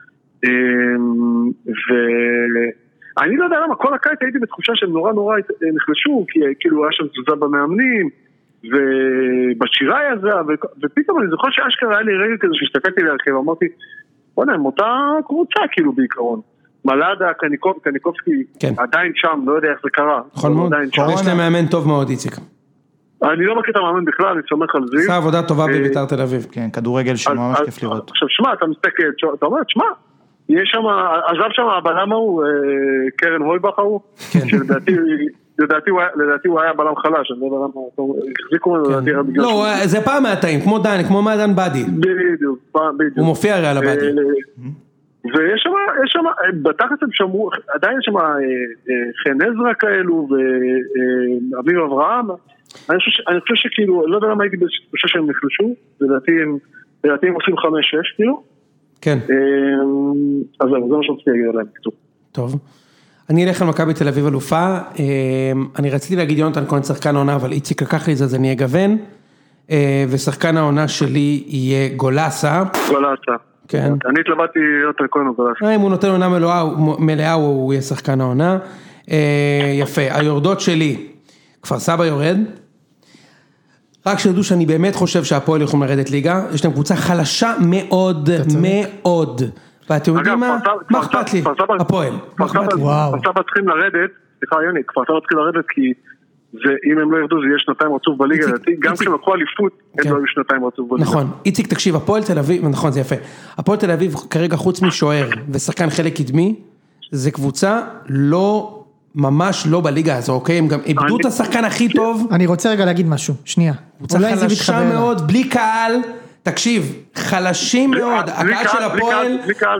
ואני לא יודע למה, כל הקיץ הייתי בתחושה שהם נורא נחלשו, כי כאילו היה שם תזוזה במאמנים, ובשירה הזה, ופתאום אני זוכר שאשכרה היה לי רגע כזה שהשתקעתי להרכב, ואמרתי, בוא'נה, הם אותה קבוצה כאילו בעיקרון. מלאדה, קניקובסקי, עדיין שם, לא יודע איך זה קרה. נכון מאוד, יש להם מאמן טוב מאוד, איציק. אני לא מכיר את המאמן בכלל, אני סומך על זיו. עשה עבודה טובה בביתר תל אביב. כן, כדורגל שממש כיף לראות. עכשיו, שמע, אתה מסתכל, אתה אומר, שמע, יש שם, עזב שם הבלם ההוא, קרן הויבך ההוא, שלדעתי הוא היה בלם חלש, אני לא יודע למה, החזיקו ממנו, לדעתי היה בגלל לא, זה פעם מהטעים, כמו מעדן בדי. בדיוק. הוא מופיע הרי על הבדי. ויש שם, בתחת הם שמרו, עדיין יש שם חן עזרא כאלו, ואביב אברהם, אני חושב שכאילו, לא יודע למה הייתי בתחושה שהם נחלשו, לדעתי הם עושים 5-6 כאילו. כן. אז זה מה שרציתי להגיד עליהם. טוב. אני אלך על מכבי תל אביב אלופה, אני רציתי להגיד יונתן כהן שחקן העונה, אבל איציק לקח לי את זה, אז אני אגוון, ושחקן העונה שלי יהיה גולסה. גולסה. כן. אני התלבטתי יונתן כהן או גולסה. אם הוא נותן עונה מלאה, הוא יהיה שחקן העונה. יפה, היורדות שלי, כפר סבא יורד, רק שידעו שאני באמת חושב שהפועל יכולים לרדת ליגה, יש להם קבוצה חלשה מאוד, מאוד. ואתם יודעים מה אכפת לי? הפועל. כפר סבא צריכים לרדת, סליחה יוני, כפר סבא צריכים לרדת כי אם הם לא ירדו זה יהיה שנתיים רצוף בליגה, גם כשהם לקחו אליפות, הם לא יהיו שנתיים רצוף בליגה. נכון, איציק תקשיב, הפועל תל אביב, נכון זה יפה, הפועל תל אביב כרגע חוץ משוער ושחקן חלק קדמי, זה קבוצה לא ממש לא בליגה הזו, אוקיי? הם גם איבדו את השחקן הכי טוב. אני רוצה רגע להגיד משהו, שנייה. קבוצה חלשה מאוד, בלי קהל. תקשיב, חלשים מאוד, הקהל של הפועל,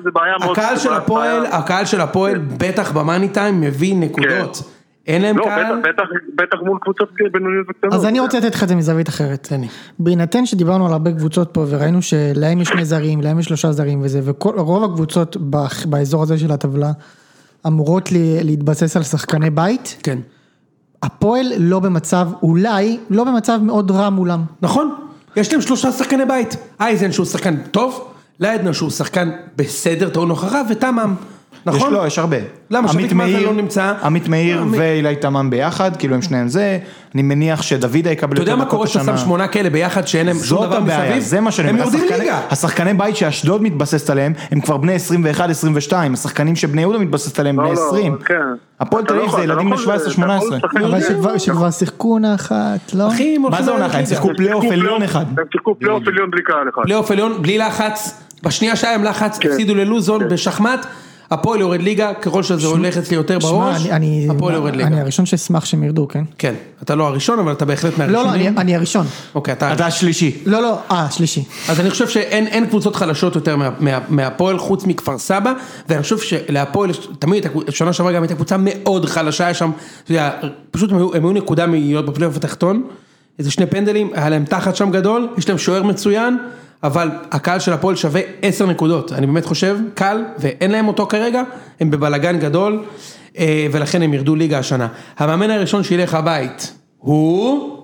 הקהל של הפועל בטח במאני טיים מביא נקודות. אין להם קהל? בטח מול קבוצות בינוניות וקטנות. אז אני רוצה לתת לך את זה מזווית אחרת. בהינתן שדיברנו על הרבה קבוצות פה וראינו שלהם יש 2 זרים, להם יש 3 זרים וזה, ורוב הקבוצות באזור הזה של הטבלה אמורות להתבסס על שחקני בית. כן. הפועל לא במצב, אולי לא במצב מאוד רע מולם. נכון. יש להם 3 שחקני בית. אייזן שהוא שחקן טוב, ליידנר שהוא שחקן בסדר, טעון הוכחה, ותמם. נכון? יש הרבה. למה? שביט מאזן לא נמצא. עמית מאיר ואילי תמם ביחד, כאילו הם שניהם זה. אני מניח שדוד יקבל יותר דקות השנה. אתה יודע מה קורה ששם 8 כאלה ביחד שאין להם שום דבר מסביב? זה מה שאני אומר. הם יורדים ליגה. השחקני בית שאשדוד מתבססת עליהם, הם כבר בני 21, 22. השחקנים שבני יהודה מתבססת עליהם בני 20. הפועל תל אביב זה ילדים ב-17-18. אבל שכבר שיחקו עונה אחת, לא? מה זה עונה אחת? הם שיחקו פלייאוף עליון אחד. הם שיחקו פלייאוף עליון בלי קהל אחד. פלייאוף עליון בלי לחץ. בשנייה שהיה הם לחץ, הפסידו ללוזון בשחמט. הפועל יורד ליגה, ככל שזה הולך אצלי יותר בראש, הפועל יורד ליגה. אני הראשון ששמח שהם ירדו, כן? כן, אתה לא הראשון, אבל אתה בהחלט מהראשונים. לא, אני הראשון. אוקיי, אתה השלישי. לא, שלישי. אז אני חושב שאין קבוצות חלשות יותר מהפועל, חוץ מכפר סבא, ואני חושב שלהפועל, תמיד, שנה שעברה גם הייתה קבוצה מאוד חלשה, שם, פשוט הם היו נקודה מלהיות בפלייאוף התחתון, איזה 2 פנדלים, היה להם תחת שם גדול, יש להם שוער מצוין, אבל הקהל של הפועל שווה 10 נקודות, אני באמת חושב, קל, ואין להם אותו כרגע, הם בבלגן גדול, ולכן הם ירדו ליגה השנה. המאמן הראשון שילך הבית, הוא...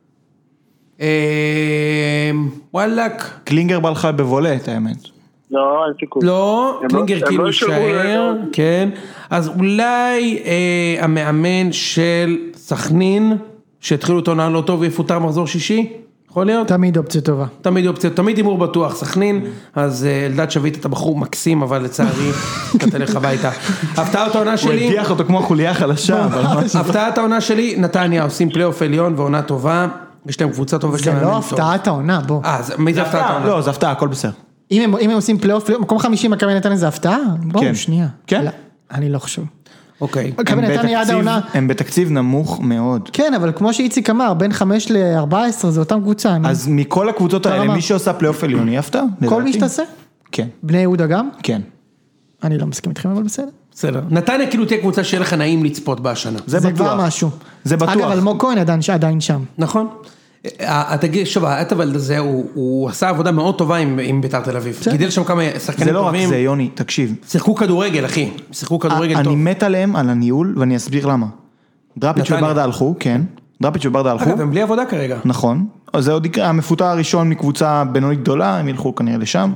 וואלק. קלינגר בא לך בבולט, האמת. לא, אין סיכוי. לא, קלינגר כאילו יישאר, כן, אז אולי המאמן של סכנין, שהתחילו אותו נעל לא טוב ויפוטר מחזור שישי, יכול להיות? תמיד אופציה טובה. תמיד אימור בטוח, סכנין, אז אלדד שביט אתה בחור מקסים, אבל לצערי, אתה תלך הביתה. הפתעת העונה שלי... הוא הדיח אותו כמו חוליה חלשה. הפתעת העונה שלי, נתניה עושים פלייאוף עליון ועונה טובה, יש להם קבוצה טובה. זה לא הפתעת העונה, בוא. מי זה הפתעת העונה? לא, זה הפתעה, הכל בסדר. אם הם עושים פלייאוף, מקום 50 מכבי נתניה זה הפתעה? בואו, שנייה. כן? אני לא חושב. אוקיי. הם בתקציב נמוך מאוד. כן, אבל כמו שאיציק אמר, בין 5 ל-14 זה אותם קבוצה. אז מכל הקבוצות האלה, מי שעושה פלייאוף עליון היא הפתעה. כל מי שתעשה? כן. בני יהודה גם? כן. אני לא מסכים איתכם, אבל בסדר. בסדר. נתניה כאילו תהיה קבוצה שיהיה לך נעים לצפות בשנה. זה כבר משהו. זה בטוח. אגב, אלמוג כהן עדיין שם. נכון. תגיד, שוב, האטוולד הזה, הוא עשה עבודה מאוד טובה עם ביתר תל אביב. גידל שם כמה שחקנים טובים. זה לא רק זה, יוני, תקשיב. שיחקו כדורגל, אחי. שיחקו כדורגל טוב. אני מת עליהם, על הניהול, ואני אסביר למה. דראפיץ' וברדה הלכו, כן. דראפיץ' וברדה הלכו. אגב, הם בלי עבודה כרגע. נכון. זה עוד יקרה, המפוטר הראשון מקבוצה בינונית גדולה, הם ילכו כנראה לשם.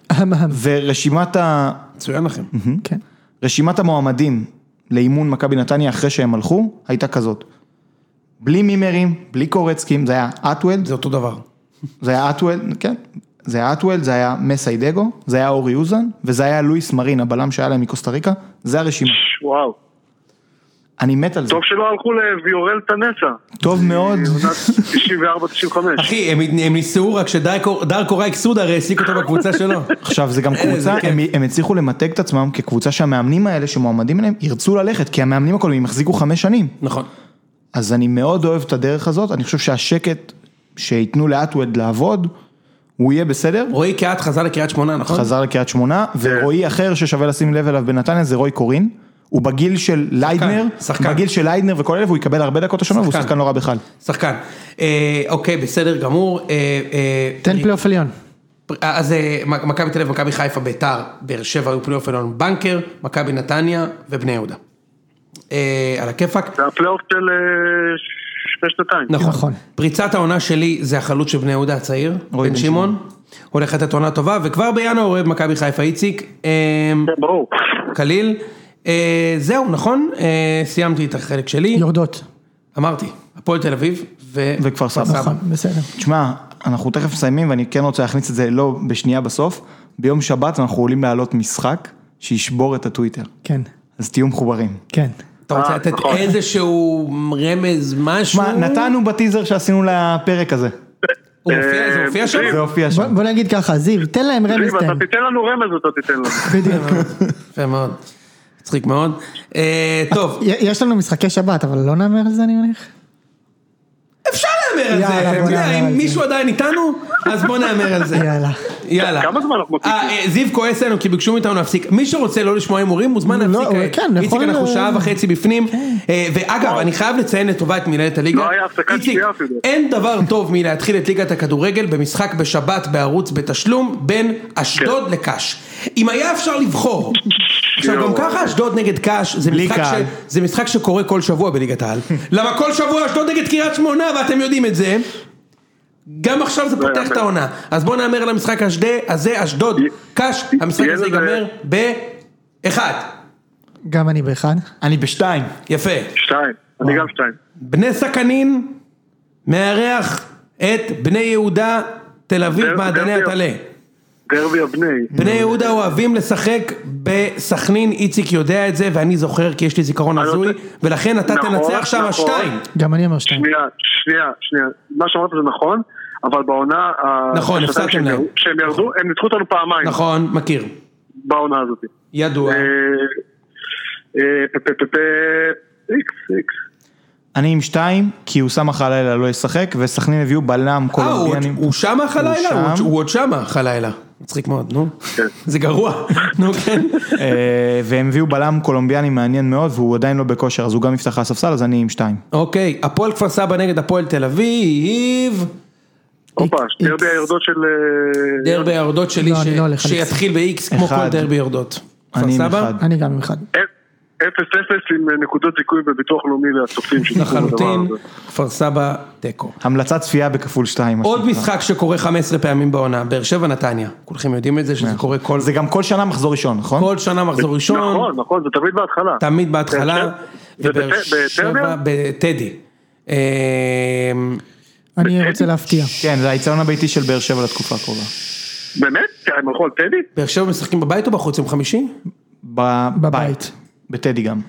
ורשימת מצוין לכם. כן. רשימת המועמדים לאימון מכבי נתניה אחרי שהם הלכו, הייתה כזאת. בלי מימרים, בלי קורצקים, זה היה אטוולד. זה אותו דבר. זה היה אטוולד, כן. זה היה אטוולד, זה היה מסיידגו, זה היה אורי אוזן, וזה היה לואיס מרין, הבלם שהיה להם מקוסטה ריקה, זה הרשימה. וואו. אני מת על זה. טוב שלא הלכו לוויורל תנסה. טוב מאוד. 94-95. אחי, הם ניסו רק שדרקו רייק סודה הרי העסיק אותו בקבוצה שלו. עכשיו זה גם קבוצה, הם הצליחו למתג את עצמם כקבוצה שהמאמנים האלה שמועמדים אליהם ירצו ללכת, כי המאמנים הקודמים יחזיקו 5 שנים. נכון. אז אני מאוד אוהב את הדרך הזאת, אני חושב שהשקט שיתנו לאטוולד לעבוד, הוא יהיה בסדר. רועי קהת חזר לקריית שמונה, נכון? חזר לקריית שמונה, ורועי אחר ששווה לשים לב אליו בנתניה זה רועי קורין, הוא בגיל של ליידנר, בגיל של ליידנר וכל אלה, והוא יקבל הרבה דקות השנה, והוא שחקן לא רע בכלל. שחקן. אוקיי, בסדר גמור. תן פלייאוף עליון. אז מכבי תל אביב, מכבי חיפה, ביתר, באר שבע, היו פלייאוף עליון, בנקר, מכבי נתניה ובני יהודה. על הכיפק. זה הפלייאוף של שנתיים. נכון. פריצת העונה שלי זה החלוץ של בני יהודה הצעיר, בן שמעון. הולך לתת עונה טובה, וכבר בינואר אוהב מכבי חיפה איציק. ברור. קליל. זהו, נכון? סיימתי את החלק שלי. יורדות. אמרתי, הפועל תל אביב וכפר סבא. נכון, בסדר. תשמע, אנחנו תכף מסיימים, ואני כן רוצה להכניס את זה לא בשנייה בסוף. ביום שבת אנחנו עולים להעלות משחק שישבור את הטוויטר. כן. אז תהיו מחוברים. כן. אתה רוצה לתת איזשהו רמז, משהו? תשמע, נתנו בטיזר שעשינו לפרק הזה. זה הופיע שם? זה הופיע שם. בוא נגיד ככה, זיו, תן להם רמז. זיו, אתה תיתן לנו רמז, אתה תיתן לנו. בדיוק. יפה מאוד. מצחיק מאוד. טוב. יש לנו משחקי שבת, אבל לא נאמר על זה אני מניח? אפשר להאמר על זה, אתה יודע, אם מישהו עדיין איתנו, אז בוא נאמר על זה. יאללה. כמה זמן אנחנו מפסיקים? זיו כועס לנו כי ביקשו מאיתנו להפסיק. מי שרוצה לא לשמוע הימורים, מוזמן להפסיק. איציק, אנחנו שעה וחצי בפנים. ואגב, אני חייב לציין לטובת מנהלת הליגה. לא היה הפסקת שנייה אפילו. אין דבר טוב מלהתחיל את ליגת הכדורגל במשחק בשבת בערוץ בתשלום בין אשדוד לקש. אם היה אפשר לבחור. עכשיו גם ככה אשדוד נגד קש, זה משחק שקורה כל שבוע בליגת העל. למה כל שבוע אשדוד נגד קריית שמונה ואתם יודעים את זה. גם עכשיו זה פותח את העונה. אז בואו נאמר על המשחק הזה, אשדוד, קש, המשחק הזה ייגמר ב-1. גם אני ב-1. אני ב-2. יפה. 2, אני גם 2. בני סכנין מארח את בני יהודה, תל אביב, מעדני עטלה. דרבי הבני. בני יהודה אוהבים לשחק בסכנין, איציק יודע את זה, ואני זוכר כי יש לי זיכרון הזוי, ולכן אתה תנצח שם 2. גם אני אומר 2. שנייה, מה שאמרת זה נכון, אבל בעונה, נכון, הפסדתם להם. שהם ירדו, הם ניצחו אותנו פעמיים. נכון, מכיר. בעונה הזאת. ידוע. איקס. אני עם 2, כי הוא שם הלילה לא ישחק, וסכנין הביאו בלם קולומביאנים. הוא שם הלילה? הוא עוד שם הלילה. מצחיק מאוד, נו. זה גרוע. נו, כן. והם הביאו בלם קולומביאני מעניין מאוד, והוא עדיין לא בכושר, אז הוא גם יפתח הספסל, אז אני עם 2. אוקיי, הפועל כפר סבא נגד הפועל תל אביב. אופה, דרבי היורדות של... דרבי היורדות שלי, שיתחיל ב-X כמו כל דרבי יורדות. כפר סבא? אני גם עם 1. 0-0 עם נקודות זיכוי בביטוח לאומי לצופים. לחלוטין, כפר סבא, תיקו. המלצת צפייה בכפול 2. עוד משחק שקורה 15 פעמים בעונה, באר שבע נתניה. כולכם יודעים את זה שזה קורה כל... זה גם כל שנה מחזור ראשון, נכון? כל שנה מחזור ראשון. נכון, זה תמיד בהתחלה. תמיד בהתחלה. ובאר שבע בטדי. אני רוצה להפתיע. כן, זה היציון הביתי של באר שבע לתקופה הקרובה. באמת? הם הלכו על טדי? באר שבע משחקים בבית או בחוץ עם 50? בבית. בטדי גם.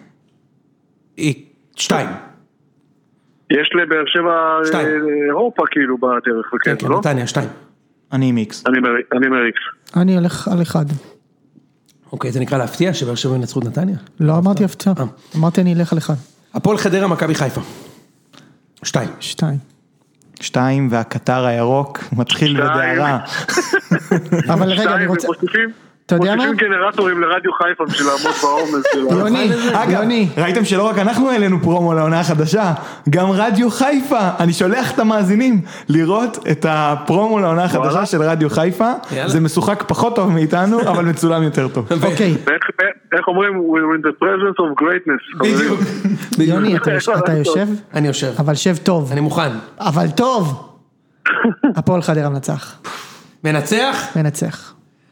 2. יש לבאר שבע אירופה כאילו בדרך, כן, נתניה, 2. אני עם איקס. אני אומר איקס. אני הולך על 1. אוקיי, זה נקרא להפתיע שבאר שבע ינצחו את נתניה? לא אמרתי הפתיע, אמרתי אני אלך על 1. הפועל חדרה, מכבי חיפה. 2. 2 והקטר הירוק מתחיל בדהרה. אבל רגע, אני רוצה... אתה יודע מה? מוסיפים גנרטורים לרדיו חיפה בשביל לעמוד בעומס שלה. יוני. ראיתם שלא רק אנחנו העלינו פרומו לעונה החדשה, גם רדיו חיפה, אני שולח את המאזינים לראות את הפרומו לעונה החדשה של רדיו חיפה, זה משוחק פחות טוב מאיתנו, אבל מצולם יותר טוב. אוקיי. איך אומרים? We're in the presence of greatness. בדיוק. יוני, אתה יושב? אני יושב. אבל שב טוב. אני מוכן. אבל טוב. הפועל חדרה מנצח. מנצח? מנצח.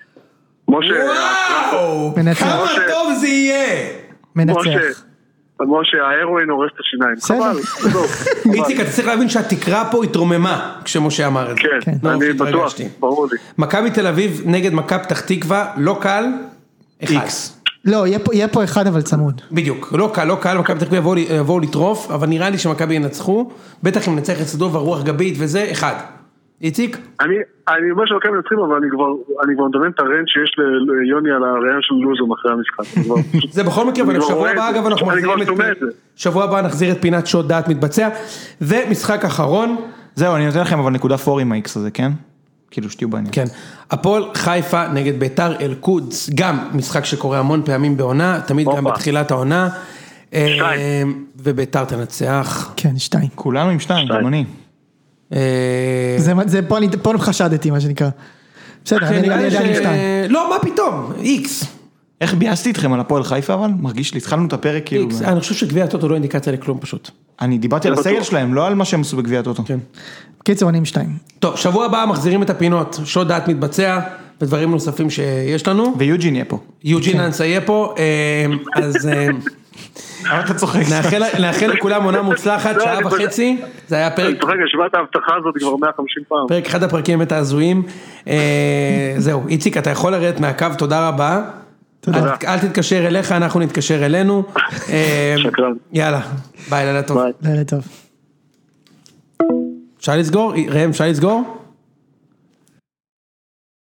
וואו, כמה טוב זה יהיה. מנצח. משה, ההרואין הורס את השיניים. חבל. איציק, אתה צריך להבין שהתקרה פה התרוממה כשמשה אמר את זה. כן, אני בטוח, ברור לי. מכבי תל אביב נגד מכבי פתח תקווה, לא קל, 1. לא, יהיה פה 1 אבל צמוד. בדיוק, לא קל, מכבי פתח תקווה יבואו לטרוף, אבל נראה לי שמכבי ינצחו, בטח אם נצח את סדו והרוח גבית וזה, 1. איציק? אני אומר שמכבי מנצחים, אבל אני כבר מדמיין את הרנט שיש ליוני על הרעיון של לוזון אחרי המשחק. זה בכל מקרה, אבל שבוע הבא אגב אנחנו מחזירים את שבוע הבא נחזיר את פינת שעות דעת מתבצע, ומשחק אחרון. זהו, אני נותן לכם אבל נקודה 4 עם האיקס הזה, כן? כאילו שתהיו בעניין. כן, הפועל חיפה נגד ביתר אל-קודס, גם משחק שקורה המון פעמים בעונה, תמיד גם בתחילת העונה. 2. וביתר תנצח. כן, 2. כולנו עם 2, גם אני. זה פה חשדתי מה שנקרא. בסדר, אני יודע עם 2. לא, מה פתאום? איקס. איך ביאסתי אתכם על הפועל חיפה אבל? מרגיש לי, התחלנו את הפרק כאילו. אני חושב שגביע הטוטו לא אינדיקציה לכלום פשוט. אני דיברתי על הסגל שלהם, לא על מה שהם עשו בגביע הטוטו. כן. בקיצור, אני עם 2. טוב, שבוע הבא מחזירים את הפינות, שעות דעת מתבצע, ודברים נוספים שיש לנו. ויוג'ין יהיה פה. יוג'ין אנסה יהיה פה, אז... אבל אתה צוחק. נאחל לכולם עונה מוצלחת, שעה וחצי, זה היה פרק... אני צוחק, ישבת ההבטחה הזאת כבר 150 פעם. פרק אחד הפרקים את העזויים. זהו, איציק, אתה יכול לרדת מהקו, תודה רבה. אל תתקשר אליך, אנחנו נתקשר אלינו. שקרן. יאללה, ביי, לילה טוב. לילה טוב. אפשר לסגור? ראם, אפשר לסגור?